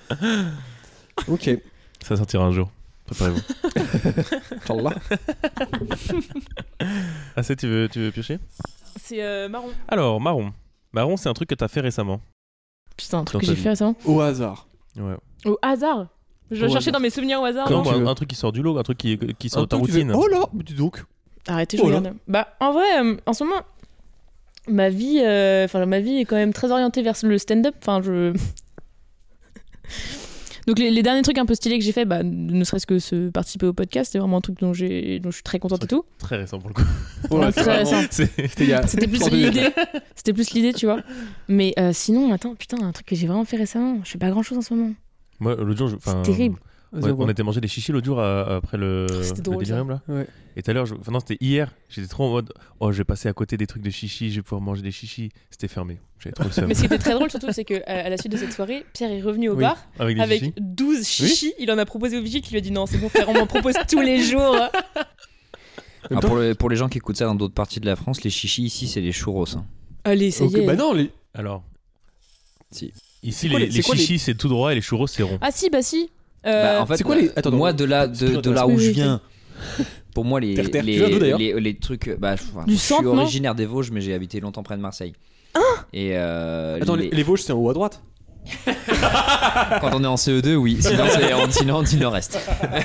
[SPEAKER 3] Ok.
[SPEAKER 1] Ça sortira un jour. Préparez-vous.
[SPEAKER 3] Inch'Allah.
[SPEAKER 1] Ah, c'est, tu veux, tu veux piocher?
[SPEAKER 5] C'est euh, marron.
[SPEAKER 1] Alors, marron. Marron, c'est un truc que t'as fait récemment.
[SPEAKER 5] Putain, un truc que j'ai fait récemment.
[SPEAKER 3] Au hasard.
[SPEAKER 1] Ouais.
[SPEAKER 5] Au hasard. Je vais chercher dans mes souvenirs au hasard.
[SPEAKER 1] Non, un, un truc qui sort du lot, un truc qui, qui sort
[SPEAKER 3] un
[SPEAKER 1] de ta
[SPEAKER 3] routine.
[SPEAKER 1] Fais...
[SPEAKER 3] Oh là, mais dis donc.
[SPEAKER 5] Arrêtez, je
[SPEAKER 3] oh
[SPEAKER 5] regarde. Bah, en vrai, euh, en ce moment, ma vie, enfin, euh, ma vie est quand même très orientée vers le stand-up. Enfin, je. Donc les, les derniers trucs un peu stylés que j'ai fait, bah, ne serait-ce que se participer au podcast, c'est vraiment un truc dont, j'ai, dont je suis très contente et tout.
[SPEAKER 1] Très récent pour le coup.
[SPEAKER 5] Ouais, ouais, très récent.
[SPEAKER 1] C'était,
[SPEAKER 5] C'était plus l'idée. C'était plus l'idée, tu vois. Mais euh, sinon, attends, putain, un truc que j'ai vraiment fait récemment, je fais pas grand-chose en ce moment.
[SPEAKER 1] Moi, l'autre jour, je...
[SPEAKER 5] c'est terrible.
[SPEAKER 3] Vas-y,
[SPEAKER 1] Ouais,
[SPEAKER 3] on voit.
[SPEAKER 1] on était mangé des chichis l'autre jour euh, après le,
[SPEAKER 5] C'était
[SPEAKER 1] le
[SPEAKER 5] drôle,
[SPEAKER 1] délirium là.
[SPEAKER 3] Ouais.
[SPEAKER 1] Et tout à l'heure, je- enfin non, c'était hier, j'étais trop en mode oh, je vais passer à côté des trucs de chichis, je vais pouvoir manger des chichis. C'était fermé. J'avais trop le seum.
[SPEAKER 5] Mais ce qui était très drôle surtout, c'est qu'à à la suite de cette soirée, Pierre est revenu au
[SPEAKER 3] Oui.
[SPEAKER 5] bar
[SPEAKER 1] Avec des
[SPEAKER 5] avec
[SPEAKER 1] chichis.
[SPEAKER 5] douze chichis. Il en a proposé au vigile qui lui a dit non, c'est bon frère, on m'en propose tous les jours.
[SPEAKER 6] Ah, pour, le- pour les gens qui écoutent ça dans d'autres parties de la France, les chichis ici, c'est les churros. hein.
[SPEAKER 5] Allez, ça
[SPEAKER 3] Ok,
[SPEAKER 5] y est.
[SPEAKER 3] bah non, les...
[SPEAKER 1] Alors,
[SPEAKER 3] Si.
[SPEAKER 1] ici,
[SPEAKER 3] quoi
[SPEAKER 1] les,
[SPEAKER 3] les-
[SPEAKER 1] les
[SPEAKER 3] c'est quoi les-
[SPEAKER 1] chichis, c'est tout droit et les churros, c'est rond.
[SPEAKER 5] Ah si, bah si. Euh,
[SPEAKER 6] Bah, en fait,
[SPEAKER 3] c'est quoi les- Attends,
[SPEAKER 6] moi,
[SPEAKER 3] non,
[SPEAKER 6] de là,
[SPEAKER 3] c'est
[SPEAKER 6] de,
[SPEAKER 3] très
[SPEAKER 6] de là
[SPEAKER 5] intéressant.
[SPEAKER 6] où je
[SPEAKER 5] Oui, oui,
[SPEAKER 6] viens, pour moi, les,
[SPEAKER 3] Terre, terre.
[SPEAKER 6] les,
[SPEAKER 3] Tu viens d'où, d'ailleurs
[SPEAKER 6] les, les trucs. Bah, je, enfin,
[SPEAKER 5] Du
[SPEAKER 6] je suis
[SPEAKER 5] centre, non
[SPEAKER 6] originaire des Vosges, mais j'ai habité longtemps près de Marseille. Et euh,
[SPEAKER 3] Attends,
[SPEAKER 6] les-
[SPEAKER 3] les, les Vosges, c'est en haut à droite.
[SPEAKER 6] quand on est en C E deux, oui. Sinon, c'est en, sinon, on dit nord-est.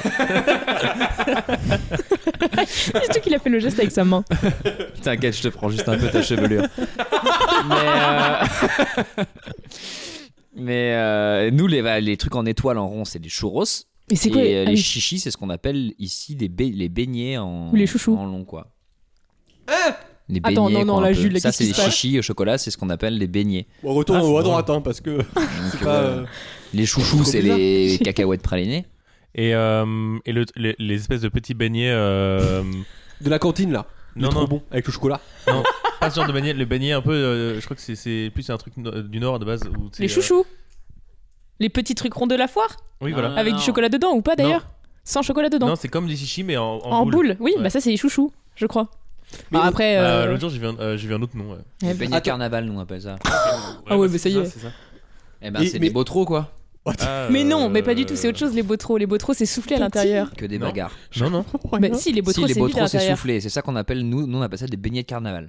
[SPEAKER 5] surtout qu'il a fait le geste avec sa main.
[SPEAKER 6] T'inquiète, je te prends juste un peu ta chevelure. Mais, euh, mais euh, nous, les, bah, les trucs en étoile en rond, c'est des churros.
[SPEAKER 5] Mais c'est
[SPEAKER 6] Et
[SPEAKER 5] quoi
[SPEAKER 6] euh,
[SPEAKER 5] ah
[SPEAKER 6] les
[SPEAKER 5] oui.
[SPEAKER 6] chichis, c'est ce qu'on appelle ici des ba- les beignets en,
[SPEAKER 5] Ou les chouchous.
[SPEAKER 6] en long, quoi.
[SPEAKER 3] Ah
[SPEAKER 6] Les
[SPEAKER 5] Attends,
[SPEAKER 6] beignets,
[SPEAKER 5] non, non,
[SPEAKER 6] quoi, un
[SPEAKER 5] la
[SPEAKER 6] peu.
[SPEAKER 5] Jules, là,
[SPEAKER 6] Ça,
[SPEAKER 5] qu'est-ce
[SPEAKER 6] c'est
[SPEAKER 5] qui
[SPEAKER 6] les
[SPEAKER 5] se passe
[SPEAKER 6] chichis au chocolat, c'est ce qu'on appelle les beignets.
[SPEAKER 3] On retourne
[SPEAKER 1] Ah,
[SPEAKER 3] en haut à
[SPEAKER 1] c'est
[SPEAKER 3] droite, hein, parce que
[SPEAKER 6] Donc,
[SPEAKER 3] c'est
[SPEAKER 6] euh,
[SPEAKER 3] pas. euh,
[SPEAKER 6] Les chouchous,
[SPEAKER 3] trop
[SPEAKER 6] c'est
[SPEAKER 3] bizarre.
[SPEAKER 6] les cacahuètes pralinées.
[SPEAKER 1] Et, euh, et le- les, les espèces de petits beignets. euh,
[SPEAKER 3] De la cantine là. Il est
[SPEAKER 1] non,
[SPEAKER 3] trop
[SPEAKER 1] non,
[SPEAKER 3] bon avec le chocolat.
[SPEAKER 1] pas ce genre de beignets. Les beignets un peu. euh, je crois que c'est- c'est plus un truc no- du Nord de base. Où, tu sais,
[SPEAKER 5] Les
[SPEAKER 1] euh,
[SPEAKER 5] chouchous. Les petits trucs ronds de la foire.
[SPEAKER 1] Oui, voilà.
[SPEAKER 6] Ah,
[SPEAKER 5] Avec
[SPEAKER 6] non.
[SPEAKER 5] du chocolat dedans ou pas d'ailleurs. Sans chocolat dedans.
[SPEAKER 1] Non, c'est comme des chichis, mais en, en,
[SPEAKER 5] En boule. Oui,
[SPEAKER 1] Ouais.
[SPEAKER 5] bah ça c'est les chouchous, je crois.
[SPEAKER 3] Mais-
[SPEAKER 5] Ah, après.
[SPEAKER 1] Ah,
[SPEAKER 5] euh,
[SPEAKER 1] L'autre jour, j'ai vu, un- euh, j'ai vu un autre nom. Ouais.
[SPEAKER 6] Les
[SPEAKER 5] ouais,
[SPEAKER 6] beignets
[SPEAKER 3] Attends.
[SPEAKER 6] carnaval, nous on appelle ça.
[SPEAKER 5] Ah ouais,
[SPEAKER 1] bah,
[SPEAKER 5] mais ça
[SPEAKER 1] c'est
[SPEAKER 5] y est.
[SPEAKER 1] c'est ça.
[SPEAKER 6] Eh ben,
[SPEAKER 3] Et-
[SPEAKER 6] c'est
[SPEAKER 3] mais-
[SPEAKER 6] des beaux trous, quoi.
[SPEAKER 1] Ah,
[SPEAKER 5] Mais non,
[SPEAKER 1] euh,
[SPEAKER 5] mais pas du tout, c'est autre chose les botros. Les botros c'est soufflé à l'intérieur.
[SPEAKER 6] Que des
[SPEAKER 1] Non.
[SPEAKER 6] bagarres.
[SPEAKER 1] Non, non.
[SPEAKER 5] Bah si, les
[SPEAKER 6] Si,
[SPEAKER 5] botros
[SPEAKER 6] les
[SPEAKER 5] c'est vide à
[SPEAKER 6] botros, c'est
[SPEAKER 5] l'intérieur.
[SPEAKER 6] soufflé. C'est ça qu'on appelle, nous, nous on appelle ça des beignets de carnaval.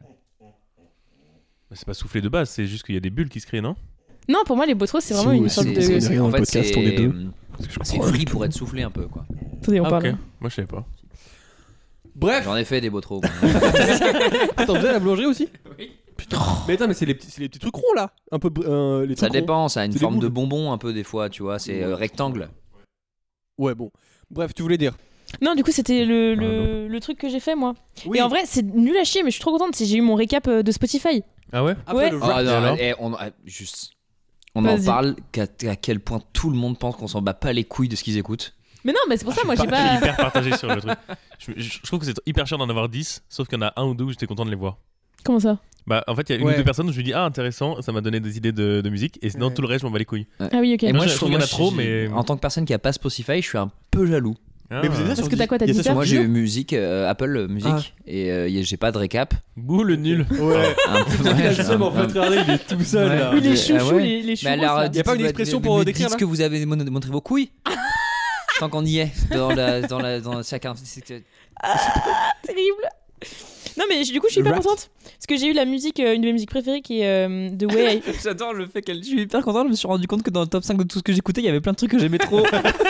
[SPEAKER 1] Bah, c'est pas soufflé de base, c'est juste qu'il y a des bulles qui se créent, non?
[SPEAKER 5] Non, pour moi les botros c'est
[SPEAKER 3] Si
[SPEAKER 5] vraiment
[SPEAKER 3] vous-
[SPEAKER 5] une
[SPEAKER 3] si
[SPEAKER 5] sorte
[SPEAKER 3] vous-
[SPEAKER 5] de.
[SPEAKER 3] si vous- rien dans
[SPEAKER 6] en
[SPEAKER 3] le
[SPEAKER 6] fait,
[SPEAKER 3] podcast,
[SPEAKER 6] c'est-
[SPEAKER 3] on est deux.
[SPEAKER 6] C'est frit pour être soufflé un peu, quoi.
[SPEAKER 5] Attendez, on
[SPEAKER 1] Ah,
[SPEAKER 5] parle.
[SPEAKER 1] ok. Moi, je savais pas.
[SPEAKER 3] Bref,
[SPEAKER 6] J'en ai fait des botros.
[SPEAKER 3] attends, vous avez la boulangerie aussi? Oui. Putain. Mais attends, mais c'est les, petits- c'est les petits trucs ronds là. Un peu. euh, les
[SPEAKER 6] Ça
[SPEAKER 3] trucs ronds.
[SPEAKER 6] dépend, ça a une
[SPEAKER 3] C'est des
[SPEAKER 6] forme de
[SPEAKER 3] boules.
[SPEAKER 6] bonbon un peu des fois, tu vois. C'est euh, rectangle.
[SPEAKER 3] Ouais, bon. Bref, tu voulais dire.
[SPEAKER 5] Non, du coup c'était le,
[SPEAKER 1] Ah,
[SPEAKER 5] le, le truc que j'ai fait moi.
[SPEAKER 3] Oui.
[SPEAKER 5] Et en vrai c'est nul à chier, mais je suis trop contente. c'est- J'ai eu mon récap euh, de Spotify.
[SPEAKER 1] Ah ouais?
[SPEAKER 3] Après
[SPEAKER 5] ouais.
[SPEAKER 3] le
[SPEAKER 6] Ah,
[SPEAKER 3] rap.
[SPEAKER 6] non,
[SPEAKER 1] alors
[SPEAKER 6] eh, on, ah, juste. On en
[SPEAKER 5] Vas-y.
[SPEAKER 6] parle qu'à à quel point tout le monde pense qu'on s'en bat pas les couilles de ce qu'ils écoutent.
[SPEAKER 5] Mais non, mais c'est pour ça, moi
[SPEAKER 1] Je
[SPEAKER 5] j'ai
[SPEAKER 1] suis pas-
[SPEAKER 5] pas.
[SPEAKER 1] hyper partagé sur le truc. Je, je- je trouve que c'est hyper cher d'en avoir dix, sauf qu'il y en a un ou deux où j'étais content de les voir.
[SPEAKER 5] Comment ça?
[SPEAKER 1] Bah, en fait, il y a une
[SPEAKER 3] Ouais.
[SPEAKER 1] ou deux personnes où je me dis, ah, intéressant, ça m'a donné des idées de, de musique, et sinon
[SPEAKER 3] Ouais.
[SPEAKER 1] tout le reste, je m'en bats les couilles.
[SPEAKER 5] Ah oui, ok.
[SPEAKER 6] Et
[SPEAKER 1] moi,
[SPEAKER 6] moi,
[SPEAKER 1] je
[SPEAKER 6] je
[SPEAKER 1] trouve
[SPEAKER 6] trouve
[SPEAKER 1] qu'il y en a
[SPEAKER 6] moi,
[SPEAKER 1] trop,
[SPEAKER 6] j'ai-
[SPEAKER 1] mais-
[SPEAKER 6] En tant que personne qui a pas Spotify, je suis un peu jaloux.
[SPEAKER 1] Ah.
[SPEAKER 3] Mais vous avez ça
[SPEAKER 5] Parce
[SPEAKER 3] sur
[SPEAKER 5] que t'as quoi, t'as
[SPEAKER 3] il y a ça
[SPEAKER 5] Deezer
[SPEAKER 3] sur-
[SPEAKER 6] Moi, j'ai
[SPEAKER 5] Deezer
[SPEAKER 6] eu musique, euh, Apple euh, Music,
[SPEAKER 3] Ah.
[SPEAKER 6] et euh, y a- j'ai pas de récap.
[SPEAKER 1] Boule nul.
[SPEAKER 3] Ouais.
[SPEAKER 6] Un peu,
[SPEAKER 3] Il a
[SPEAKER 6] ouais,
[SPEAKER 3] le seum en
[SPEAKER 6] un-
[SPEAKER 3] fait,
[SPEAKER 6] un-
[SPEAKER 3] regardez, il est tout seul
[SPEAKER 6] Ouais.
[SPEAKER 3] là.
[SPEAKER 5] Oui, les
[SPEAKER 6] Ah
[SPEAKER 5] chouchous,
[SPEAKER 6] ouais.
[SPEAKER 5] les, les chouchous.
[SPEAKER 6] Mais alors,
[SPEAKER 5] là.
[SPEAKER 3] y a pas une
[SPEAKER 6] dites-
[SPEAKER 3] expression
[SPEAKER 6] mais-
[SPEAKER 3] pour
[SPEAKER 6] mais
[SPEAKER 3] décrire,
[SPEAKER 6] dites
[SPEAKER 3] là
[SPEAKER 6] que vous avez mon- montré vos couilles. Tant qu'on y est, dans la, dans la, dans chacun. c'est que-
[SPEAKER 5] Terrible. Non, mais du coup, je suis
[SPEAKER 3] Le
[SPEAKER 5] hyper
[SPEAKER 3] rat.
[SPEAKER 5] contente. Parce que j'ai eu la musique, euh, une de mes musiques préférées qui est euh, The Way I...
[SPEAKER 2] J'adore le fait qu'elle. Je suis hyper content. Je me suis rendu compte que dans le top cinq de tout ce que j'écoutais, il y avait plein de trucs que j'aimais trop.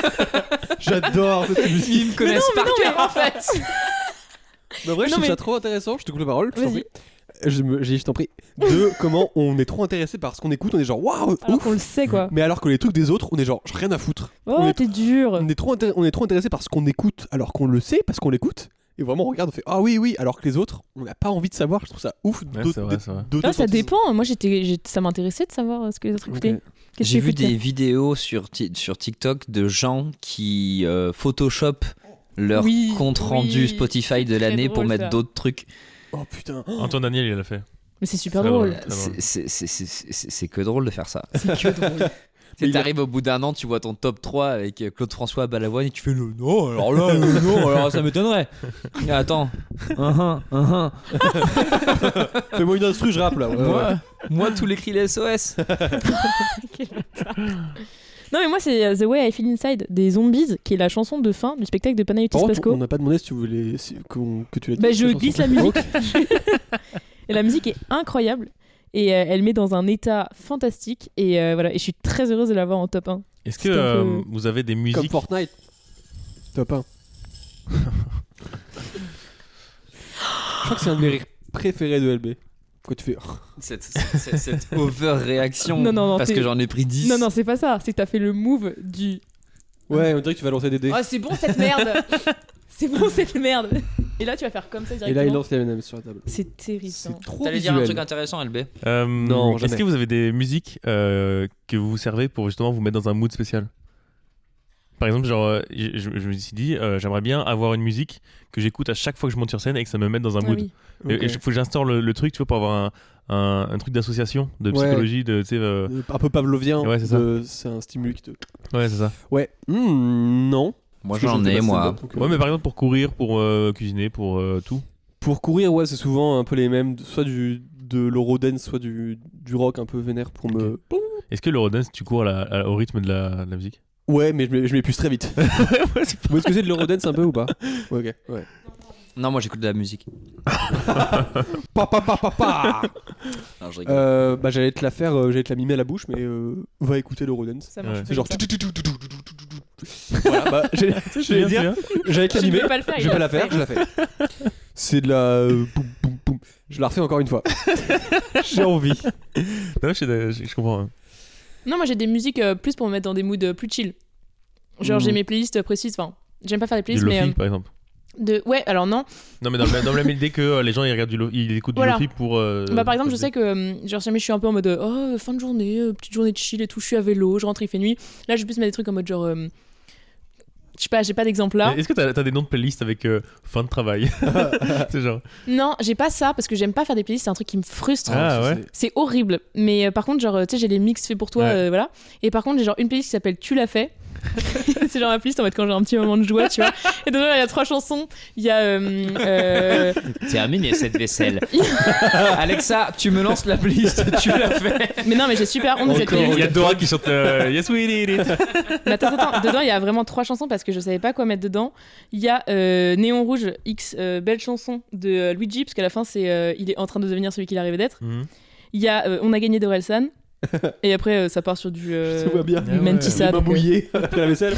[SPEAKER 3] J'adore cette musique.
[SPEAKER 2] Ils me
[SPEAKER 5] Mais
[SPEAKER 2] connaissent
[SPEAKER 5] non, mais
[SPEAKER 2] par
[SPEAKER 5] non, mais
[SPEAKER 2] cœur.
[SPEAKER 5] en fait.
[SPEAKER 3] Mais en vrai, je
[SPEAKER 5] Non,
[SPEAKER 3] trouve
[SPEAKER 5] mais-
[SPEAKER 3] ça trop intéressant. Je te coupe la parole. Je t'en
[SPEAKER 5] Vas-y.
[SPEAKER 3] prie. Je, me, j'ai- je t'en prie. De comment on est trop intéressé par ce qu'on écoute. On est genre waouh,
[SPEAKER 5] Alors
[SPEAKER 3] ouf.
[SPEAKER 5] qu'on le sait, quoi.
[SPEAKER 3] Mais alors que les trucs des autres, on est genre rien à foutre.
[SPEAKER 5] Oh,
[SPEAKER 3] on, est,
[SPEAKER 5] t'es dur.
[SPEAKER 3] on, est trop intér- on est trop intéressé par ce qu'on écoute alors qu'on le sait parce qu'on l'écoute. Et vraiment, on regarde, on fait ah oui, oui. Alors que les autres, on n'a pas envie de savoir. Je trouve ça ouf.
[SPEAKER 1] Ouais,
[SPEAKER 3] d'auto-
[SPEAKER 1] c'est vrai, c'est vrai.
[SPEAKER 5] Ah, ça
[SPEAKER 3] d'auto-sentir.
[SPEAKER 5] dépend. Moi, j'étais, j'ai- ça m'intéressait de savoir euh, ce que les autres écoutaient.
[SPEAKER 3] Ok.
[SPEAKER 5] Qu'est-ce
[SPEAKER 6] J'ai
[SPEAKER 5] que tu
[SPEAKER 6] vu
[SPEAKER 5] écoutes,
[SPEAKER 6] des
[SPEAKER 5] toi
[SPEAKER 6] vidéos sur, ti- sur TikTok de gens qui euh, Photoshop leur
[SPEAKER 5] Oui,
[SPEAKER 6] compte rendu
[SPEAKER 5] oui.
[SPEAKER 6] Spotify de
[SPEAKER 5] C'est très
[SPEAKER 6] l'année pour
[SPEAKER 5] drôle,
[SPEAKER 6] mettre
[SPEAKER 5] ça.
[SPEAKER 6] d'autres trucs.
[SPEAKER 3] Oh putain.
[SPEAKER 1] Antoine Daniel, il l'a fait.
[SPEAKER 5] Mais c'est super
[SPEAKER 1] Très
[SPEAKER 5] drôle.
[SPEAKER 1] drôle. Très drôle.
[SPEAKER 6] C'est- C'est c'est- c'est- c'est que drôle de faire ça.
[SPEAKER 5] C'est que drôle.
[SPEAKER 6] Tu t'arrives au bout d'un an, tu vois ton top trois avec euh, Claude François à Balavoine et tu fais le non, alors là, euh, non, alors ça m'étonnerait. Mais attends, uh-huh, uh-huh.
[SPEAKER 3] Fais-moi une instru, je rappe là. Ouais, ouais.
[SPEAKER 6] moi, moi, tous les cris les S O S.
[SPEAKER 5] Quel bâtard. Non, mais moi, c'est euh, The Way I Feel Inside des Zombies, qui est la chanson de fin du spectacle de Panayotis
[SPEAKER 3] Par contre,
[SPEAKER 5] Pasco.
[SPEAKER 3] on n'a pas demandé si tu voulais si- qu'on- que tu l'aies dit.
[SPEAKER 5] Bah, je
[SPEAKER 3] cette chanson.
[SPEAKER 5] glisse la musique. Et la musique est incroyable. Et euh, elle met dans un état fantastique. Et euh, voilà. Et je suis très heureuse de l'avoir en top un.
[SPEAKER 1] Est-ce que
[SPEAKER 5] C'est un peu-
[SPEAKER 1] euh, vous avez des
[SPEAKER 3] Comme
[SPEAKER 1] musiques
[SPEAKER 3] Fortnite. Top un. Je crois que c'est un de mes rires préférés de L B. Quand tu fais.
[SPEAKER 6] Cette, cette, cette overréaction.
[SPEAKER 5] Non, non, non,
[SPEAKER 6] parce
[SPEAKER 5] t'es-
[SPEAKER 6] que j'en ai pris dix.
[SPEAKER 5] Non, non, c'est pas ça. C'est que t'as fait le move du.
[SPEAKER 3] Ouais, on dirait que tu vas lancer des dés.
[SPEAKER 5] Oh, c'est bon cette merde. C'est bon cette merde. Et là, tu vas faire comme ça
[SPEAKER 3] Et
[SPEAKER 5] directement.
[SPEAKER 3] là, il lance les M and M's sur la table.
[SPEAKER 5] C'est terrible.
[SPEAKER 3] C'est
[SPEAKER 5] hein.
[SPEAKER 3] trop
[SPEAKER 6] T'allais dire un
[SPEAKER 3] visuel.
[SPEAKER 6] truc intéressant, L B.
[SPEAKER 1] Euh,
[SPEAKER 3] Non,
[SPEAKER 1] Est-ce
[SPEAKER 3] jamais.
[SPEAKER 1] que vous avez des musiques euh, que vous vous servez pour justement vous mettre dans un mood spécial? Par exemple, genre, euh, je, je- je me suis dit, euh, j'aimerais bien avoir une musique que j'écoute à chaque fois que je monte sur scène et que ça me mette dans un
[SPEAKER 5] Ah
[SPEAKER 1] mood.
[SPEAKER 5] oui.
[SPEAKER 1] Et-
[SPEAKER 3] Ok.
[SPEAKER 1] Et il faut que j'instaure le, le truc, tu vois, pour avoir un, un, un truc d'association, de
[SPEAKER 3] Ouais.
[SPEAKER 1] psychologie, de, tu sais, euh,
[SPEAKER 3] Euh, Un peu pavlovien.
[SPEAKER 1] Ouais, c'est ça.
[SPEAKER 3] de- C'est un stimuli qui te.
[SPEAKER 1] ouais, c'est ça.
[SPEAKER 3] Ouais. Hmm, non.
[SPEAKER 6] Moi
[SPEAKER 3] Parce que
[SPEAKER 6] j'en
[SPEAKER 3] je
[SPEAKER 6] ai,
[SPEAKER 3] fais pas
[SPEAKER 6] moi.
[SPEAKER 3] stand-up, donc, euh,
[SPEAKER 1] Ouais, mais par exemple, pour courir, pour euh, cuisiner, pour euh, tout.
[SPEAKER 3] Pour courir, ouais, c'est souvent un peu les mêmes. Soit du de l'eurodance, soit du, du rock un peu vénère pour me.
[SPEAKER 1] Est-ce que l'eurodance, tu cours à la- à- au rythme de la, de la musique?
[SPEAKER 3] Ouais, mais je m'é- je m'épuise très vite.
[SPEAKER 1] Ouais, c'est
[SPEAKER 3] Vous voyez ce que c'est de l'eurodance un peu ou pas? Ouais, ok. Ouais.
[SPEAKER 6] Non, moi j'écoute de la musique.
[SPEAKER 3] Pa, pa, pa, pa, pa.
[SPEAKER 6] Non, je rigole.
[SPEAKER 3] Euh, bah, j'allais te la faire, euh, j'allais te la mimer à la bouche, mais euh, va écouter l'eurodance.
[SPEAKER 5] Ça marche.
[SPEAKER 1] Ouais.
[SPEAKER 3] C'est genre.
[SPEAKER 5] comme ça.
[SPEAKER 3] Voilà, bah, j'allais j'allais dire, j'allais te la
[SPEAKER 5] Je ne
[SPEAKER 3] mimer.
[SPEAKER 5] vais pas le faire.
[SPEAKER 3] Je
[SPEAKER 5] il
[SPEAKER 3] vais pas
[SPEAKER 5] l'a
[SPEAKER 3] la faire,
[SPEAKER 5] fait.
[SPEAKER 3] je la fais. C'est de la. euh, boum, boum, boum. Je la refais encore une fois. J'ai envie.
[SPEAKER 1] Non, je, suis d'accord, je- je comprends. hein.
[SPEAKER 5] Non, moi j'ai des musiques euh, plus pour me mettre dans des moods euh, plus chill. Genre
[SPEAKER 3] Mm.
[SPEAKER 5] j'ai mes playlists précises. Enfin, j'aime pas faire des
[SPEAKER 1] Du
[SPEAKER 5] playlists, mais
[SPEAKER 1] lofi,
[SPEAKER 5] euh,
[SPEAKER 1] par exemple.
[SPEAKER 5] de ouais. Alors non.
[SPEAKER 1] Non, mais dans, le- dans la même idée que euh, les gens ils regardent du lo- ils écoutent
[SPEAKER 5] Voilà.
[SPEAKER 1] du lofi pour. euh,
[SPEAKER 5] Bah par exemple, je
[SPEAKER 1] pour-
[SPEAKER 5] sais que euh, genre jamais je suis un peu en mode euh, oh fin de journée, euh, petite journée de chill et tout, je suis à vélo, je rentre il fait nuit. Là, je vais plus mettre des trucs en mode genre euh, je sais pas, j'ai pas d'exemple là.
[SPEAKER 1] Mais Est-ce que t'as as des noms de playlists avec euh, fin de travail? C'est genre.
[SPEAKER 5] Non, j'ai pas ça parce que j'aime pas faire des playlists, c'est un truc qui me frustre.
[SPEAKER 1] Ah ouais.
[SPEAKER 5] C'est horrible. Mais euh, par contre, genre, tu sais, j'ai les mix faits pour toi,
[SPEAKER 1] Ouais.
[SPEAKER 5] euh, voilà. Et par contre, j'ai genre une playlist qui s'appelle Tu l'as fait. C'est genre ma playlist en mode quand j'ai un petit moment de joie, tu vois. Et dedans, il y a trois chansons. Il y a. euh, euh,
[SPEAKER 6] Terminé cette vaisselle. Alexa, tu me lances la playlist, tu l'as fait.
[SPEAKER 5] Mais non, mais j'ai super honte de cette
[SPEAKER 1] Il y a
[SPEAKER 5] playlist.
[SPEAKER 1] Dora qui chante euh, Yes we did it.
[SPEAKER 5] Mais attends, attends, attends. Dedans, il y a vraiment trois chansons parce que je savais pas quoi mettre dedans. Il y a euh, Néon Rouge X, euh, belle chanson de euh, Luigi, parce qu'à la fin, c'est euh, il est en train de devenir celui qu'il arrive d'être.
[SPEAKER 1] Mhm.
[SPEAKER 5] Il y a euh, On a gagné d'Orelsan. Et après, euh, ça part sur du. euh,
[SPEAKER 3] Ça va bien.
[SPEAKER 5] du
[SPEAKER 1] Ah ouais.
[SPEAKER 5] Mentissa.
[SPEAKER 3] Les mains
[SPEAKER 5] donc, euh,
[SPEAKER 3] mouillées après la vaisselle.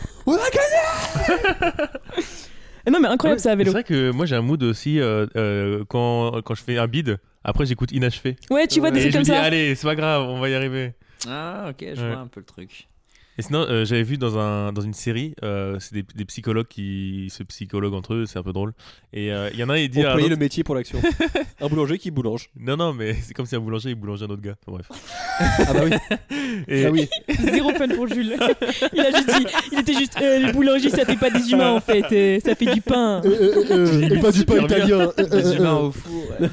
[SPEAKER 5] Ah non, mais incroyable
[SPEAKER 1] Ouais,
[SPEAKER 5] ça à vélo.
[SPEAKER 1] C'est vrai que moi j'ai un mood aussi euh, euh, quand, quand je fais un bid, après j'écoute Inachevé.
[SPEAKER 5] Ouais, tu vois des
[SPEAKER 1] Et
[SPEAKER 5] trucs
[SPEAKER 1] je me
[SPEAKER 5] comme
[SPEAKER 1] dis,
[SPEAKER 5] ça.
[SPEAKER 1] allez, c'est pas grave, on va y arriver.
[SPEAKER 6] Ah, ok, je
[SPEAKER 1] Ouais.
[SPEAKER 6] vois un peu le truc.
[SPEAKER 1] Et sinon, euh, j'avais vu dans, un, dans une série, euh, c'est des, des psychologues qui se psychologuent entre eux, c'est un peu drôle. Et euh, il y en a un, il dit à un
[SPEAKER 3] Employer
[SPEAKER 1] autre-
[SPEAKER 3] le métier pour l'action. Un boulanger qui boulange.
[SPEAKER 1] Non, non, mais c'est comme si un boulanger il boulangeait un autre gars. Enfin, bref.
[SPEAKER 3] Ah bah oui.
[SPEAKER 1] Et,
[SPEAKER 3] Ah oui.
[SPEAKER 5] Zéro fun pour Jules. Il a juste dit, il était juste, euh, le boulanger ça fait pas des humains en fait, euh, ça fait du pain.
[SPEAKER 3] Euh, euh, euh,
[SPEAKER 1] Il
[SPEAKER 3] et pas du
[SPEAKER 1] super
[SPEAKER 3] pain
[SPEAKER 1] bien.
[SPEAKER 3] italien. Euh,
[SPEAKER 6] Des
[SPEAKER 3] euh,
[SPEAKER 6] humains
[SPEAKER 3] euh.
[SPEAKER 6] au four. ouais.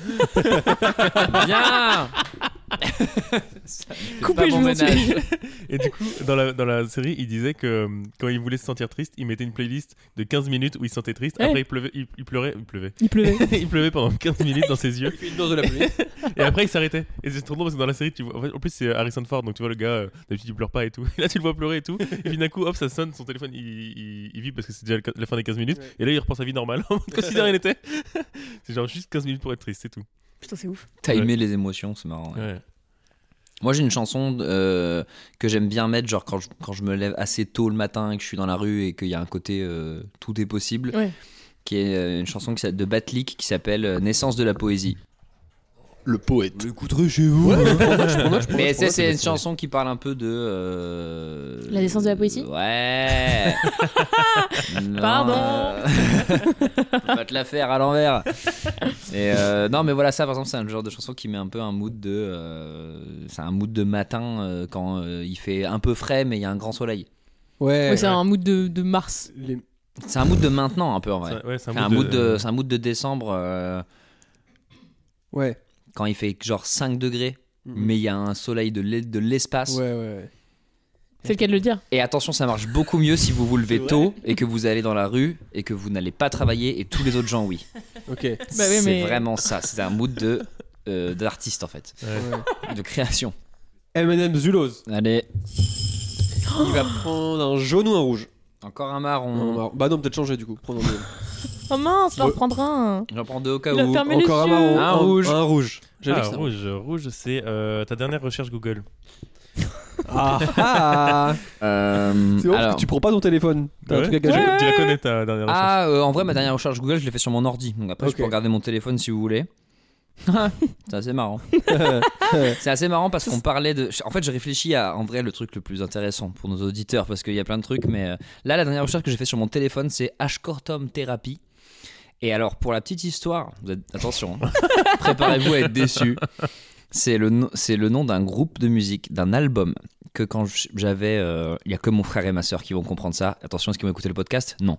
[SPEAKER 6] Bien. Ça fait
[SPEAKER 5] Coupez,
[SPEAKER 6] pas
[SPEAKER 5] je
[SPEAKER 6] bon
[SPEAKER 5] vous en
[SPEAKER 6] ménage.
[SPEAKER 5] supplie.
[SPEAKER 1] et du coup, dans la, dans la série, il disait que euh, quand il voulait se sentir triste, il mettait une playlist de quinze minutes où il se sentait triste.
[SPEAKER 5] Ouais.
[SPEAKER 1] Après, il, pleuvait, il, il pleurait. Il pleuvait.
[SPEAKER 5] Il pleuvait.
[SPEAKER 1] il pleuvait pendant quinze minutes dans ses yeux.
[SPEAKER 3] Il fait une dose de la pluie.
[SPEAKER 1] Et après, il s'arrêtait. Et c'est trop drôle parce que dans la série, tu vois, en, fait, en plus, c'est Harrison Ford, donc tu vois le gars, euh, d'habitude, il pleure pas et tout. Et là, tu le vois pleurer et tout. Et puis d'un coup, hop, ça sonne, son téléphone, il, il, il vibre parce que c'est déjà le- la fin des quinze minutes.
[SPEAKER 3] Ouais.
[SPEAKER 1] Et là, il reprend sa vie normale, en mode comme si de rien n'était. C'est genre juste quinze minutes pour être triste, c'est tout.
[SPEAKER 5] Putain, c'est ouf.
[SPEAKER 6] Timer les émotions, c'est marrant. ouais.
[SPEAKER 1] Ouais.
[SPEAKER 6] Moi, j'ai une chanson euh, que j'aime bien mettre, genre quand je, quand je me lève assez tôt le matin et que je suis dans la rue et qu'il y a un côté euh, tout est possible,
[SPEAKER 5] Ouais.
[SPEAKER 6] qui est euh, une chanson qui s'appelle- de Batlik qui s'appelle euh, Naissance de la poésie.
[SPEAKER 3] Le poète. L'écouterez chez vous.
[SPEAKER 6] Mais c'est c'est une chanson qui parle un peu de euh,
[SPEAKER 5] La naissance de la poésie
[SPEAKER 6] Ouais. Non,
[SPEAKER 5] Pardon.
[SPEAKER 6] euh, On va te la faire à l'envers. Et euh, non, mais voilà, ça par exemple, c'est un genre de chanson qui met un peu un mood de, euh, c'est un mood de matin euh, quand euh, il fait un peu frais, mais il y a un grand soleil.
[SPEAKER 3] Ouais.
[SPEAKER 5] Ouais, c'est un mood de, de mars.
[SPEAKER 3] Les-
[SPEAKER 6] C'est un mood de maintenant un peu en vrai.
[SPEAKER 1] Ça- ouais, c'est
[SPEAKER 6] C'est un mood de, c'est un mood de décembre euh,
[SPEAKER 3] Ouais.
[SPEAKER 6] quand il fait genre cinq degrés,
[SPEAKER 3] Mhm.
[SPEAKER 6] mais il y a un soleil de l'e- de l'espace.
[SPEAKER 3] Ouais, ouais.
[SPEAKER 5] C'est le cas de le dire.
[SPEAKER 6] Et attention, ça marche beaucoup mieux si vous vous levez tôt et que vous allez dans la rue et que vous n'allez pas travailler et tous les autres gens oui.
[SPEAKER 3] Ok.
[SPEAKER 5] Bah oui,
[SPEAKER 6] c'est
[SPEAKER 5] mais-
[SPEAKER 6] vraiment ça. C'est un mood de euh, d'artiste en fait,
[SPEAKER 3] Ouais.
[SPEAKER 6] de création.
[SPEAKER 3] M and M Zulos.
[SPEAKER 6] Allez,
[SPEAKER 3] Il va prendre un jaune ou un rouge.
[SPEAKER 6] encore un
[SPEAKER 3] Non,
[SPEAKER 6] marron.
[SPEAKER 3] marron. Bah non, peut-être changer du coup. Prendre un jaune.
[SPEAKER 5] Oh mince, va en
[SPEAKER 3] Ouais.
[SPEAKER 5] prendre un.
[SPEAKER 6] J'en prends deux au cas
[SPEAKER 5] Il a
[SPEAKER 6] où.
[SPEAKER 5] fermé les
[SPEAKER 3] Encore un
[SPEAKER 5] yeux.
[SPEAKER 3] marron.
[SPEAKER 6] Un rouge.
[SPEAKER 3] Un rouge. J'avais
[SPEAKER 1] Ah,
[SPEAKER 3] que ça.
[SPEAKER 1] rouge, rouge, c'est euh, ta dernière recherche Google.
[SPEAKER 3] Ah ah.
[SPEAKER 6] Euh,
[SPEAKER 3] C'est bon parce
[SPEAKER 6] alors-
[SPEAKER 3] que tu prends pas ton téléphone. T'as un
[SPEAKER 1] Ouais.
[SPEAKER 3] truc à
[SPEAKER 1] Tu
[SPEAKER 3] cacher.
[SPEAKER 1] la- tu la connais ta dernière recherche.
[SPEAKER 6] Ah, euh, en vrai, ma dernière recherche Google, je l'ai fait sur mon ordi. Donc après,
[SPEAKER 3] Ok.
[SPEAKER 6] je peux regarder mon téléphone si vous voulez. C'est assez marrant. C'est assez marrant parce qu'on parlait de. En fait, je réfléchis à en vrai le truc le plus intéressant pour nos auditeurs parce qu'il y a plein de trucs. Mais euh, là, la dernière recherche que j'ai fait sur mon téléphone, c'est Ashcortum Therapy. Et alors, pour la petite histoire, vous êtes... attention, hein. Préparez-vous à être déçus. C'est le, no- c'est le nom d'un groupe de musique, d'un album que quand j'avais... Il n'y a que mon frère et ma sœur qui vont comprendre ça. Attention, est-ce qu'ils vont écouter le podcast ? Non.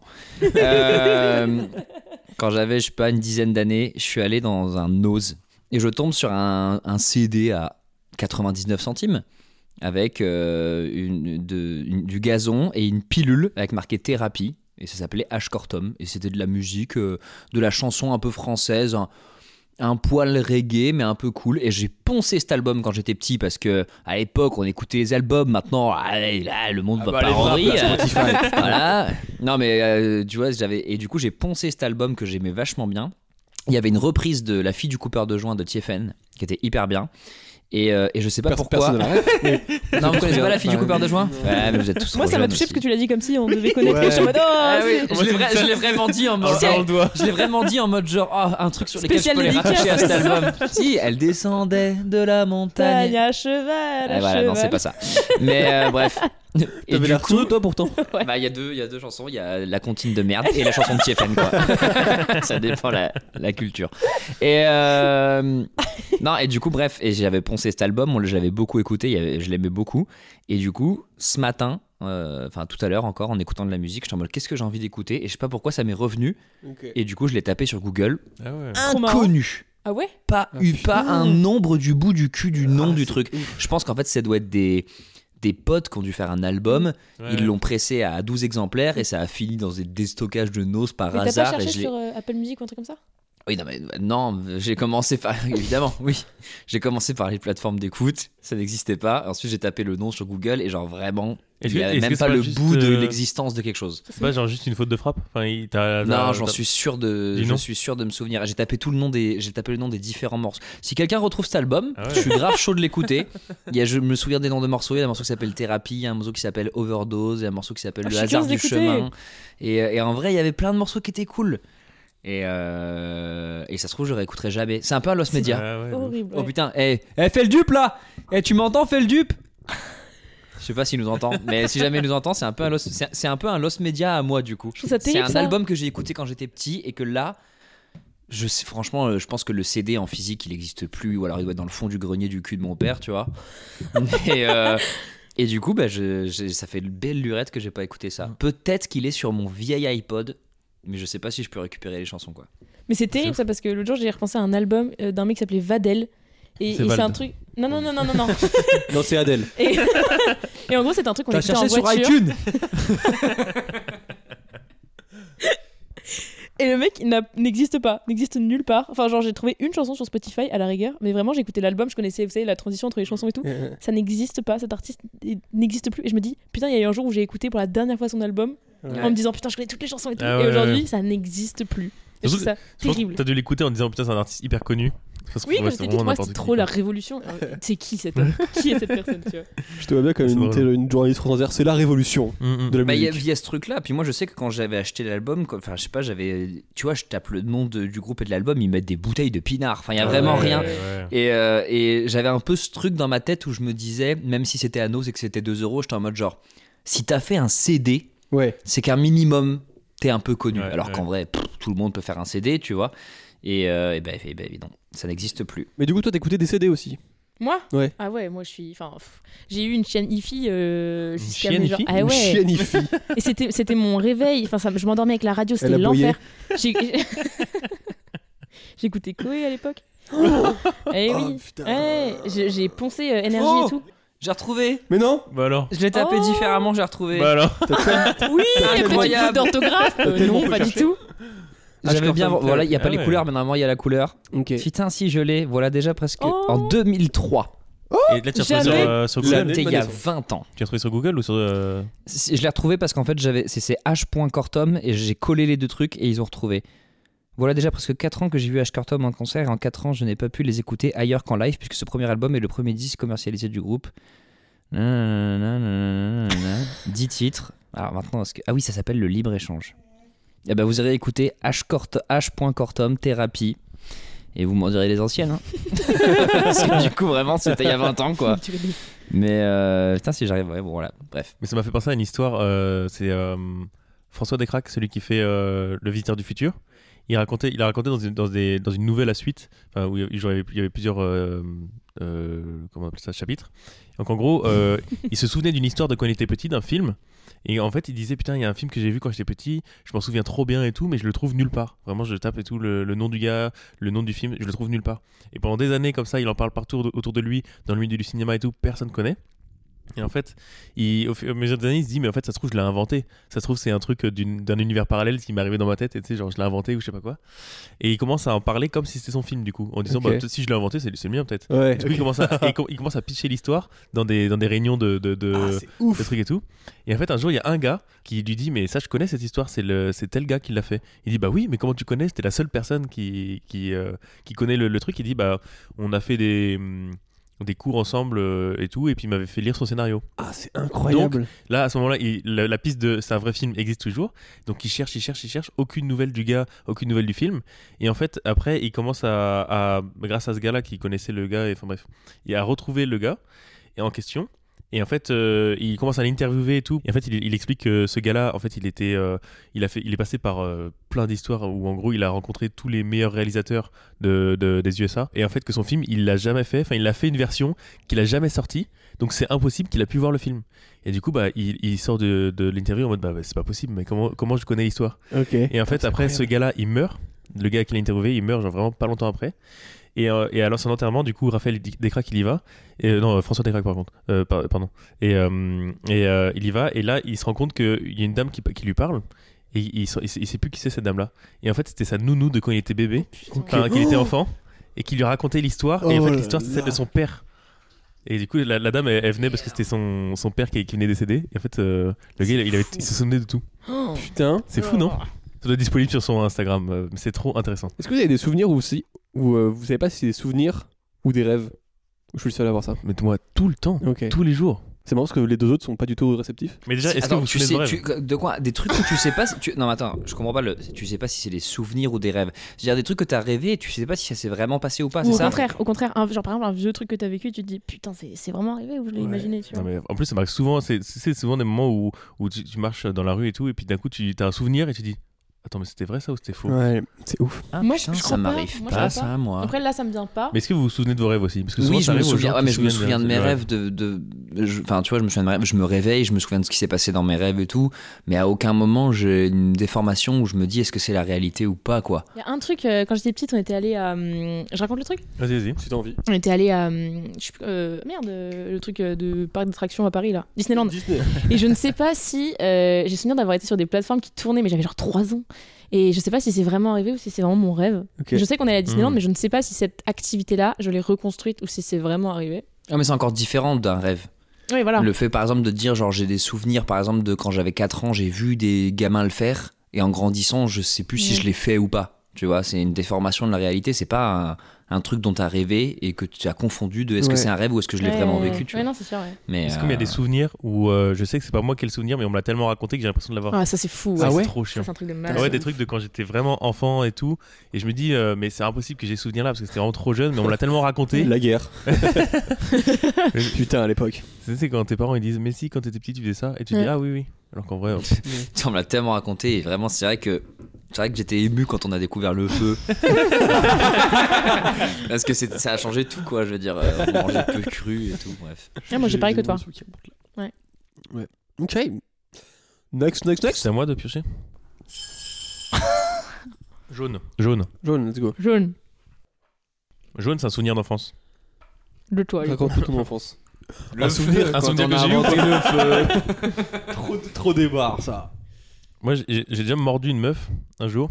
[SPEAKER 6] Euh, quand j'avais, je sais pas, une dizaine d'années, je suis allé dans un Nose et je tombe sur un, un C D à quatre-vingt-dix-neuf centimes avec euh, une, de, une, du gazon et une pilule avec marqué thérapie. Et ça s'appelait Ashcortom. Et c'était de la musique, euh, de la chanson un peu française, un, un poil reggae, mais un peu cool. Et j'ai poncé cet album quand j'étais petit parce que à l'époque, on écoutait les albums. Maintenant, ah, là, le monde
[SPEAKER 3] Ah
[SPEAKER 6] va
[SPEAKER 3] bah,
[SPEAKER 6] pas
[SPEAKER 3] les
[SPEAKER 6] en
[SPEAKER 3] vrais
[SPEAKER 6] rire.
[SPEAKER 3] Spotify.
[SPEAKER 6] Voilà. Non, mais euh, tu vois, j'avais. Et du coup, j'ai poncé cet album que j'aimais vachement bien. Il y avait une reprise de La fille du coupeur de joint de Tiefen qui était hyper bien. Et, euh, et je sais pas
[SPEAKER 3] Personne
[SPEAKER 6] pourquoi.
[SPEAKER 3] ne l'arrête. Oui.
[SPEAKER 6] Non, vous connaissez pas La fille du coupeur de joint ? Ouais, mais vous êtes tous
[SPEAKER 5] Moi,
[SPEAKER 6] trop
[SPEAKER 5] ça m'a
[SPEAKER 6] jeunes
[SPEAKER 5] touché
[SPEAKER 6] aussi.
[SPEAKER 5] parce que tu l'as dit comme si on devait connaître.
[SPEAKER 3] Ouais.
[SPEAKER 5] Et je suis en mode, oh,
[SPEAKER 6] Ah oui,
[SPEAKER 5] c'est-
[SPEAKER 6] je l'ai, vra- je l'ai vraiment dit en mode.
[SPEAKER 1] Dans le doigt.
[SPEAKER 6] Je l'ai vraiment dit en mode genre oh, un truc sur lequel je
[SPEAKER 5] Spécial
[SPEAKER 6] peux les
[SPEAKER 5] dédicace.
[SPEAKER 6] rattacher à cet album. Si, elle descendait de la montagne.
[SPEAKER 5] Taille à cheval, à
[SPEAKER 6] Eh, voilà, non,
[SPEAKER 5] cheval.
[SPEAKER 6] c'est pas ça. Mais euh, bref. Et
[SPEAKER 3] T'avais
[SPEAKER 6] du
[SPEAKER 3] l'air
[SPEAKER 6] coup,
[SPEAKER 3] sous, toi, pourtant.
[SPEAKER 6] bah, il y a deux, il y a deux chansons. Il y a la comptine de merde et la chanson de Tiefen, quoi. Ça dépend la, la culture. Et euh, non, et du coup, bref, et j'avais poncé cet album. On, j'avais beaucoup écouté. il y avait- Je l'aimais beaucoup. Et du coup, ce matin, euh, enfin tout à l'heure encore, en écoutant de la musique, j'étais en mode qu'est-ce que j'ai envie d'écouter. Et je sais pas pourquoi ça m'est revenu. Et du coup, je l'ai tapé sur Google.
[SPEAKER 1] Ah ouais.
[SPEAKER 5] Trop marrant.
[SPEAKER 6] Inconnu.
[SPEAKER 5] Ah ouais?
[SPEAKER 6] Pas
[SPEAKER 3] Ah,
[SPEAKER 6] eu
[SPEAKER 3] putain.
[SPEAKER 6] pas un nombre du bout du cul du nom
[SPEAKER 3] Ah,
[SPEAKER 6] du
[SPEAKER 3] c'est
[SPEAKER 6] truc.
[SPEAKER 3] ouf.
[SPEAKER 6] Je pense qu'en fait ça doit être des des potes qui ont dû faire un album,
[SPEAKER 1] Ouais.
[SPEAKER 6] ils l'ont pressé à douze exemplaires et ça a fini dans des déstockages de noces par
[SPEAKER 5] Mais t'as pas
[SPEAKER 6] hasard.
[SPEAKER 5] cherché
[SPEAKER 6] et je l'ai-
[SPEAKER 5] sur euh, Apple Music ou un truc comme ça?
[SPEAKER 6] Oui, non, mais non, j'ai commencé par évidemment, oui, j'ai commencé par les plateformes d'écoute, ça n'existait pas. Ensuite j'ai tapé le nom sur Google et genre vraiment,
[SPEAKER 1] Est-ce
[SPEAKER 6] il y
[SPEAKER 1] que-
[SPEAKER 6] a
[SPEAKER 1] est-ce
[SPEAKER 6] même
[SPEAKER 1] que c'est
[SPEAKER 6] pas
[SPEAKER 1] pas
[SPEAKER 6] le
[SPEAKER 1] juste,
[SPEAKER 6] bout de
[SPEAKER 1] euh,
[SPEAKER 6] l'existence de quelque chose.
[SPEAKER 1] C'est pas genre juste une faute de frappe enfin, il- t'as-
[SPEAKER 6] Non,
[SPEAKER 1] t'as-
[SPEAKER 6] j'en
[SPEAKER 1] t'as-
[SPEAKER 6] suis sûr de,
[SPEAKER 1] Dis
[SPEAKER 6] je
[SPEAKER 1] non.
[SPEAKER 6] suis sûr de me souvenir. J'ai tapé tout le nom des, j'ai tapé le nom des différents morceaux. Si quelqu'un retrouve cet album,
[SPEAKER 1] Ah ouais.
[SPEAKER 6] je suis grave chaud de l'écouter. Il y a, je me souviens des noms de morceaux. Il y a un morceau qui s'appelle Thérapie, il y a un morceau qui s'appelle Overdose, il y a un morceau qui s'appelle
[SPEAKER 5] Ah,
[SPEAKER 6] Le
[SPEAKER 5] je suis
[SPEAKER 6] hasard
[SPEAKER 5] curieuse
[SPEAKER 6] du
[SPEAKER 5] d'écouter.
[SPEAKER 6] chemin. Et, et en vrai, il y avait plein de morceaux qui étaient cool. Et, euh, et ça se trouve, je réécouterai jamais. C'est un peu un Lost Media.
[SPEAKER 1] Ouais, ouais, de ouf.
[SPEAKER 5] Horrible.
[SPEAKER 6] Oh
[SPEAKER 5] ouais.
[SPEAKER 6] putain, eh, eh, fais le dupe là. Eh, tu m'entends, fais le dupe. Je sais pas s'il nous entend, mais si jamais il nous entend, c'est un peu un Lost, c'est, c'est un peu un Lost Media à moi du coup.
[SPEAKER 5] Je trouve ça
[SPEAKER 6] C'est
[SPEAKER 5] terrible,
[SPEAKER 6] un
[SPEAKER 5] ça.
[SPEAKER 6] album que j'ai écouté quand j'étais petit et que là, je sais, franchement, euh, je pense que le C D en physique il n'existe plus ou alors il doit être dans le fond du grenier du cul de mon père, tu vois. Et, euh, et du coup, bah, je, je- ça fait une belle lurette que j'ai pas écouté ça. Peut-être qu'il est sur mon vieil iPod, mais je sais pas si je peux récupérer les chansons quoi.
[SPEAKER 5] Mais c'est terrible ça parce que l'autre jour j'ai repensé à un album euh, d'un mec qui s'appelait Vadel. Et,
[SPEAKER 1] C'est
[SPEAKER 5] et c'est
[SPEAKER 1] Vald.
[SPEAKER 5] un truc. Non, non, non, non, non, non.
[SPEAKER 3] Non, c'est Adèle.
[SPEAKER 5] Et, et en gros, c'est un truc qu'on
[SPEAKER 6] T'as
[SPEAKER 5] écoutait en
[SPEAKER 6] cherché sur
[SPEAKER 5] voiture.
[SPEAKER 6] iTunes.
[SPEAKER 5] Et le mec il n'a- n'existe pas, n'existe nulle part. Enfin, genre, j'ai trouvé une chanson sur Spotify à la rigueur, mais vraiment, j'ai écouté l'album, je connaissais, vous savez, la transition entre les chansons et tout. Ça n'existe pas, cet artiste il n'existe plus. Et je me dis, putain, il y a eu un jour où j'ai écouté pour la dernière fois son album en me disant, putain, je connais toutes les chansons et tout.
[SPEAKER 1] Ah
[SPEAKER 5] et
[SPEAKER 1] ouais,
[SPEAKER 5] aujourd'hui,
[SPEAKER 1] ouais.
[SPEAKER 5] ça n'existe plus. Et je
[SPEAKER 1] Surtout
[SPEAKER 5] trouve ça
[SPEAKER 1] Je pense que
[SPEAKER 5] terrible.
[SPEAKER 1] t'as dû l'écouter en disant putain c'est un artiste hyper connu. Parce que
[SPEAKER 5] Oui,
[SPEAKER 1] ouais,
[SPEAKER 5] quand
[SPEAKER 1] c'est
[SPEAKER 5] j'étais
[SPEAKER 1] vraiment
[SPEAKER 5] petite, moi,
[SPEAKER 1] n'importe
[SPEAKER 5] c'était
[SPEAKER 1] qui,
[SPEAKER 5] trop
[SPEAKER 1] quoi.
[SPEAKER 5] la révolution. Euh, C'est qui cet homme? Qui est cette personne, tu vois?
[SPEAKER 3] Je te vois bien comme
[SPEAKER 1] C'est
[SPEAKER 3] une,
[SPEAKER 1] drôle.
[SPEAKER 3] telle- une journaliste française. C'est la révolution
[SPEAKER 1] Mm, mm.
[SPEAKER 3] de la
[SPEAKER 6] Bah, il y, a-
[SPEAKER 3] musique.
[SPEAKER 6] il y a ce truc là, puis moi je sais que quand j'avais acheté l'album, quoi, enfin je sais pas, j'avais, tu vois, je tape le nom de- du groupe et de l'album, ils mettent des bouteilles de pinard, enfin il y a vraiment
[SPEAKER 1] Ouais,
[SPEAKER 6] rien.
[SPEAKER 1] ouais, ouais.
[SPEAKER 6] Et, euh, et j'avais un peu ce truc dans ma tête où je me disais, même si c'était à Nose et que c'était deux euros, j'étais en mode genre, si t'as fait un C D,
[SPEAKER 3] Ouais.
[SPEAKER 6] c'est qu'un minimum t'es un peu connu.
[SPEAKER 1] Ouais,
[SPEAKER 6] Alors
[SPEAKER 1] ouais.
[SPEAKER 6] qu'en vrai, pff, tout le monde peut faire un C D, tu vois. Et, euh, et ben, et ben, évidemment, ça n'existe plus.
[SPEAKER 3] Mais du coup, toi, t'écoutais des C D aussi.
[SPEAKER 5] Moi?
[SPEAKER 3] Ouais.
[SPEAKER 5] Ah ouais, moi je suis. Enfin, pff, j'ai eu une chienne hi-fi euh,
[SPEAKER 1] Une
[SPEAKER 5] jusqu'à
[SPEAKER 1] chienne
[SPEAKER 5] mes genre.
[SPEAKER 1] hi-fi
[SPEAKER 5] Ah
[SPEAKER 3] Une
[SPEAKER 5] ouais.
[SPEAKER 3] chienne hi-fi.
[SPEAKER 5] Et c'était, c'était mon réveil. Enfin, ça, je m'endormais avec la radio,
[SPEAKER 3] Elle
[SPEAKER 5] c'était
[SPEAKER 3] aboyait.
[SPEAKER 5] l'enfer. J'ai... J'écoutais Koé à l'époque. Eh
[SPEAKER 3] Oh,
[SPEAKER 5] oui.
[SPEAKER 3] putain.
[SPEAKER 5] Ouais, j'ai, j'ai poncé euh, énergie
[SPEAKER 6] Oh
[SPEAKER 5] et tout.
[SPEAKER 6] J'ai retrouvé.
[SPEAKER 3] Mais non.
[SPEAKER 1] Bah alors
[SPEAKER 6] Je l'ai tapé
[SPEAKER 5] Oh.
[SPEAKER 6] différemment, j'ai retrouvé.
[SPEAKER 1] Bah alors
[SPEAKER 5] Oui, il y a petite
[SPEAKER 6] Incroyable.
[SPEAKER 5] faute d'orthographe. Euh,
[SPEAKER 3] tellement
[SPEAKER 5] non,
[SPEAKER 3] peu
[SPEAKER 5] pas du
[SPEAKER 3] cherché.
[SPEAKER 5] tout.
[SPEAKER 6] J'avais bien.
[SPEAKER 3] Ashcortom,
[SPEAKER 6] Voilà, il n'y a pas
[SPEAKER 1] Ah
[SPEAKER 6] les
[SPEAKER 1] ouais.
[SPEAKER 6] couleurs, mais normalement il y a la couleur.
[SPEAKER 3] Ok.
[SPEAKER 6] Putain, si je l'ai. Voilà déjà presque
[SPEAKER 5] Oh.
[SPEAKER 6] en deux mille trois.
[SPEAKER 1] Et là tu as trouvé sur,
[SPEAKER 5] Jamais.
[SPEAKER 1] euh, sur
[SPEAKER 3] La-
[SPEAKER 1] Google
[SPEAKER 3] L'année de
[SPEAKER 6] C'était
[SPEAKER 3] ma
[SPEAKER 6] il y a
[SPEAKER 3] naissance.
[SPEAKER 6] vingt ans.
[SPEAKER 1] Tu as trouvé sur Google ou sur. euh,
[SPEAKER 6] Si- Je l'ai retrouvé parce qu'en fait j'avais c'est c'est h.cortom et j'ai collé les deux trucs et ils ont retrouvé. Voilà déjà presque quatre ans que j'ai vu Ashcortom en concert et en quatre ans je n'ai pas pu les écouter ailleurs qu'en live puisque ce premier album est le premier disque commercialisé du groupe. dix titres. Alors maintenant, est-ce que... ah oui, ça s'appelle le libre-échange. Et ben vous aurez écouté h.cortom thérapie et vous m'en direz les anciennes. Hein. Parce que du coup vraiment c'était il y a vingt ans quoi. Mais euh, putain si j'arrive, ouais, bon voilà, bref.
[SPEAKER 1] Mais ça m'a fait penser à une histoire. euh, c'est euh, François Descraques, celui qui fait euh, Le Visiteur du Futur. il racontait, il a raconté dans une, dans des, dans une nouvelle à suite, enfin, où il y avait, il y avait plusieurs euh, euh, comment on appelle ça, chapitres. Donc en gros, euh, il se souvenait d'une histoire de quand il était petit, d'un film. Et en fait, il disait putain, il y a un film que j'ai vu quand j'étais petit, je m'en souviens trop bien et tout, mais je le trouve nulle part. Vraiment, je tape et tout, le, le nom du gars, le nom du film, je le trouve nulle part. Et pendant des années comme ça, il en parle partout autour de lui, dans le milieu du cinéma et tout, personne connaît. Et en fait, il, au fur et à mesure des années, il se dit mais en fait ça se trouve je l'ai inventé. Ça se trouve c'est un truc d'une, d'un univers parallèle qui m'est arrivé dans ma tête et tu sais genre je l'ai inventé ou je sais pas quoi. Et il commence à en parler comme si c'était son film du coup, en disant
[SPEAKER 3] okay.
[SPEAKER 1] bah si je l'ai inventé c'est, c'est le mien peut-être.
[SPEAKER 3] Ouais,
[SPEAKER 1] et du coup
[SPEAKER 3] okay.
[SPEAKER 1] il commence à et il commence à pitcher l'histoire dans des dans des réunions de de, de,
[SPEAKER 3] ah, c'est ouf.
[SPEAKER 1] de trucs et tout. Et en fait un jour il y a un gars qui lui dit mais ça je connais cette histoire, c'est le c'est tel gars qui l'a fait. Il dit bah oui mais comment tu connais, c'était la seule personne qui qui euh, qui connaît le, le truc. Il dit bah on a fait des des cours ensemble euh, et tout et puis il m'avait fait lire son scénario.
[SPEAKER 3] Ah c'est incroyable.
[SPEAKER 1] Donc là à ce moment-là il, la, la piste de c'est un vrai film existe toujours, donc il cherche il cherche il cherche aucune nouvelle du gars, aucune nouvelle du film, et en fait après il commence à, à grâce à ce gars-là qui connaissait le gars et enfin bref il a retrouvé le gars et en question. Et en fait, euh, il commence à l'interviewer et tout. Et en fait, il, il explique que ce gars-là, en fait, il était, euh, il a fait, il est passé par euh, plein d'histoires où, en gros, il a rencontré tous les meilleurs réalisateurs de, de, des U S A. Et en fait, que son film, il l'a jamais fait. Enfin, il a fait une version qu'il a jamais sortie. Donc, c'est impossible qu'il a pu voir le film. Et du coup, bah, il, il sort de, de l'interview en mode, bah, bah, c'est pas possible. Mais comment, comment je connais l'histoire ?
[SPEAKER 3] Okay.
[SPEAKER 1] Et en fait,
[SPEAKER 3] c'est
[SPEAKER 1] après,
[SPEAKER 3] incroyable.
[SPEAKER 1] ce gars-là, il meurt. Le gars qui l'a interviewé, il meurt genre vraiment pas longtemps après. Et, euh, et alors son enterrement, du coup, Raphaël Descraques, il y va. Et, euh, non, François Descraques, par contre. Euh, par, pardon. Et, euh, et euh, il y va. Et là, il se rend compte qu'il y a une dame qui, qui lui parle. Et il, il, il, il sait plus qui c'est cette dame-là. Et en fait, c'était sa nounou de quand il était bébé.
[SPEAKER 5] Oh,
[SPEAKER 1] Enfin, okay. Qu'il était enfant. Et qui lui racontait l'histoire.
[SPEAKER 3] Oh
[SPEAKER 1] et en fait, l'histoire, c'est
[SPEAKER 3] là.
[SPEAKER 1] celle de son père. Et du coup, la, la dame, elle, elle venait parce que c'était son, son père qui, qui venait décéder. Et en fait, euh, le gars, il, il, avait, il se souvenait de tout.
[SPEAKER 5] Oh.
[SPEAKER 3] Putain.
[SPEAKER 1] C'est fou, non ? Ça doit être disponible sur son Instagram. Euh, mais c'est trop intéressant.
[SPEAKER 3] Est-ce que vous avez des souvenirs aussi où euh, vous savez pas si c'est des souvenirs ou des rêves ? Je suis le seul à avoir ça.
[SPEAKER 1] Mais moi, tout le temps,
[SPEAKER 3] okay.
[SPEAKER 1] tous les jours.
[SPEAKER 3] C'est marrant parce que les deux autres sont pas du tout réceptifs.
[SPEAKER 1] Mais déjà, est-ce
[SPEAKER 6] Attends,
[SPEAKER 1] que vous
[SPEAKER 6] tu
[SPEAKER 1] souvenez
[SPEAKER 6] sais,
[SPEAKER 1] de rêves ?
[SPEAKER 6] tu, de quoi ? Des trucs que tu sais pas si tu... Non, mais attends, je comprends pas le... Tu sais pas si c'est des souvenirs ou des rêves. C'est-à-dire des trucs que t'as rêvé et tu sais pas si ça s'est vraiment passé ou pas,
[SPEAKER 5] ou
[SPEAKER 6] c'est
[SPEAKER 5] au
[SPEAKER 6] ça ?
[SPEAKER 5] contraire, au contraire, un, genre par exemple un vieux truc que t'as vécu, tu te dis putain c'est, c'est vraiment arrivé ou je l'ai
[SPEAKER 3] Ouais.
[SPEAKER 5] imaginé, tu vois.
[SPEAKER 1] Non, mais en plus, ça m'arrive souvent. C'est, c'est souvent des moments où, où tu, tu marches dans la rue et tout, et puis d'un coup, tu as un souvenir et tu dis attends, mais c'était vrai ça ou c'était faux ?
[SPEAKER 3] Ouais, c'est ouf.
[SPEAKER 6] Ah,
[SPEAKER 5] Moi,
[SPEAKER 6] putain,
[SPEAKER 5] je- je
[SPEAKER 6] ça
[SPEAKER 5] crois pas.
[SPEAKER 6] m'arrive
[SPEAKER 5] Moi, je
[SPEAKER 6] pas,
[SPEAKER 5] crois pas.
[SPEAKER 6] ça, moi.
[SPEAKER 5] Après là ça me vient pas.
[SPEAKER 1] Mais est-ce que vous vous souvenez de vos rêves aussi ? Parce que souvent,
[SPEAKER 6] Oui,
[SPEAKER 1] ça
[SPEAKER 6] je me
[SPEAKER 1] arrive aux
[SPEAKER 6] souviens,
[SPEAKER 1] gens
[SPEAKER 6] ouais,
[SPEAKER 1] qui
[SPEAKER 6] mais
[SPEAKER 1] se
[SPEAKER 6] je me
[SPEAKER 1] souviennent
[SPEAKER 6] souviens de mes
[SPEAKER 1] leurs
[SPEAKER 6] rêves de, de, je- enfin, tu vois, je me souviens de mes rêves, je me réveille, je me souviens de ce qui s'est passé dans mes rêves et tout, mais à aucun moment j'ai une déformation où je me dis est-ce que c'est la réalité ou pas, quoi.
[SPEAKER 5] Il y a un truc euh, quand j'étais petite, on était allé à hum, je raconte le truc.
[SPEAKER 1] Vas-y, vas-y.
[SPEAKER 3] Si t'as envie.
[SPEAKER 5] On était allé à hum, je sais plus, euh, merde euh, le truc euh, de parc d'attractions à Paris là, Disneyland.
[SPEAKER 3] Disney.
[SPEAKER 5] Et je ne sais pas si euh, j'ai souvenir d'avoir été sur des plateformes qui tournaient, mais j'avais genre trois ans. Et je sais pas si c'est vraiment arrivé ou si c'est vraiment mon rêve.
[SPEAKER 3] Ok.
[SPEAKER 5] Je sais qu'on est allé à Disneyland,
[SPEAKER 1] Mmh.
[SPEAKER 5] mais je ne sais pas si cette activité-là, je l'ai reconstruite ou si c'est vraiment arrivé.
[SPEAKER 6] Ah, mais c'est encore différent d'un rêve.
[SPEAKER 5] Oui, voilà.
[SPEAKER 6] Le fait, par exemple, de dire, genre, j'ai des souvenirs, par exemple, de quand j'avais quatre ans, j'ai vu des gamins le faire, et en grandissant, je sais plus si
[SPEAKER 5] Ouais.
[SPEAKER 6] je l'ai fait ou pas. Tu vois, c'est une déformation de la réalité, c'est pas un, un truc dont tu as rêvé et que tu as confondu de est-ce
[SPEAKER 3] Ouais.
[SPEAKER 6] que c'est un rêve ou est-ce que je l'ai
[SPEAKER 5] Ouais,
[SPEAKER 6] vraiment
[SPEAKER 5] ouais,
[SPEAKER 6] vécu, tu
[SPEAKER 5] ouais,
[SPEAKER 6] vois.
[SPEAKER 5] non, c'est sûr, ouais.
[SPEAKER 6] Mais,
[SPEAKER 1] Est-ce qu'il y a
[SPEAKER 6] euh,
[SPEAKER 1] des souvenirs où euh, je sais que c'est pas moi qui ai le souvenir, mais on me l'a tellement raconté que j'ai l'impression de l'avoir.
[SPEAKER 5] Ah, ça c'est fou.
[SPEAKER 3] Ah
[SPEAKER 5] ouais.
[SPEAKER 3] ouais
[SPEAKER 1] C'est trop
[SPEAKER 5] Ça
[SPEAKER 1] chiant.
[SPEAKER 5] c'est un truc de
[SPEAKER 1] Ah
[SPEAKER 5] malade.
[SPEAKER 1] ouais, des trucs de quand j'étais vraiment enfant et tout. Et je me dis, euh, mais c'est impossible que j'ai ce souvenir là parce que c'était vraiment trop jeune, mais on me l'a tellement raconté.
[SPEAKER 3] La guerre. Putain, à l'époque.
[SPEAKER 1] Tu sais, quand tes parents ils disent, mais si, quand t'étais petit, tu faisais ça. Et tu
[SPEAKER 5] Ouais.
[SPEAKER 1] dis, ah oui, oui. Alors qu'en vrai, euh,
[SPEAKER 6] on me l'a tellement raconté et vraiment, c'est vrai que. C'est vrai que j'étais ému quand on a découvert le feu. Parce que c'est- ça a changé tout, quoi. Je veux dire, euh, on mangeait peu cru et tout, bref.
[SPEAKER 5] Ah, moi j'ai pareil que toi. Ouais.
[SPEAKER 3] Ouais. Ok. Next, next, next.
[SPEAKER 1] c'est à moi de piocher. Jaune. Jaune.
[SPEAKER 3] Jaune, let's go.
[SPEAKER 5] Jaune.
[SPEAKER 1] Jaune, c'est un souvenir d'enfance.
[SPEAKER 5] De toi.
[SPEAKER 3] Raconte toute ton enfance.
[SPEAKER 1] Un souvenir, un
[SPEAKER 6] quand
[SPEAKER 1] souvenir
[SPEAKER 6] on
[SPEAKER 1] que
[SPEAKER 6] a
[SPEAKER 1] j'ai eu.
[SPEAKER 6] inventé le feu.
[SPEAKER 3] trop, trop débarre, ça.
[SPEAKER 1] Moi, j'ai j'ai déjà mordu une meuf un jour.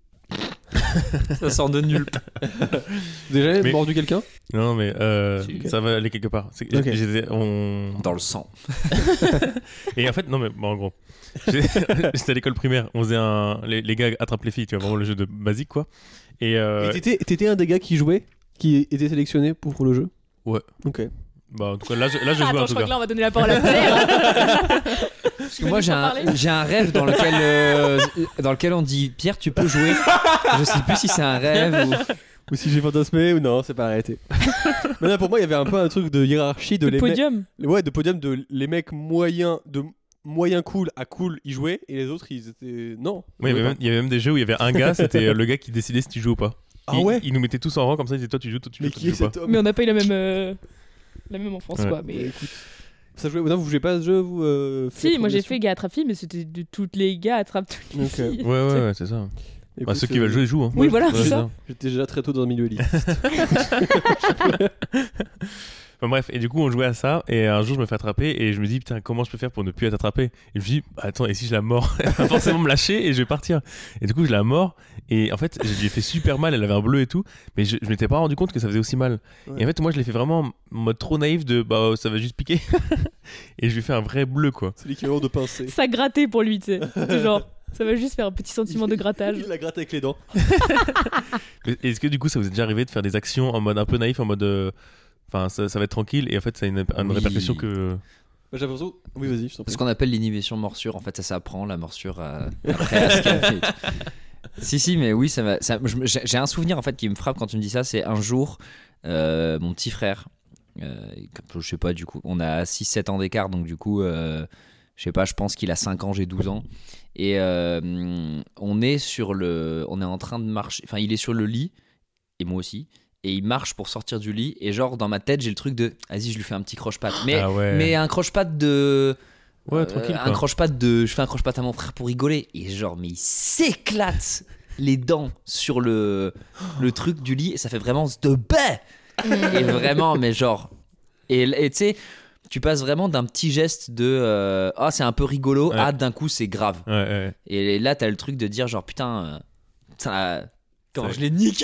[SPEAKER 6] Ça sort de nulle.
[SPEAKER 3] Déjà
[SPEAKER 1] Mais-
[SPEAKER 3] mordu quelqu'un?
[SPEAKER 1] Non, mais euh,
[SPEAKER 6] Si.
[SPEAKER 1] ça va aller quelque part. C'est-
[SPEAKER 3] Ok.
[SPEAKER 1] j'étais- on...
[SPEAKER 6] Dans le sang.
[SPEAKER 1] Et en fait, non, mais bon, en gros, j'ai- j'étais à l'école primaire. On faisait un. Les, les gars attrapent les filles, tu vois, vraiment le jeu de basique, quoi. Et, euh,
[SPEAKER 3] Et t'étais, t'étais un des gars qui jouait, qui était sélectionné pour le jeu?
[SPEAKER 1] Ouais.
[SPEAKER 3] Ok.
[SPEAKER 1] bah, en tout cas, là, je, là, je jouais
[SPEAKER 5] Attends,
[SPEAKER 1] en
[SPEAKER 5] je
[SPEAKER 1] tout
[SPEAKER 5] crois
[SPEAKER 1] cas.
[SPEAKER 5] que là on va donner la parole à Pierre.
[SPEAKER 6] Parce que moi j'ai un, j'ai un rêve dans lequel, euh, dans lequel on dit Pierre, tu peux jouer. Je sais plus si c'est un rêve ou.
[SPEAKER 3] Ou si j'ai fantasmé ou non, c'est pas arrêté. Maintenant, pour moi, il y avait un peu un truc de hiérarchie de
[SPEAKER 5] Le
[SPEAKER 3] les mecs.
[SPEAKER 5] podium.
[SPEAKER 3] Ouais, de podium de les mecs moyens, de moyen cool à cool, ils jouaient et les autres, ils étaient. Non.
[SPEAKER 1] Oui, il y avait même- il y avait même des jeux où il y avait un gars, c'était euh, le gars qui décidait si tu joues ou pas.
[SPEAKER 3] Ah
[SPEAKER 1] il,
[SPEAKER 3] ouais
[SPEAKER 1] il nous mettait tous en rang comme ça, il disait toi tu joues, toi tu
[SPEAKER 3] Mais
[SPEAKER 1] joues, toi
[SPEAKER 3] qui
[SPEAKER 1] tu
[SPEAKER 3] est
[SPEAKER 1] joues pas.
[SPEAKER 3] cet homme
[SPEAKER 5] Mais on n'a pas eu la même, euh, la même enfance,
[SPEAKER 1] Ouais.
[SPEAKER 5] quoi.
[SPEAKER 3] Bah,
[SPEAKER 5] Mais...
[SPEAKER 3] écoute. Ça jouait... Non, vous jouez pas à ce jeu, vous euh,
[SPEAKER 5] Si, moi j'ai
[SPEAKER 3] Faites
[SPEAKER 5] fait gars attrape filles, mais c'était de toutes les gars attrape toutes les
[SPEAKER 3] Ok.
[SPEAKER 5] filles.
[SPEAKER 1] Ouais, ouais, ouais, c'est ça. Bah,
[SPEAKER 3] Écoute,
[SPEAKER 1] ceux qui
[SPEAKER 3] euh,
[SPEAKER 1] veulent jouer jouent. Hein.
[SPEAKER 5] Oui, voilà,
[SPEAKER 1] Ouais,
[SPEAKER 5] c'est ça.
[SPEAKER 3] J'étais déjà très tôt dans le milieu élite.
[SPEAKER 1] Enfin, bref, et du coup on jouait à ça et un jour je me fais attraper et je me dis putain comment je peux faire pour ne plus être attrapé. Et je me dis bah, attends et si je la mords elle va forcément me lâcher et je vais partir. Et du coup je la mords et en fait je lui ai fait super mal, elle avait un bleu et tout, mais je, je m'étais pas rendu compte que ça faisait aussi mal.
[SPEAKER 3] Ouais.
[SPEAKER 1] Et en fait moi je l'ai fait vraiment en mode trop naïf de bah ça va juste piquer et je lui ai fait un vrai bleu quoi.
[SPEAKER 3] C'est l'équivalent de pincer.
[SPEAKER 5] Ça grattait pour lui, tu sais. C'était genre, ça va juste faire un petit sentiment de grattage.
[SPEAKER 3] Il la gratte avec les dents.
[SPEAKER 1] Mais est-ce que du coup ça vous est déjà arrivé de faire des actions en mode un peu naïf, en mode euh, enfin ça, ça va être tranquille et en fait ça a une, une
[SPEAKER 6] Oui.
[SPEAKER 1] répercussion que
[SPEAKER 3] Bah, J'ai l'impression. Oui, vas-y, je t'en
[SPEAKER 6] C'est
[SPEAKER 3] prie.
[SPEAKER 6] ce qu'on appelle l'inhibition morsure. En fait, ça s'apprend, la morsure euh, après à se calmer. Si, si, mais oui, ça va. Ça, je me- j'ai j'ai un souvenir en fait qui me frappe quand tu me dis ça. C'est un jour, euh, mon petit frère, euh, comme- je sais pas, du coup, on a six sept ans d'écart, donc du coup, euh, je sais pas, je pense qu'il a cinq ans, j'ai douze ans. Et euh, on est sur le. On est en train de marcher. Enfin, il est sur le lit, et moi aussi. Et il marche pour sortir du lit. Et genre, dans ma tête, j'ai le truc de. Vas-y, je lui fais un petit croche-patte. Mais,
[SPEAKER 1] Ah ouais.
[SPEAKER 6] mais un croche-patte de.
[SPEAKER 1] ouais
[SPEAKER 6] Euh,
[SPEAKER 1] tranquille
[SPEAKER 6] un
[SPEAKER 1] quoi.
[SPEAKER 6] croche-patte de je fais un croche-patte à mon frère pour rigoler et genre mais il s'éclate les dents sur le le truc du lit et ça fait vraiment de baie et vraiment mais genre et et tu sais tu passes vraiment d'un petit geste de euh, ah c'est un peu rigolo
[SPEAKER 1] Ouais.
[SPEAKER 6] à d'un coup c'est grave
[SPEAKER 1] Ouais, ouais.
[SPEAKER 6] et là t'as le truc de dire genre putain euh, putain, quand
[SPEAKER 1] C'est-
[SPEAKER 6] je l'ai niqué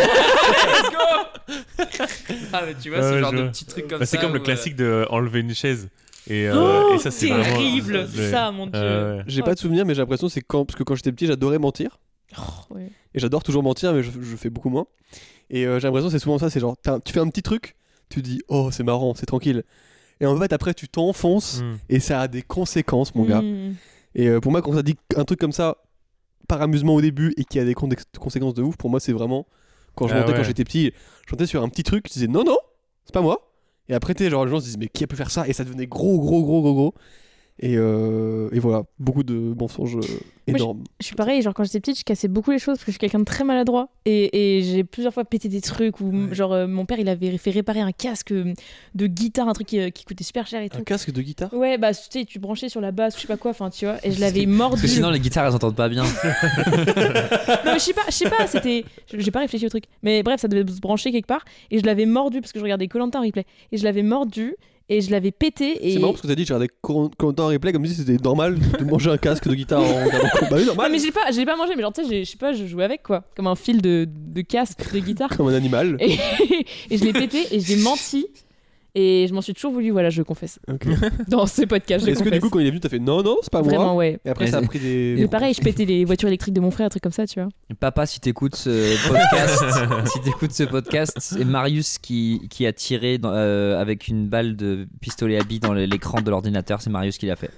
[SPEAKER 6] ah mais tu vois
[SPEAKER 1] Ouais,
[SPEAKER 6] ce
[SPEAKER 1] ouais,
[SPEAKER 6] genre
[SPEAKER 1] je
[SPEAKER 6] de
[SPEAKER 1] vois.
[SPEAKER 6] petits trucs comme
[SPEAKER 1] Bah,
[SPEAKER 6] ça
[SPEAKER 1] c'est comme le
[SPEAKER 6] où, euh,
[SPEAKER 1] classique de euh, enlever une chaise et, euh,
[SPEAKER 5] Oh,
[SPEAKER 1] et ça c'est vraiment
[SPEAKER 5] terrible,
[SPEAKER 1] Ouais.
[SPEAKER 5] ça, mon dieu.
[SPEAKER 1] Euh, ouais.
[SPEAKER 3] J'ai pas de souvenir, mais j'ai l'impression que c'est quand. Parce que quand j'étais petit, j'adorais mentir.
[SPEAKER 5] Oh, ouais.
[SPEAKER 3] Et j'adore toujours mentir, mais je, je fais beaucoup moins. Et euh, j'ai l'impression que c'est souvent ça, c'est genre, t'as un- tu fais un petit truc, tu te dis, oh, c'est marrant, c'est tranquille. Et en fait, après, tu t'enfonces,
[SPEAKER 1] Mm.
[SPEAKER 3] et ça a des conséquences, mon gars.
[SPEAKER 5] Mm.
[SPEAKER 3] Et euh, pour moi, quand ça dit un truc comme ça, par amusement au début, et qui a des condex- conséquences de ouf, pour moi, c'est vraiment, quand je
[SPEAKER 1] Ah
[SPEAKER 3] mentais
[SPEAKER 1] ouais.
[SPEAKER 3] quand j'étais petit, je mentais sur un petit truc, je disais, non, non, c'est pas moi. Et après, t'es genre, les gens se disent, mais qui a pu faire ça? Et ça devenait gros, gros, gros, gros, gros. Et, euh, et voilà, beaucoup de mensonges euh, énormes.
[SPEAKER 5] Je suis pareil, genre quand j'étais petite, je cassais beaucoup les choses parce que je suis quelqu'un de très maladroit. Et, et j'ai plusieurs fois pété des trucs où,
[SPEAKER 3] Ouais.
[SPEAKER 5] genre, euh, mon père, il avait fait réparer un casque euh, de guitare, un truc qui, euh, qui coûtait super cher et tout.
[SPEAKER 3] Un casque de guitare?
[SPEAKER 5] Ouais, bah, tu sais, tu branchais sur la basse ou je sais pas quoi, enfin, tu vois, et je l'avais mordu.
[SPEAKER 6] parce que sinon les guitares elles s'entendent pas bien.
[SPEAKER 5] Non, mais je sais pas, je sais pas, c'était. J'ai pas réfléchi au truc. Mais bref, ça devait se brancher quelque part. Et je l'avais mordu parce que je regardais Koh-Lanta en replay. Et je l'avais mordu et je l'avais pété. Et...
[SPEAKER 3] C'est marrant parce que t'as dit, j'ai regardé Corentin en replay comme si c'était normal de manger un casque de guitare en regardant. Bah oui,
[SPEAKER 5] Non,
[SPEAKER 3] normal.
[SPEAKER 5] mais je l'ai pas, je l'ai pas mangé, mais genre, tu sais, j'ai- je sais pas, je jouais avec quoi. Comme un fil de, de casque de guitare.
[SPEAKER 3] Comme un animal.
[SPEAKER 5] Et, et je l'ai pété et j'ai menti. Et je m'en suis toujours voulu, voilà, je confesse.
[SPEAKER 3] Ok.
[SPEAKER 5] Dans ce podcast, je
[SPEAKER 3] Est-ce que
[SPEAKER 5] confesse.
[SPEAKER 3] du coup, quand il est venu, t'as fait non, non, c'est pas
[SPEAKER 5] Vraiment,
[SPEAKER 3] moi?
[SPEAKER 5] ouais.
[SPEAKER 3] Et après,
[SPEAKER 6] Mais
[SPEAKER 3] ça a
[SPEAKER 6] c'est-
[SPEAKER 3] pris des.
[SPEAKER 5] Mais pareil, je pétais les voitures électriques de mon frère, un truc comme ça, tu vois.
[SPEAKER 6] Papa, si t'écoutes ce podcast, si t'écoutes ce podcast, c'est Marius qui, qui a tiré dans- euh, avec une balle de pistolet à billes dans l'écran de l'ordinateur. C'est Marius qui l'a fait.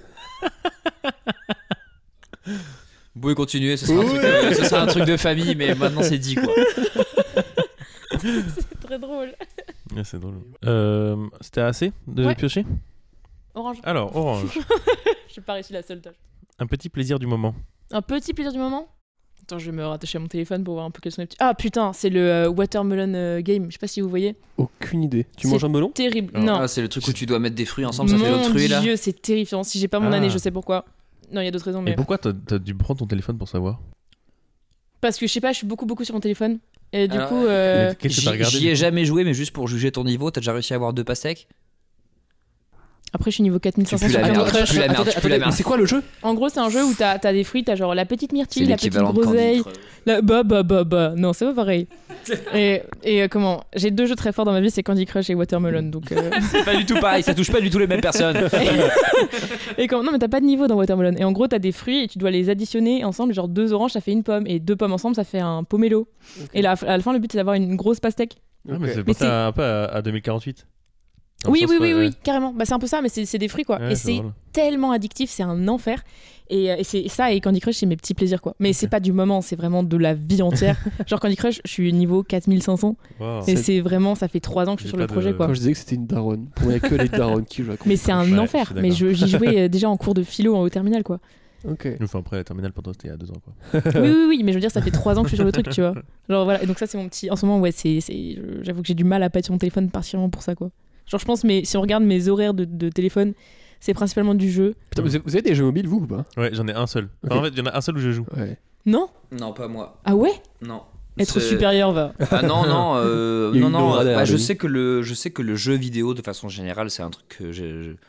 [SPEAKER 6] Vous pouvez continuer, ce sera, un truc, euh, ce sera un truc de famille, mais maintenant c'est dit quoi.
[SPEAKER 5] C'est très drôle.
[SPEAKER 1] Ouais, c'est drôle. Euh, C'était assez de
[SPEAKER 5] Ouais.
[SPEAKER 1] piocher.
[SPEAKER 5] Orange.
[SPEAKER 1] Alors orange,
[SPEAKER 5] J'ai pas réussi la seule tâche.
[SPEAKER 1] un petit plaisir du moment.
[SPEAKER 5] Un petit plaisir du moment. Attends, je vais me rattacher à mon téléphone pour voir un peu quels sont les petits. Ah putain, c'est le euh, Watermelon euh, Game. Je sais pas si vous voyez.
[SPEAKER 3] Aucune idée. Tu
[SPEAKER 5] C'est-
[SPEAKER 3] manges un melon?
[SPEAKER 5] Terrible.
[SPEAKER 1] Alors,
[SPEAKER 5] non.
[SPEAKER 6] Ah, c'est le truc où tu dois mettre des fruits ensemble, ça fait
[SPEAKER 5] Mon
[SPEAKER 6] l'autruche là.
[SPEAKER 5] Dieu, c'est terrifiant. Si j'ai pas mon
[SPEAKER 1] Ah.
[SPEAKER 5] année, je sais pourquoi. Non, il y a d'autres raisons,
[SPEAKER 1] Et
[SPEAKER 5] mais
[SPEAKER 1] pourquoi t'as as dû prendre ton téléphone pour savoir?
[SPEAKER 5] parce que je sais pas, je suis beaucoup beaucoup sur mon téléphone. Et du
[SPEAKER 6] Alors,
[SPEAKER 5] coup, euh,
[SPEAKER 1] Mais Qu'est-ce que
[SPEAKER 6] J'y
[SPEAKER 1] t'as regardé?
[SPEAKER 6] j'y ai
[SPEAKER 1] du coup
[SPEAKER 6] jamais joué, mais juste pour juger ton niveau, t'as déjà réussi à avoir deux pastèques?
[SPEAKER 5] après je suis niveau quatre mille cinq cents
[SPEAKER 6] Tu pues
[SPEAKER 5] sur
[SPEAKER 6] la
[SPEAKER 5] Candy
[SPEAKER 6] merde,
[SPEAKER 5] Crush.
[SPEAKER 6] tu pues la merde,
[SPEAKER 3] Attendez,
[SPEAKER 6] tu pues la
[SPEAKER 3] attendez,
[SPEAKER 6] merde.
[SPEAKER 3] mais c'est quoi le jeu?
[SPEAKER 5] En gros, c'est un jeu où t'as as des fruits, t'as genre la petite myrtille,
[SPEAKER 6] C'est
[SPEAKER 5] la petite
[SPEAKER 6] l'équivalent de Candy
[SPEAKER 5] groseille.
[SPEAKER 6] Crush.
[SPEAKER 5] La... Bah bah bah bah. Non, c'est pas pareil. et et euh, comment j'ai deux jeux très forts dans ma vie, c'est Candy Crush et Watermelon. Donc euh,
[SPEAKER 6] C'est pas du tout pareil, ça touche pas du tout les mêmes personnes.
[SPEAKER 5] et comment non mais t'as pas de niveau dans Watermelon. Et en gros, t'as des fruits et tu dois les additionner ensemble. Genre deux oranges, ça fait une pomme et deux pommes ensemble, ça fait un pomelo. Et là, à la fin, le but c'est d'avoir une grosse pastèque.
[SPEAKER 1] Ah, mais
[SPEAKER 3] Ok.
[SPEAKER 1] c'est
[SPEAKER 5] Mais
[SPEAKER 1] pensé un peu à, à deux mille quarante-huit. Dans le
[SPEAKER 5] Oui,
[SPEAKER 1] sens,
[SPEAKER 5] oui,
[SPEAKER 1] ouais,
[SPEAKER 5] oui,
[SPEAKER 1] ouais.
[SPEAKER 5] oui, carrément. Bah, c'est un peu ça, mais c'est c'est des fruits, quoi.
[SPEAKER 1] Ouais,
[SPEAKER 5] et
[SPEAKER 1] je
[SPEAKER 5] c'est
[SPEAKER 1] vois, là.
[SPEAKER 5] tellement addictif, c'est un enfer. Et, euh, et c'est ça, et Candy Crush, c'est mes petits plaisirs, quoi. Mais
[SPEAKER 1] Ok.
[SPEAKER 5] c'est pas du moment, c'est vraiment de la vie entière. Genre Candy Crush, je suis niveau quatre mille cinq cents.
[SPEAKER 1] Wow.
[SPEAKER 5] Et
[SPEAKER 3] C'est-
[SPEAKER 5] c'est vraiment, ça fait trois ans que je suis
[SPEAKER 1] J'ai
[SPEAKER 5] sur le
[SPEAKER 1] pas
[SPEAKER 5] projet,
[SPEAKER 1] de-
[SPEAKER 5] quoi.
[SPEAKER 3] Quand je disais que c'était une daronne, pour moi, il n'y a que les darons qui jouent à Candy
[SPEAKER 5] Mais c'est un
[SPEAKER 1] Ouais, je
[SPEAKER 5] enfer.
[SPEAKER 1] suis
[SPEAKER 5] Mais
[SPEAKER 1] d'accord.
[SPEAKER 5] je- j'y jouais euh, déjà en cours de philo en haut terminal, quoi.
[SPEAKER 3] Crush. Ok.
[SPEAKER 1] Enfin, après, la terminale, pour toi, c'était il y a deux ans, quoi.
[SPEAKER 5] Oui, oui, oui, mais je veux dire, ça fait trois ans que je suis sur le truc, tu vois. Genre voilà, et donc ça, c'est mon petit. En ce moment, ouais, c'est, c'est... je- j'avoue que j'ai du mal à pas être sur mon téléphone particulièrement pour ça, quoi. Genre, je pense, mais si on regarde mes horaires de, de téléphone, c'est principalement du jeu.
[SPEAKER 3] Putain, vous avez- vous avez des jeux mobiles, vous ou pas?
[SPEAKER 1] Ouais, j'en ai un seul. Enfin,
[SPEAKER 3] Ok.
[SPEAKER 1] en fait, il y en a un seul où je joue.
[SPEAKER 3] Ouais.
[SPEAKER 5] Non?
[SPEAKER 6] Non, pas moi.
[SPEAKER 5] Ah ouais?
[SPEAKER 6] Non.
[SPEAKER 5] Être
[SPEAKER 6] C'est-
[SPEAKER 5] supérieur, va.
[SPEAKER 6] Ah non non euh,
[SPEAKER 3] Il y a
[SPEAKER 6] non
[SPEAKER 3] une
[SPEAKER 6] non
[SPEAKER 3] aura derrière
[SPEAKER 6] bah, je
[SPEAKER 3] lui.
[SPEAKER 6] sais que le je sais que le jeu vidéo de façon générale c'est un truc que j'ai- je-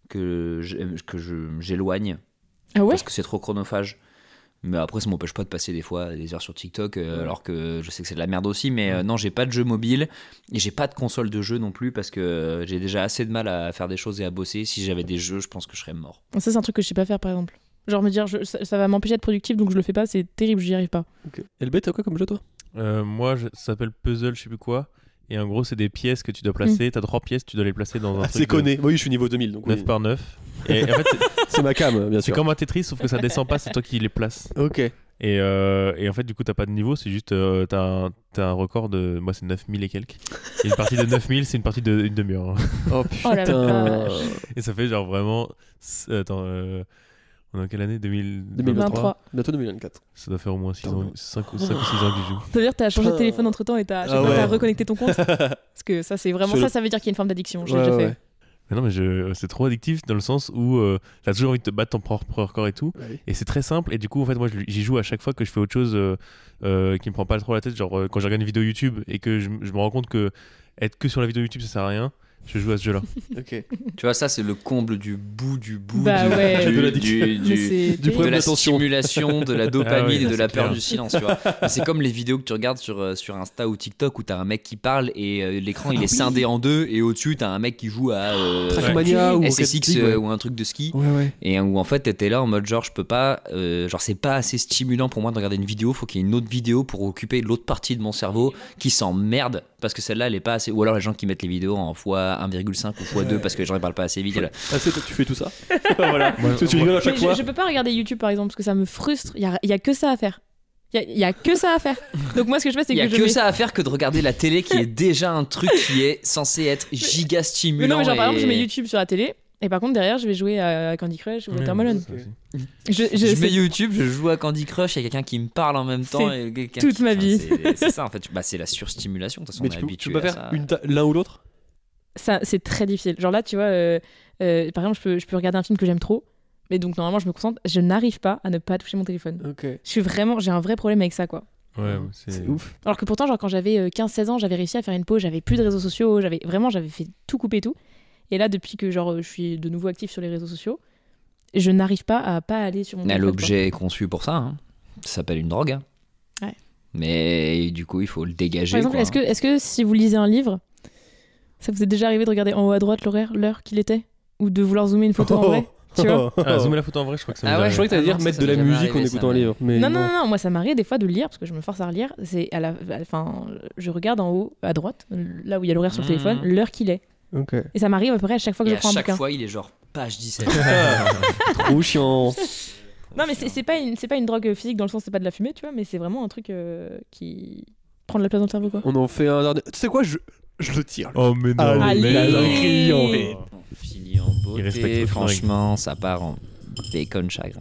[SPEAKER 6] que j'ai- que je j'éloigne
[SPEAKER 5] Ah ouais?
[SPEAKER 6] parce que c'est trop chronophage. Mais après ça m'empêche pas de passer des fois des heures sur TikTok euh, alors que je sais que c'est de la merde aussi, mais euh, non, j'ai pas de jeu mobile et j'ai pas de console de jeu non plus parce que euh, j'ai déjà assez de mal à faire des choses et à bosser. Si j'avais des jeux, je pense que je serais mort.
[SPEAKER 5] Ça, c'est un truc que je sais pas faire, par exemple. Genre me dire, je- ça, ça va m'empêcher d'être productif, donc je le fais pas, c'est terrible, j'y arrive pas.
[SPEAKER 3] Ok. L B, t'as quoi comme jeu, toi?
[SPEAKER 1] Euh, moi, je- ça s'appelle Puzzle, je sais plus quoi. Et en gros, c'est des pièces que tu dois placer. T'as trois pièces, tu dois les placer dans un
[SPEAKER 3] Ah,
[SPEAKER 1] truc
[SPEAKER 3] c'est
[SPEAKER 1] de
[SPEAKER 3] conné. Oui, je suis niveau deux mille, donc
[SPEAKER 1] neuf
[SPEAKER 3] oui.
[SPEAKER 1] par neuf. Et en fait, c'est-
[SPEAKER 3] C'est ma cam, bien
[SPEAKER 1] c'est
[SPEAKER 3] sûr.
[SPEAKER 1] comme un Tetris, sauf que ça descend pas, c'est toi qui les places.
[SPEAKER 3] Ok.
[SPEAKER 1] Et, euh, et en fait, du coup, t'as pas de niveau, c'est juste, euh, t'as un, t'as un record de. Moi, c'est neuf mille et quelques. Et une partie de neuf mille, c'est une partie d'une demi-heure.
[SPEAKER 3] Oh
[SPEAKER 5] Oh la
[SPEAKER 3] putain.
[SPEAKER 5] vache.
[SPEAKER 1] Et ça fait genre vraiment. Attends, euh, on est en quelle année deux mille
[SPEAKER 3] deux mille vingt-trois.
[SPEAKER 5] vingt-trois.
[SPEAKER 3] Bientôt deux mille vingt-quatre.
[SPEAKER 1] Ça doit faire au moins six
[SPEAKER 3] Putain.
[SPEAKER 1] ans, cinq ou six ans que j'y joue.
[SPEAKER 5] Ça veut dire que t'as changé de
[SPEAKER 3] Putain.
[SPEAKER 5] téléphone entre temps et t'as, je sais
[SPEAKER 3] Ah
[SPEAKER 5] pas,
[SPEAKER 3] ouais.
[SPEAKER 5] t'as reconnecté ton compte. Parce que ça, c'est vraiment
[SPEAKER 3] C'est
[SPEAKER 5] ça,
[SPEAKER 3] le-
[SPEAKER 5] ça veut dire qu'il y a une forme d'addiction. Je l'ai
[SPEAKER 3] Ouais,
[SPEAKER 5] déjà
[SPEAKER 3] ouais.
[SPEAKER 5] fait.
[SPEAKER 1] Mais non, mais je... c'est trop addictif dans le sens où euh, t'as toujours envie de te battre ton propre record et tout.
[SPEAKER 3] Ouais.
[SPEAKER 1] Et c'est très simple. Et du coup, en fait, moi, je- j'y joue à chaque fois que je fais autre chose euh, euh, qui me prend pas trop la tête. Genre, euh, quand je regarde une vidéo YouTube et que je, je me rends compte que être que sur la vidéo YouTube, ça sert à rien. Je joue à ce jeu-là.
[SPEAKER 3] Ok.
[SPEAKER 6] Tu vois, ça c'est le comble du bout du bout
[SPEAKER 5] Bah
[SPEAKER 6] du,
[SPEAKER 5] ouais.
[SPEAKER 6] du-
[SPEAKER 3] De la-
[SPEAKER 6] du-
[SPEAKER 5] Mais
[SPEAKER 6] du-
[SPEAKER 5] c'est
[SPEAKER 3] du
[SPEAKER 6] de
[SPEAKER 3] problème
[SPEAKER 6] la
[SPEAKER 3] d'attention.
[SPEAKER 6] stimulation, de la dopamine
[SPEAKER 1] Ah oui,
[SPEAKER 6] et de
[SPEAKER 1] c'est
[SPEAKER 6] la peur
[SPEAKER 1] clair.
[SPEAKER 6] du silence, tu vois. Mais c'est comme les vidéos que tu regardes sur, euh, sur Insta ou TikTok où t'as un mec qui parle et euh, l'écran il est scindé en deux et au-dessus t'as un mec qui joue à euh,
[SPEAKER 3] Trackmania ou
[SPEAKER 6] S S X
[SPEAKER 3] Rocket League,
[SPEAKER 6] euh,
[SPEAKER 3] ouais.
[SPEAKER 6] ou un truc de ski.
[SPEAKER 3] Ouais, ouais.
[SPEAKER 6] Et où en fait t'étais là en mode genre je peux pas, euh, genre c'est pas assez stimulant pour moi de regarder une vidéo, faut qu'il y ait une autre vidéo pour occuper l'autre partie de mon cerveau qui s'emmerde parce que celle-là elle est pas assez, ou alors les gens qui mettent les vidéos en fois un virgule cinq ou fois deux parce que les gens ils parlent pas assez vite. Et là,
[SPEAKER 3] Ah, c'est toi, tu fais tout ça. Voilà.
[SPEAKER 1] Moi,
[SPEAKER 3] Parce que tu
[SPEAKER 1] moi-
[SPEAKER 3] rigoles à chaque
[SPEAKER 5] Mais
[SPEAKER 3] fois.
[SPEAKER 5] je, je peux pas regarder YouTube, par exemple, parce que ça me frustre. Il y a, il y a que ça à faire. Il y a, il y a que ça à faire. Donc moi, ce que je fais, c'est
[SPEAKER 6] il y
[SPEAKER 5] que
[SPEAKER 6] a
[SPEAKER 5] je
[SPEAKER 6] que
[SPEAKER 5] mets-
[SPEAKER 6] ça à faire que de regarder la télé qui est déjà un truc qui est censé être giga
[SPEAKER 5] Mais
[SPEAKER 6] stimulant.
[SPEAKER 5] non, mais genre, par
[SPEAKER 6] et-
[SPEAKER 5] exemple, je mets YouTube sur la télé. Et par contre, derrière, je vais jouer à Candy Crush ou
[SPEAKER 1] Ouais,
[SPEAKER 5] Watermelon.
[SPEAKER 1] ça aussi.
[SPEAKER 5] Je, je-
[SPEAKER 6] Je
[SPEAKER 5] c'est-
[SPEAKER 6] mets YouTube, je joue à Candy Crush, il y a quelqu'un qui me parle en même temps.
[SPEAKER 5] C'est
[SPEAKER 6] et quelqu'un
[SPEAKER 5] toute
[SPEAKER 6] qui-
[SPEAKER 5] ma
[SPEAKER 6] enfin,
[SPEAKER 5] vie.
[SPEAKER 6] c'est- C'est ça en fait, bah, c'est la surstimulation. De toute façon,
[SPEAKER 3] Mais
[SPEAKER 6] on est
[SPEAKER 3] tu peux, tu
[SPEAKER 6] habitué
[SPEAKER 3] peux pas
[SPEAKER 6] à
[SPEAKER 3] faire
[SPEAKER 6] ça.
[SPEAKER 3] une ta- l'un ou l'autre?
[SPEAKER 5] ça, c'est très difficile. Genre là, tu vois, euh, euh, par exemple, je peux, je peux regarder un film que j'aime trop. Mais donc, normalement, je me concentre. Je n'arrive pas à ne pas toucher mon téléphone.
[SPEAKER 3] Ok.
[SPEAKER 5] Je suis vraiment, j'ai un vrai problème avec ça, quoi.
[SPEAKER 1] Ouais, c'est
[SPEAKER 3] C'est ouf.
[SPEAKER 5] Alors que pourtant, genre, quand j'avais euh, quinze seize ans, j'avais réussi à faire une pause, j'avais plus de réseaux sociaux, j'avais vraiment, j'avais fait tout couper et tout. Et là, depuis que genre, je suis de nouveau actif sur les réseaux sociaux, je n'arrive pas à pas aller sur mon
[SPEAKER 6] Mais
[SPEAKER 5] téléphone.
[SPEAKER 6] L'objet est conçu pour ça. hein. Ça s'appelle une drogue. hein.
[SPEAKER 5] Ouais.
[SPEAKER 6] Mais du coup, il faut le dégager.
[SPEAKER 5] Par exemple,
[SPEAKER 6] quoi.
[SPEAKER 5] est-ce que, est-ce que si vous lisez un livre, ça vous est déjà arrivé de regarder en haut à droite l'horaire, l'heure qu'il était? Ou de vouloir zoomer une photo en vrai? Tu vois
[SPEAKER 1] Ah, zoomer la photo en vrai, je crois que ça me
[SPEAKER 6] Ah ouais,
[SPEAKER 3] Je croyais que t'allais
[SPEAKER 6] Ah
[SPEAKER 3] dire
[SPEAKER 6] non, ça,
[SPEAKER 3] mettre
[SPEAKER 6] ça
[SPEAKER 3] de la
[SPEAKER 6] m'est jamais
[SPEAKER 3] musique en
[SPEAKER 6] arrivé,
[SPEAKER 3] écoutant
[SPEAKER 6] ça,
[SPEAKER 3] un livre. Mais
[SPEAKER 5] Non, non, non, non, moi ça m'arrive des fois de lire, parce que je me force à relire. C'est à la, à- enfin, je regarde en haut à droite, là où il y a l'horaire sur le
[SPEAKER 6] Mhm.
[SPEAKER 5] téléphone, l'heure qu'il est.
[SPEAKER 3] Ok.
[SPEAKER 5] Et ça m'arrive à peu près à chaque fois que
[SPEAKER 6] Et
[SPEAKER 5] je
[SPEAKER 6] à
[SPEAKER 5] prends un
[SPEAKER 6] chaque
[SPEAKER 5] bouquin.
[SPEAKER 6] fois, il est genre page dix-sept.
[SPEAKER 3] Trop chiant.
[SPEAKER 5] Non, mais c'est c'est pas, une- c'est pas une drogue physique dans le sens, c'est pas de la fumée, tu vois, mais c'est vraiment un truc euh, qui prend de la place dans le cerveau, quoi.
[SPEAKER 3] On en fait un dernier. Tu sais quoi, je, je le tire.
[SPEAKER 1] Oh, mais non.
[SPEAKER 3] Allez,
[SPEAKER 1] mais
[SPEAKER 5] Allez.
[SPEAKER 1] non.
[SPEAKER 3] criant.
[SPEAKER 6] On finit en
[SPEAKER 1] Il respecte
[SPEAKER 6] beauté.
[SPEAKER 1] votre
[SPEAKER 6] Franchement, ça part en bacon chagrin.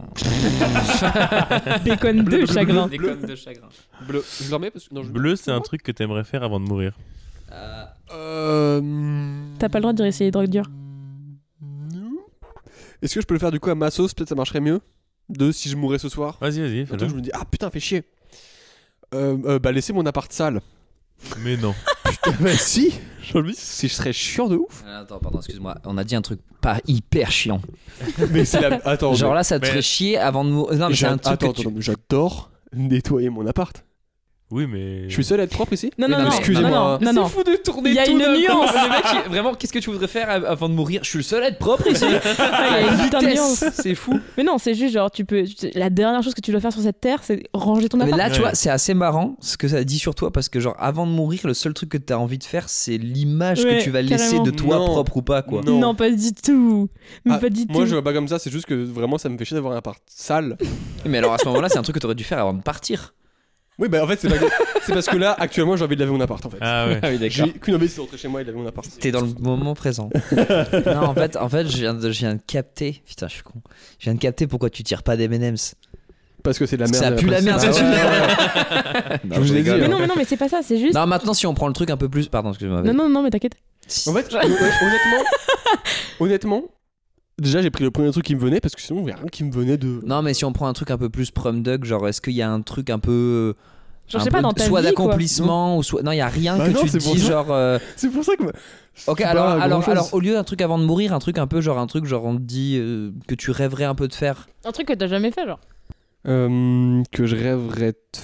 [SPEAKER 5] Bacon de chagrin.
[SPEAKER 6] Bacon de chagrin.
[SPEAKER 3] Bleu. Je le remets parce que. Non, je...
[SPEAKER 1] Bleu, c'est un truc que t'aimerais faire avant de mourir.
[SPEAKER 3] Euh.
[SPEAKER 5] T'as pas le droit de dire essayer les drogues dures.
[SPEAKER 3] Non. Est-ce que je peux le faire du coup à ma sauce? Peut-être ça marcherait mieux. De si je mourais ce soir.
[SPEAKER 1] Vas-y, vas-y,
[SPEAKER 3] Un truc,
[SPEAKER 1] fais-le.
[SPEAKER 3] je me dis, ah putain, fais chier. Euh, euh, bah, laissez mon appart sale.
[SPEAKER 1] Mais non.
[SPEAKER 3] Putain, bah si. Je me dis, c'est- je serais chiant de ouf.
[SPEAKER 6] Ah, Attends, pardon, excuse-moi. On a dit un truc pas hyper chiant.
[SPEAKER 3] Mais c'est la. Attends,
[SPEAKER 6] Genre
[SPEAKER 3] mais-
[SPEAKER 6] là, ça te
[SPEAKER 1] Mais-
[SPEAKER 6] ferait chier avant de mourir. Non, mais c'est
[SPEAKER 3] J'a-
[SPEAKER 6] un truc
[SPEAKER 3] Attends,
[SPEAKER 6] que tu-
[SPEAKER 3] attends, mais j'adore nettoyer mon appart.
[SPEAKER 1] Oui, mais.
[SPEAKER 3] Je suis seul à être propre ici.
[SPEAKER 5] Non,
[SPEAKER 2] Oui,
[SPEAKER 5] non,
[SPEAKER 2] non,
[SPEAKER 5] non,
[SPEAKER 2] mais-
[SPEAKER 3] excusez-moi.
[SPEAKER 5] non, non, non.
[SPEAKER 2] C'est fou de tourner
[SPEAKER 5] Il y a
[SPEAKER 2] tout
[SPEAKER 5] une
[SPEAKER 2] d'un coup.
[SPEAKER 5] nuance.
[SPEAKER 2] Le mec, il- vraiment, qu'est-ce que tu voudrais faire avant de mourir? Je suis le seul à être propre ici.
[SPEAKER 5] Ah, il y a une putain de nuance.
[SPEAKER 2] C'est fou.
[SPEAKER 5] Mais non, c'est juste genre, tu peux. tu- La dernière chose que tu dois faire sur cette terre, c'est ranger ton
[SPEAKER 6] Mais
[SPEAKER 5] appart.
[SPEAKER 6] là, tu
[SPEAKER 1] Ouais.
[SPEAKER 6] vois, c'est assez marrant ce que ça dit sur toi parce que, genre, avant de mourir, le seul truc que tu as envie de faire, c'est l'image
[SPEAKER 5] Ouais,
[SPEAKER 6] que tu vas laisser
[SPEAKER 5] carrément.
[SPEAKER 6] de toi
[SPEAKER 3] Non.
[SPEAKER 6] propre ou pas, quoi.
[SPEAKER 3] Non.
[SPEAKER 5] Non, pas du tout. Mais
[SPEAKER 3] Ah,
[SPEAKER 5] pas du
[SPEAKER 3] moi,
[SPEAKER 5] tout.
[SPEAKER 3] je vois pas comme ça. C'est juste que vraiment, ça me fait chier d'avoir un appart sale.
[SPEAKER 6] Mais alors, à ce moment-là, c'est un truc que tu aurais dû faire avant de partir.
[SPEAKER 3] Oui, bah en fait, c'est pas que- c'est parce que là, actuellement, j'ai envie de laver mon appart en fait.
[SPEAKER 1] Ah ouais.
[SPEAKER 2] Ah oui,
[SPEAKER 3] J'ai qu'une envie, c'est de rentrer chez moi et de laver mon appart.
[SPEAKER 6] T'es dans le moment présent. non, en fait, en fait je, viens de, je viens de capter. Putain, je suis con. Je viens de capter pourquoi tu tires pas des M and M's.
[SPEAKER 3] Parce que c'est de la merde.
[SPEAKER 6] Ça
[SPEAKER 3] et
[SPEAKER 6] pue la
[SPEAKER 3] après,
[SPEAKER 6] merde,
[SPEAKER 3] c'est-
[SPEAKER 6] ça
[SPEAKER 3] Ah
[SPEAKER 6] pue.
[SPEAKER 3] ouais, ouais.
[SPEAKER 6] Non,
[SPEAKER 3] Je vous ai
[SPEAKER 6] rigole.
[SPEAKER 3] dit,
[SPEAKER 5] Mais
[SPEAKER 3] hein.
[SPEAKER 5] non, mais non, mais c'est pas ça, c'est juste.
[SPEAKER 6] Non, maintenant, si on prend le truc un peu plus. Pardon, excuse-moi.
[SPEAKER 5] Non, non, non, mais t'inquiète.
[SPEAKER 3] En fait, hon- honnêtement, honnêtement, déjà j'ai pris le premier truc qui me venait parce que sinon il y a rien qui me venait de.
[SPEAKER 6] Non, mais si on prend un truc un peu plus prom dog, genre, est-ce qu'il y a un truc un peu.
[SPEAKER 5] Genre,
[SPEAKER 6] un
[SPEAKER 5] je sais pas,
[SPEAKER 6] peu
[SPEAKER 5] dans
[SPEAKER 6] de-
[SPEAKER 5] ta
[SPEAKER 6] soit
[SPEAKER 5] vie, quoi.
[SPEAKER 6] d'accomplissement ou soit. Non, il y a rien
[SPEAKER 3] Bah
[SPEAKER 6] que
[SPEAKER 3] non,
[SPEAKER 6] tu te
[SPEAKER 3] c'est pour
[SPEAKER 6] dis,
[SPEAKER 3] ça.
[SPEAKER 6] genre. euh,
[SPEAKER 3] C'est pour ça que.
[SPEAKER 6] Ok,
[SPEAKER 3] c'est
[SPEAKER 6] alors,
[SPEAKER 3] pas
[SPEAKER 6] alors,
[SPEAKER 3] grand-chose.
[SPEAKER 6] alors, au lieu d'un truc avant de mourir, un truc un peu, genre, un truc, genre, on te dit euh, que tu rêverais un peu de faire.
[SPEAKER 5] Un truc que t'as jamais fait, genre.
[SPEAKER 3] Euh, que je rêverais de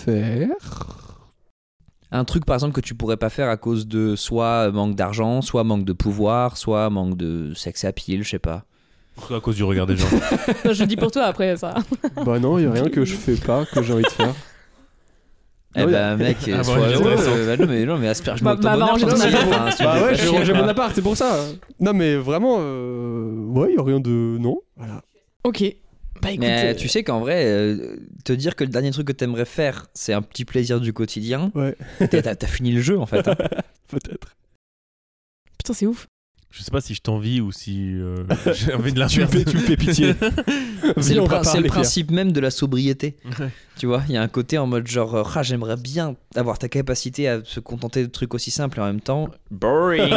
[SPEAKER 3] faire.
[SPEAKER 6] Un truc, par exemple, que tu pourrais pas faire à cause de soit manque d'argent, soit manque de pouvoir, soit manque de sex appeal, je sais pas.
[SPEAKER 1] Surtout à cause du regard des gens.
[SPEAKER 5] Non, je le dis pour toi après ça.
[SPEAKER 3] Bah non, il y a rien que je fais pas que j'ai envie de faire.
[SPEAKER 6] Eh
[SPEAKER 3] oui.
[SPEAKER 6] ben, mec,
[SPEAKER 1] Ah,
[SPEAKER 6] sois
[SPEAKER 1] bon,
[SPEAKER 6] heureux.
[SPEAKER 1] intéressant.
[SPEAKER 6] euh, bah non, mais non, mais asperge-moi
[SPEAKER 5] Bah,
[SPEAKER 6] de ton
[SPEAKER 5] bah,
[SPEAKER 6] bonheur,
[SPEAKER 5] ranger
[SPEAKER 6] j'en
[SPEAKER 5] ton
[SPEAKER 6] sais
[SPEAKER 5] appart.
[SPEAKER 6] rien, enfin, si tu
[SPEAKER 3] Bah
[SPEAKER 6] veux
[SPEAKER 3] ouais,
[SPEAKER 6] pas
[SPEAKER 3] j'ai
[SPEAKER 6] chier,
[SPEAKER 3] rangé
[SPEAKER 6] quoi.
[SPEAKER 3] mon appart, c'est pour ça. Non mais vraiment, euh... ouais, il y a rien de. Non. Voilà.
[SPEAKER 5] Ok. Bah écoute.
[SPEAKER 6] Mais
[SPEAKER 5] euh,
[SPEAKER 6] tu sais qu'en vrai, euh, te dire que le dernier truc que t'aimerais faire, c'est un petit plaisir du quotidien,
[SPEAKER 3] Ouais,
[SPEAKER 6] t'as, t'as- t'as fini le jeu en fait. hein.
[SPEAKER 3] peut-être.
[SPEAKER 5] Putain, c'est ouf.
[SPEAKER 1] Je sais pas si je t'envie ou si euh, j'ai envie de
[SPEAKER 3] Tu me
[SPEAKER 1] l'inverse.
[SPEAKER 3] fais, tu me fais pitié.
[SPEAKER 6] C'est,
[SPEAKER 3] Viens,
[SPEAKER 6] le,
[SPEAKER 3] on va
[SPEAKER 6] prin- c'est
[SPEAKER 3] parler,
[SPEAKER 6] le principe même de la sobriété.
[SPEAKER 1] Ouais.
[SPEAKER 6] Tu vois, il y a un côté en mode genre, euh, ah, j'aimerais bien avoir ta capacité à se contenter de trucs aussi simples et en même temps, boring.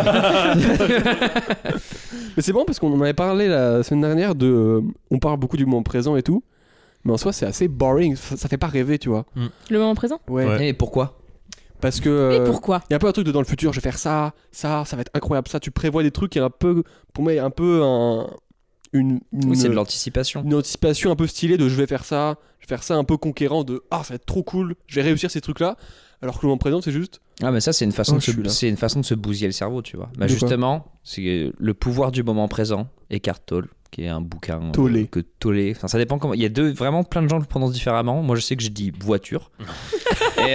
[SPEAKER 3] Mais c'est bon parce qu'on en avait parlé la semaine dernière de. euh, on parle beaucoup du moment présent et tout. Mais en soi, c'est assez boring. Ça, ça fait pas rêver, tu vois.
[SPEAKER 5] Le moment présent.
[SPEAKER 3] Ouais.
[SPEAKER 1] Ouais.
[SPEAKER 6] Et pourquoi?
[SPEAKER 3] Parce que.
[SPEAKER 5] Et
[SPEAKER 3] euh,
[SPEAKER 5] pourquoi
[SPEAKER 3] Il y a un peu un truc de dans le futur, je vais faire ça, ça, ça va être incroyable. Ça, tu prévois des trucs qui est un peu. Pour moi, il y a un peu un. Une. une
[SPEAKER 6] Oui, c'est de l'anticipation.
[SPEAKER 3] une anticipation un peu stylée de je vais faire ça, je vais faire ça un peu conquérant de ah, ça va être trop cool, je vais réussir ces trucs-là. Alors que le moment présent, c'est juste.
[SPEAKER 6] Ah, mais ça, c'est une façon,
[SPEAKER 3] Oh,
[SPEAKER 6] de,
[SPEAKER 3] je
[SPEAKER 6] se,
[SPEAKER 3] suis là.
[SPEAKER 6] c'est une façon de se bousiller le cerveau, tu vois. Bah,
[SPEAKER 3] De quoi
[SPEAKER 6] justement, c'est le pouvoir du moment présent, Eckhart Tolle, qui est un bouquin euh,
[SPEAKER 3] Tolle.
[SPEAKER 6] que Tolle. Enfin, ça dépend comment. Il y a deux, vraiment plein de gens le prononcent différemment. Moi, je sais que je dis voiture. Et...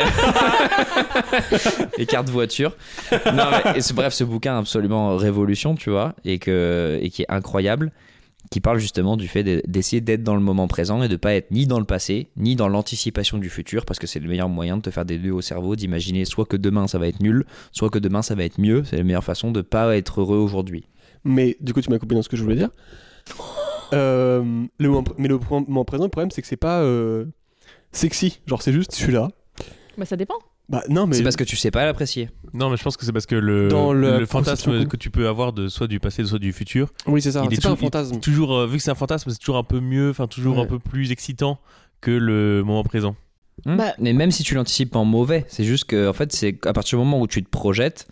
[SPEAKER 6] Eckhart voiture. Non, mais, et ce- bref, ce bouquin absolument révolution, tu vois, et, que, et qui est incroyable, qui parle justement du fait de- d'essayer d'être dans le moment présent et de pas être ni dans le passé, ni dans l'anticipation du futur, parce que c'est le meilleur moyen de te faire des nœuds au cerveau, d'imaginer soit que demain ça va être nul, soit que demain ça va être mieux. C'est la meilleure façon de pas être heureux aujourd'hui.
[SPEAKER 3] Mais du coup, tu m'as coupé dans ce que je voulais dire. Euh, le moment, mais le moment présent, le problème, c'est que c'est pas euh, sexy. Genre, c'est juste celui-là.
[SPEAKER 5] Bah ça dépend.
[SPEAKER 3] Bah non, mais.
[SPEAKER 6] C'est parce que tu sais pas l'apprécier.
[SPEAKER 1] Non, mais je pense que c'est parce que le,
[SPEAKER 3] Dans le-
[SPEAKER 1] le fantasme
[SPEAKER 3] conception.
[SPEAKER 1] que tu peux avoir de soit du passé, soit du futur,
[SPEAKER 3] Oui, c'est ça.
[SPEAKER 1] il est
[SPEAKER 3] C'est pas
[SPEAKER 1] tou-
[SPEAKER 3] un fantasme.
[SPEAKER 1] il- toujours, euh, vu que c'est un fantasme, c'est toujours un peu mieux, enfin toujours
[SPEAKER 3] Ouais.
[SPEAKER 1] un peu plus excitant que le moment présent.
[SPEAKER 6] Hmm.
[SPEAKER 5] Bah-
[SPEAKER 6] Mais même si tu l'anticipes en mauvais, c'est juste que en fait, c'est à partir du moment où tu te projettes.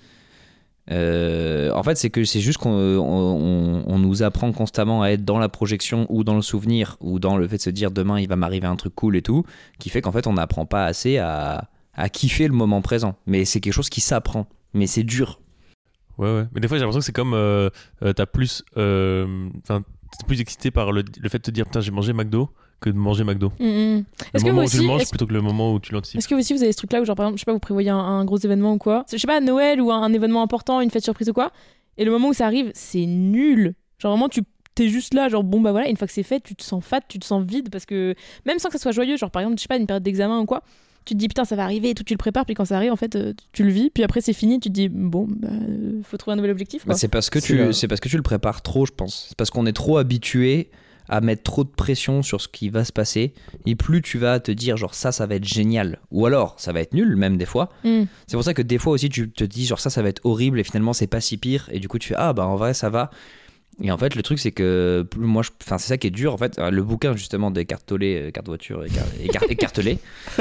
[SPEAKER 6] euh, en fait, c'est que c'est juste qu'on on, on- on nous apprend constamment à être dans la projection ou dans le souvenir ou dans le fait de se dire demain il va m'arriver un truc cool et tout, qui fait qu'en fait on n'apprend pas assez à, à kiffer le moment présent. Mais c'est quelque chose qui s'apprend, mais c'est dur.
[SPEAKER 1] Ouais, ouais. Mais des fois, j'ai l'impression que c'est comme euh, euh, t'as plus. euh, Enfin, t'es plus excité par le, le fait de te dire putain, j'ai mangé McDo que de manger McDo.
[SPEAKER 5] Mm, mm.
[SPEAKER 1] Le
[SPEAKER 5] Est-ce que
[SPEAKER 1] moment
[SPEAKER 5] vous
[SPEAKER 1] où tu le
[SPEAKER 5] aussi,
[SPEAKER 1] manges
[SPEAKER 5] est-ce-
[SPEAKER 1] plutôt que le moment où tu l'anticipes.
[SPEAKER 5] Est-ce que vous aussi vous avez ce truc là où genre par exemple je sais pas vous prévoyez un, un gros événement ou quoi, je sais pas Noël ou un, un événement important, une fête surprise ou quoi, et le moment où ça arrive c'est nul, genre vraiment tu t'es juste là genre bon bah voilà, une fois que c'est fait tu te sens fat, tu te sens vide parce que même sans que ça soit joyeux, genre par exemple je sais pas une période d'examen ou quoi, tu te dis putain ça va arriver et tout, tu le prépares, puis quand ça arrive en fait euh, tu le vis, puis après c'est fini, tu te dis bon bah euh, faut trouver un nouvel objectif quoi.
[SPEAKER 6] Bah, c'est parce que
[SPEAKER 3] C'est
[SPEAKER 6] tu
[SPEAKER 3] la-
[SPEAKER 6] c'est parce que tu le prépares trop, je pense. C'est parce qu'on est trop habitué à mettre trop de pression sur ce qui va se passer, et plus tu vas te dire genre ça ça va être génial ou alors ça va être nul même des fois.
[SPEAKER 5] Mm.
[SPEAKER 6] C'est pour ça que des fois aussi tu te dis genre ça ça va être horrible et finalement c'est pas si pire et du coup tu fais ah bah en vrai ça va. Et en fait le truc c'est que plus moi je... enfin c'est ça qui est dur en fait. Le bouquin justement d'Eckhart Tolle, euh, carte voiture et Eckhart- écartelé,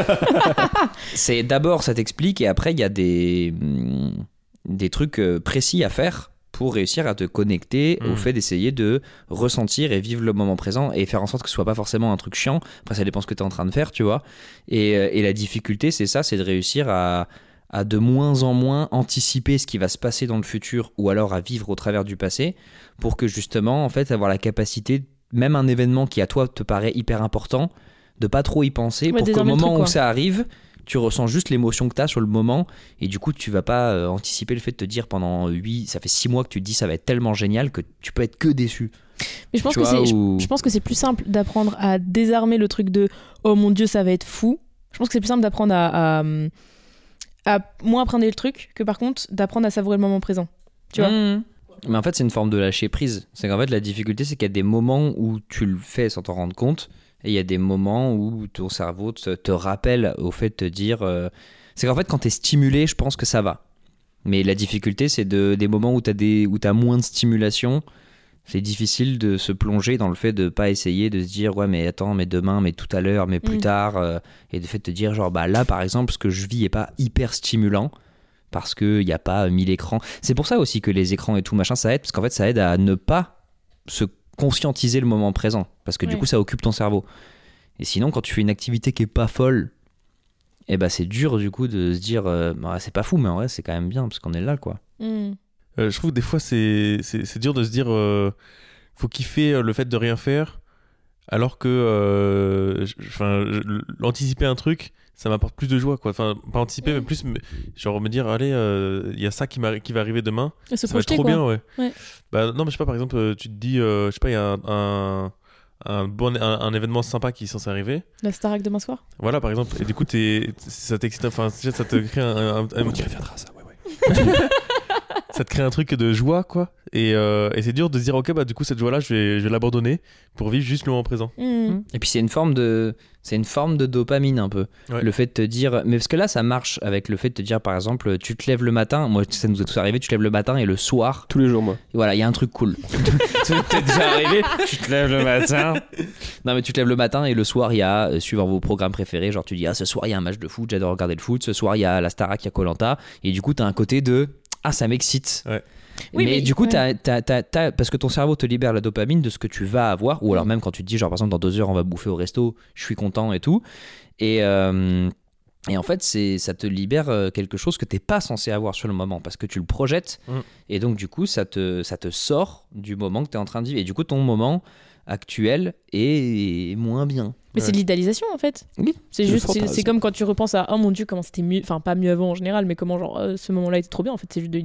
[SPEAKER 6] c'est d'abord ça t'explique et après il y a des hum, des trucs euh, précis à faire pour réussir à te connecter
[SPEAKER 1] Mmh.
[SPEAKER 6] au fait d'essayer de ressentir et vivre le moment présent et faire en sorte que ce soit pas forcément un truc chiant. Après, ça dépend ce que tu es en train de faire, tu vois. Et, euh, et la difficulté, c'est ça, c'est de réussir à, à de moins en moins anticiper ce qui va se passer dans le futur ou alors à vivre au travers du passé pour que justement, en fait, avoir la capacité, même un événement qui à toi te paraît hyper important, de pas trop y penser
[SPEAKER 5] Ouais,
[SPEAKER 6] pour qu'au
[SPEAKER 5] désormais le
[SPEAKER 6] moment
[SPEAKER 5] truc,
[SPEAKER 6] où
[SPEAKER 5] quoi.
[SPEAKER 6] ça arrive, tu ressens juste l'émotion que tu as sur le moment et du coup tu vas pas euh, anticiper le fait de te dire pendant huit, ça fait six mois que tu te dis ça va être tellement génial que tu peux être que déçu.
[SPEAKER 5] Mais je pense
[SPEAKER 6] Tu
[SPEAKER 5] que
[SPEAKER 6] vois,
[SPEAKER 5] c'est, je-
[SPEAKER 6] ou-
[SPEAKER 5] je pense que c'est plus simple d'apprendre à désarmer le truc de oh mon dieu ça va être fou. Je pense que c'est plus simple d'apprendre à, à, à moins appréhender le truc que par contre d'apprendre à savourer le moment présent. Tu vois.
[SPEAKER 6] Mmh. Mais en fait c'est une forme de lâcher prise. C'est qu'en fait la difficulté c'est qu'il y a des moments où tu le fais sans t'en rendre compte et il y a des moments où ton cerveau te, te rappelle au fait de te dire euh, c'est qu'en fait quand tu es stimulé je pense que ça va. Mais la difficulté c'est de, des moments où tu as des où t'as moins de stimulation. C'est difficile de se plonger dans le fait de pas essayer de se dire ouais mais attends mais demain mais tout à l'heure mais plus
[SPEAKER 5] Mm.
[SPEAKER 6] tard euh, et de fait de te dire genre bah là par exemple ce que je vis est pas hyper stimulant parce que il y a pas mille écrans. C'est pour ça aussi que les écrans et tout machin ça aide parce qu'en fait ça aide à ne pas se conscientiser le moment présent parce que du
[SPEAKER 5] Ouais.
[SPEAKER 6] coup ça occupe ton cerveau. Et sinon quand tu fais une activité qui est pas folle et bah c'est dur du coup de se dire euh, bah, c'est pas fou mais en vrai c'est quand même bien parce qu'on est là quoi.
[SPEAKER 5] Mm.
[SPEAKER 1] Euh, je trouve que des fois c'est, c'est, c'est dur de se dire euh, faut kiffer euh, le fait de rien faire alors que euh, je- enfin, je- l'anticiper un truc ça m'apporte plus de joie quoi. Enfin pas anticiper
[SPEAKER 5] Mm.
[SPEAKER 1] mais plus me- genre me dire allez il y a ça qui, m'arri- qui va arriver demain
[SPEAKER 5] Et se
[SPEAKER 1] ça va être
[SPEAKER 5] projeter
[SPEAKER 1] trop
[SPEAKER 5] quoi.
[SPEAKER 1] bien ouais.
[SPEAKER 5] Ouais.
[SPEAKER 1] Bah non mais je sais pas par exemple euh, tu te dis euh, je sais pas il y a un, un, un bon un, un événement sympa qui est censé arriver
[SPEAKER 5] La Starac demain soir.
[SPEAKER 1] voilà par exemple et du coup t'es, ça t'excite enfin ça te crée un, un, un-
[SPEAKER 3] On y reviendra, ça, ouais, ouais.
[SPEAKER 1] ça te crée un truc de joie quoi et, euh, et c'est dur de se dire ok bah du coup cette joie là je vais, je vais l'abandonner pour vivre juste le moment présent.
[SPEAKER 5] Mm.
[SPEAKER 6] Et puis c'est une forme de c'est une forme de dopamine un peu.
[SPEAKER 1] Ouais.
[SPEAKER 6] Le fait de te dire mais parce que là ça marche avec le fait de te dire par exemple tu te lèves le matin, moi ça nous est tous arrivé, tu te lèves le matin et le soir
[SPEAKER 3] Tous les jours, moi.
[SPEAKER 6] voilà, il y a un truc cool. Ça t'est déjà arrivé, tu te lèves le matin. Non mais tu te lèves le matin et le soir il y a euh, suivant vos programmes préférés, genre tu dis ah ce soir il y a un match de foot, j'adore regarder le foot, ce soir il y a la Starac, il y a Koh-Lanta et du coup tu as un côté de ah ça m'excite.
[SPEAKER 1] Ouais.
[SPEAKER 5] Oui,
[SPEAKER 6] mais,
[SPEAKER 5] mais-
[SPEAKER 6] du coup,
[SPEAKER 5] ouais.
[SPEAKER 6] t'as- t'as- t'as- t'as- parce que ton cerveau te libère la dopamine de ce que tu vas avoir, ou alors même quand tu te dis, genre par exemple, dans deux heures, on va bouffer au resto, je suis content et tout. Et, euh, et en fait, c'est, ça te libère euh, quelque chose que t'es pas censé avoir sur le moment, parce que tu le projettes.
[SPEAKER 1] Mm.
[SPEAKER 6] Et donc, du coup, ça te, ça te sort du moment que t'es en train de vivre. Et du coup, ton moment actuel est moins bien.
[SPEAKER 5] Mais c'est de l'idéalisation en fait.
[SPEAKER 6] Oui,
[SPEAKER 5] C'est
[SPEAKER 3] c'est
[SPEAKER 5] juste,
[SPEAKER 3] le
[SPEAKER 5] c'est,
[SPEAKER 3] fantasme.
[SPEAKER 5] c'est comme quand tu repenses à oh mon dieu comment c'était mieux, enfin pas mieux avant en général, mais comment genre euh, ce moment-là était trop bien. En fait, c'est juste de.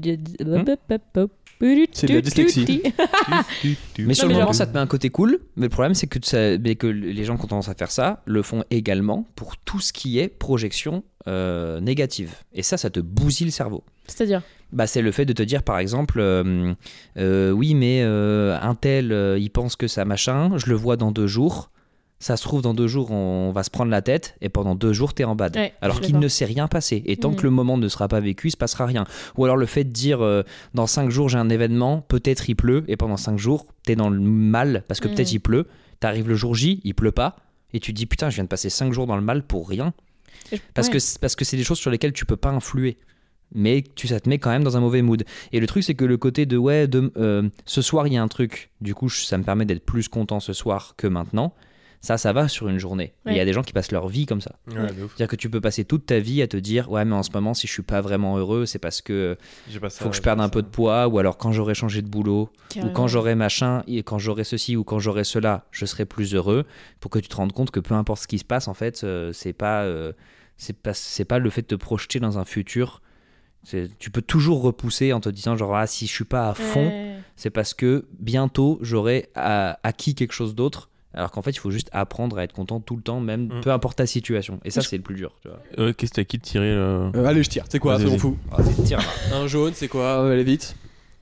[SPEAKER 3] C'est de la dyslexie.
[SPEAKER 6] Mais sur
[SPEAKER 5] mais
[SPEAKER 6] le
[SPEAKER 5] genre-
[SPEAKER 6] moment, ça te met un côté cool. Mais le problème, c'est que, ça- mais que les gens qui ont tendance à faire ça le font également pour tout ce qui est projection euh, négative. Et ça, ça te bousille le cerveau.
[SPEAKER 5] C'est-à-dire.
[SPEAKER 6] Bah, c'est le fait de te dire, par exemple, euh, euh, oui, mais euh, un tel, euh, il pense que ça machin, je le vois dans deux jours. Ça se trouve, dans deux jours, on va se prendre la tête et pendant deux jours, t'es en bad.
[SPEAKER 5] Ouais,
[SPEAKER 6] alors
[SPEAKER 5] je suis
[SPEAKER 6] qu'il
[SPEAKER 5] d'accord.
[SPEAKER 6] ne s'est rien passé. Et tant
[SPEAKER 5] Mhm.
[SPEAKER 6] que le moment ne sera pas vécu, il se passera rien. Ou alors le fait de dire, euh, dans cinq jours, j'ai un événement, peut-être il pleut, et pendant cinq jours, t'es dans le mal parce que
[SPEAKER 5] Mhm.
[SPEAKER 6] peut-être il pleut. T'arrives le jour J, il pleut pas, et tu te dis, putain, je viens de passer cinq jours dans le mal pour rien.
[SPEAKER 5] Et je-
[SPEAKER 6] Parce
[SPEAKER 5] ouais.
[SPEAKER 6] que c'est- parce que c'est des choses sur lesquelles tu peux pas influer. Mais tu, ça te met quand même dans un mauvais mood. Et le truc, c'est que le côté de ouais, de, euh, ce soir il y a un truc, du coup, je- ça me permet d'être plus content ce soir que maintenant. Ça, ça va sur une journée. Et Il y a
[SPEAKER 5] Ouais.
[SPEAKER 6] des gens qui passent leur vie comme ça.
[SPEAKER 1] Ouais, de ouf.
[SPEAKER 6] C'est-à-dire que tu peux passer toute ta vie à te dire ouais, mais en ce moment, si je suis pas vraiment heureux, c'est parce que
[SPEAKER 1] J'ai pas ça,
[SPEAKER 6] faut que je
[SPEAKER 1] j'ai
[SPEAKER 6] perde
[SPEAKER 1] pas
[SPEAKER 6] un peu
[SPEAKER 1] ça.
[SPEAKER 6] de poids, ou alors quand j'aurai changé de boulot, ou
[SPEAKER 5] Carrément.
[SPEAKER 6] quand j'aurai machin, et quand j'aurai ceci, ou quand j'aurai cela, je serai plus heureux. Pour que tu te rendes compte que peu importe ce qui se passe, en fait, euh, c'est pas, euh, c'est pas, c'est pas le fait de te projeter dans un futur. C'est- tu peux toujours repousser en te disant genre ah si je suis pas à fond,
[SPEAKER 5] Ouais.
[SPEAKER 6] c'est parce que bientôt j'aurai euh, acquis quelque chose d'autre. Alors qu'en fait, il faut juste apprendre à être content tout le temps, même
[SPEAKER 1] Mm.
[SPEAKER 6] peu importe ta situation. Et ça, c'est le plus dur. Tu vois.
[SPEAKER 1] Euh, qu'est-ce que t'as qui de tirer là
[SPEAKER 3] Euh, allez, je tire. C'est quoi
[SPEAKER 1] Vas-y,
[SPEAKER 3] C'est
[SPEAKER 1] vas-y.
[SPEAKER 3] fou.
[SPEAKER 6] Ah, c'est tir, là.
[SPEAKER 3] Un jaune, c'est quoi Euh, Allez vite.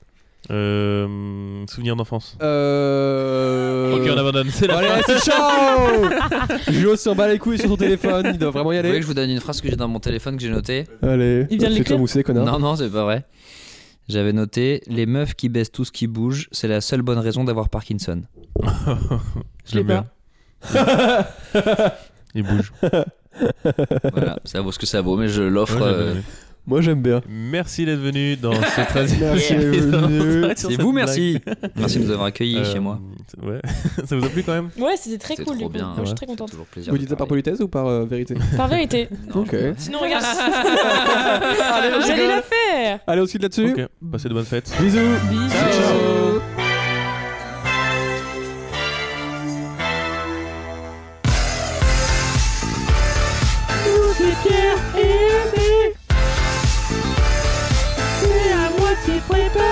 [SPEAKER 1] euh, Souvenir d'enfance.
[SPEAKER 3] Euh...
[SPEAKER 1] Ok, on abandonne. C'est la
[SPEAKER 3] Allez,
[SPEAKER 1] fin.
[SPEAKER 3] c'est chaud. Jules s'en bat les couilles sur son téléphone. Il doit vraiment y
[SPEAKER 6] Vous voulez
[SPEAKER 3] aller.
[SPEAKER 6] que je vous donne une phrase que j'ai dans mon téléphone que j'ai notée?
[SPEAKER 3] Allez.
[SPEAKER 5] Il vient de
[SPEAKER 3] Fais-toi
[SPEAKER 5] l'écrire
[SPEAKER 3] mousser, connard.
[SPEAKER 6] Non, non, c'est pas vrai. J'avais noté les meufs qui baissent tout ce qui bouge, c'est la seule bonne raison d'avoir Parkinson.
[SPEAKER 5] Je l'ai
[SPEAKER 1] J'aime bien. Il bouge.
[SPEAKER 6] Voilà, ça vaut ce que ça vaut, mais je l'offre.
[SPEAKER 1] Ouais, j'aime
[SPEAKER 6] euh,
[SPEAKER 1] bien.
[SPEAKER 3] Moi j'aime bien.
[SPEAKER 1] Merci d'être venu dans ce treizième
[SPEAKER 3] Merci d'être venu.
[SPEAKER 6] C'est vous, merci. Merci de nous avoir accueillis chez moi.
[SPEAKER 1] Ouais. Ça vous a plu quand même?
[SPEAKER 5] Ouais, c'était très
[SPEAKER 6] C'est
[SPEAKER 5] cool.
[SPEAKER 6] trop
[SPEAKER 5] du coup.
[SPEAKER 6] bien.
[SPEAKER 5] Moi, je suis
[SPEAKER 1] Ouais.
[SPEAKER 5] très contente.
[SPEAKER 6] Toujours plaisir.
[SPEAKER 3] Vous
[SPEAKER 6] de
[SPEAKER 3] dites ça par
[SPEAKER 6] parler.
[SPEAKER 3] politesse ou par euh, vérité?
[SPEAKER 5] Par vérité.
[SPEAKER 6] Non,
[SPEAKER 3] Ok.
[SPEAKER 6] je-
[SPEAKER 5] Sinon, regarde.
[SPEAKER 3] Allez, on
[SPEAKER 5] J'allais
[SPEAKER 3] rigole.
[SPEAKER 5] la faire.
[SPEAKER 3] Allez, on se quitte là-dessus.
[SPEAKER 1] Ok, passez de bonnes fêtes.
[SPEAKER 3] Bisous.
[SPEAKER 5] Bisous.
[SPEAKER 3] Ciao.
[SPEAKER 4] Nous c'est Pierre et Aimé. C'est à moitié préparé.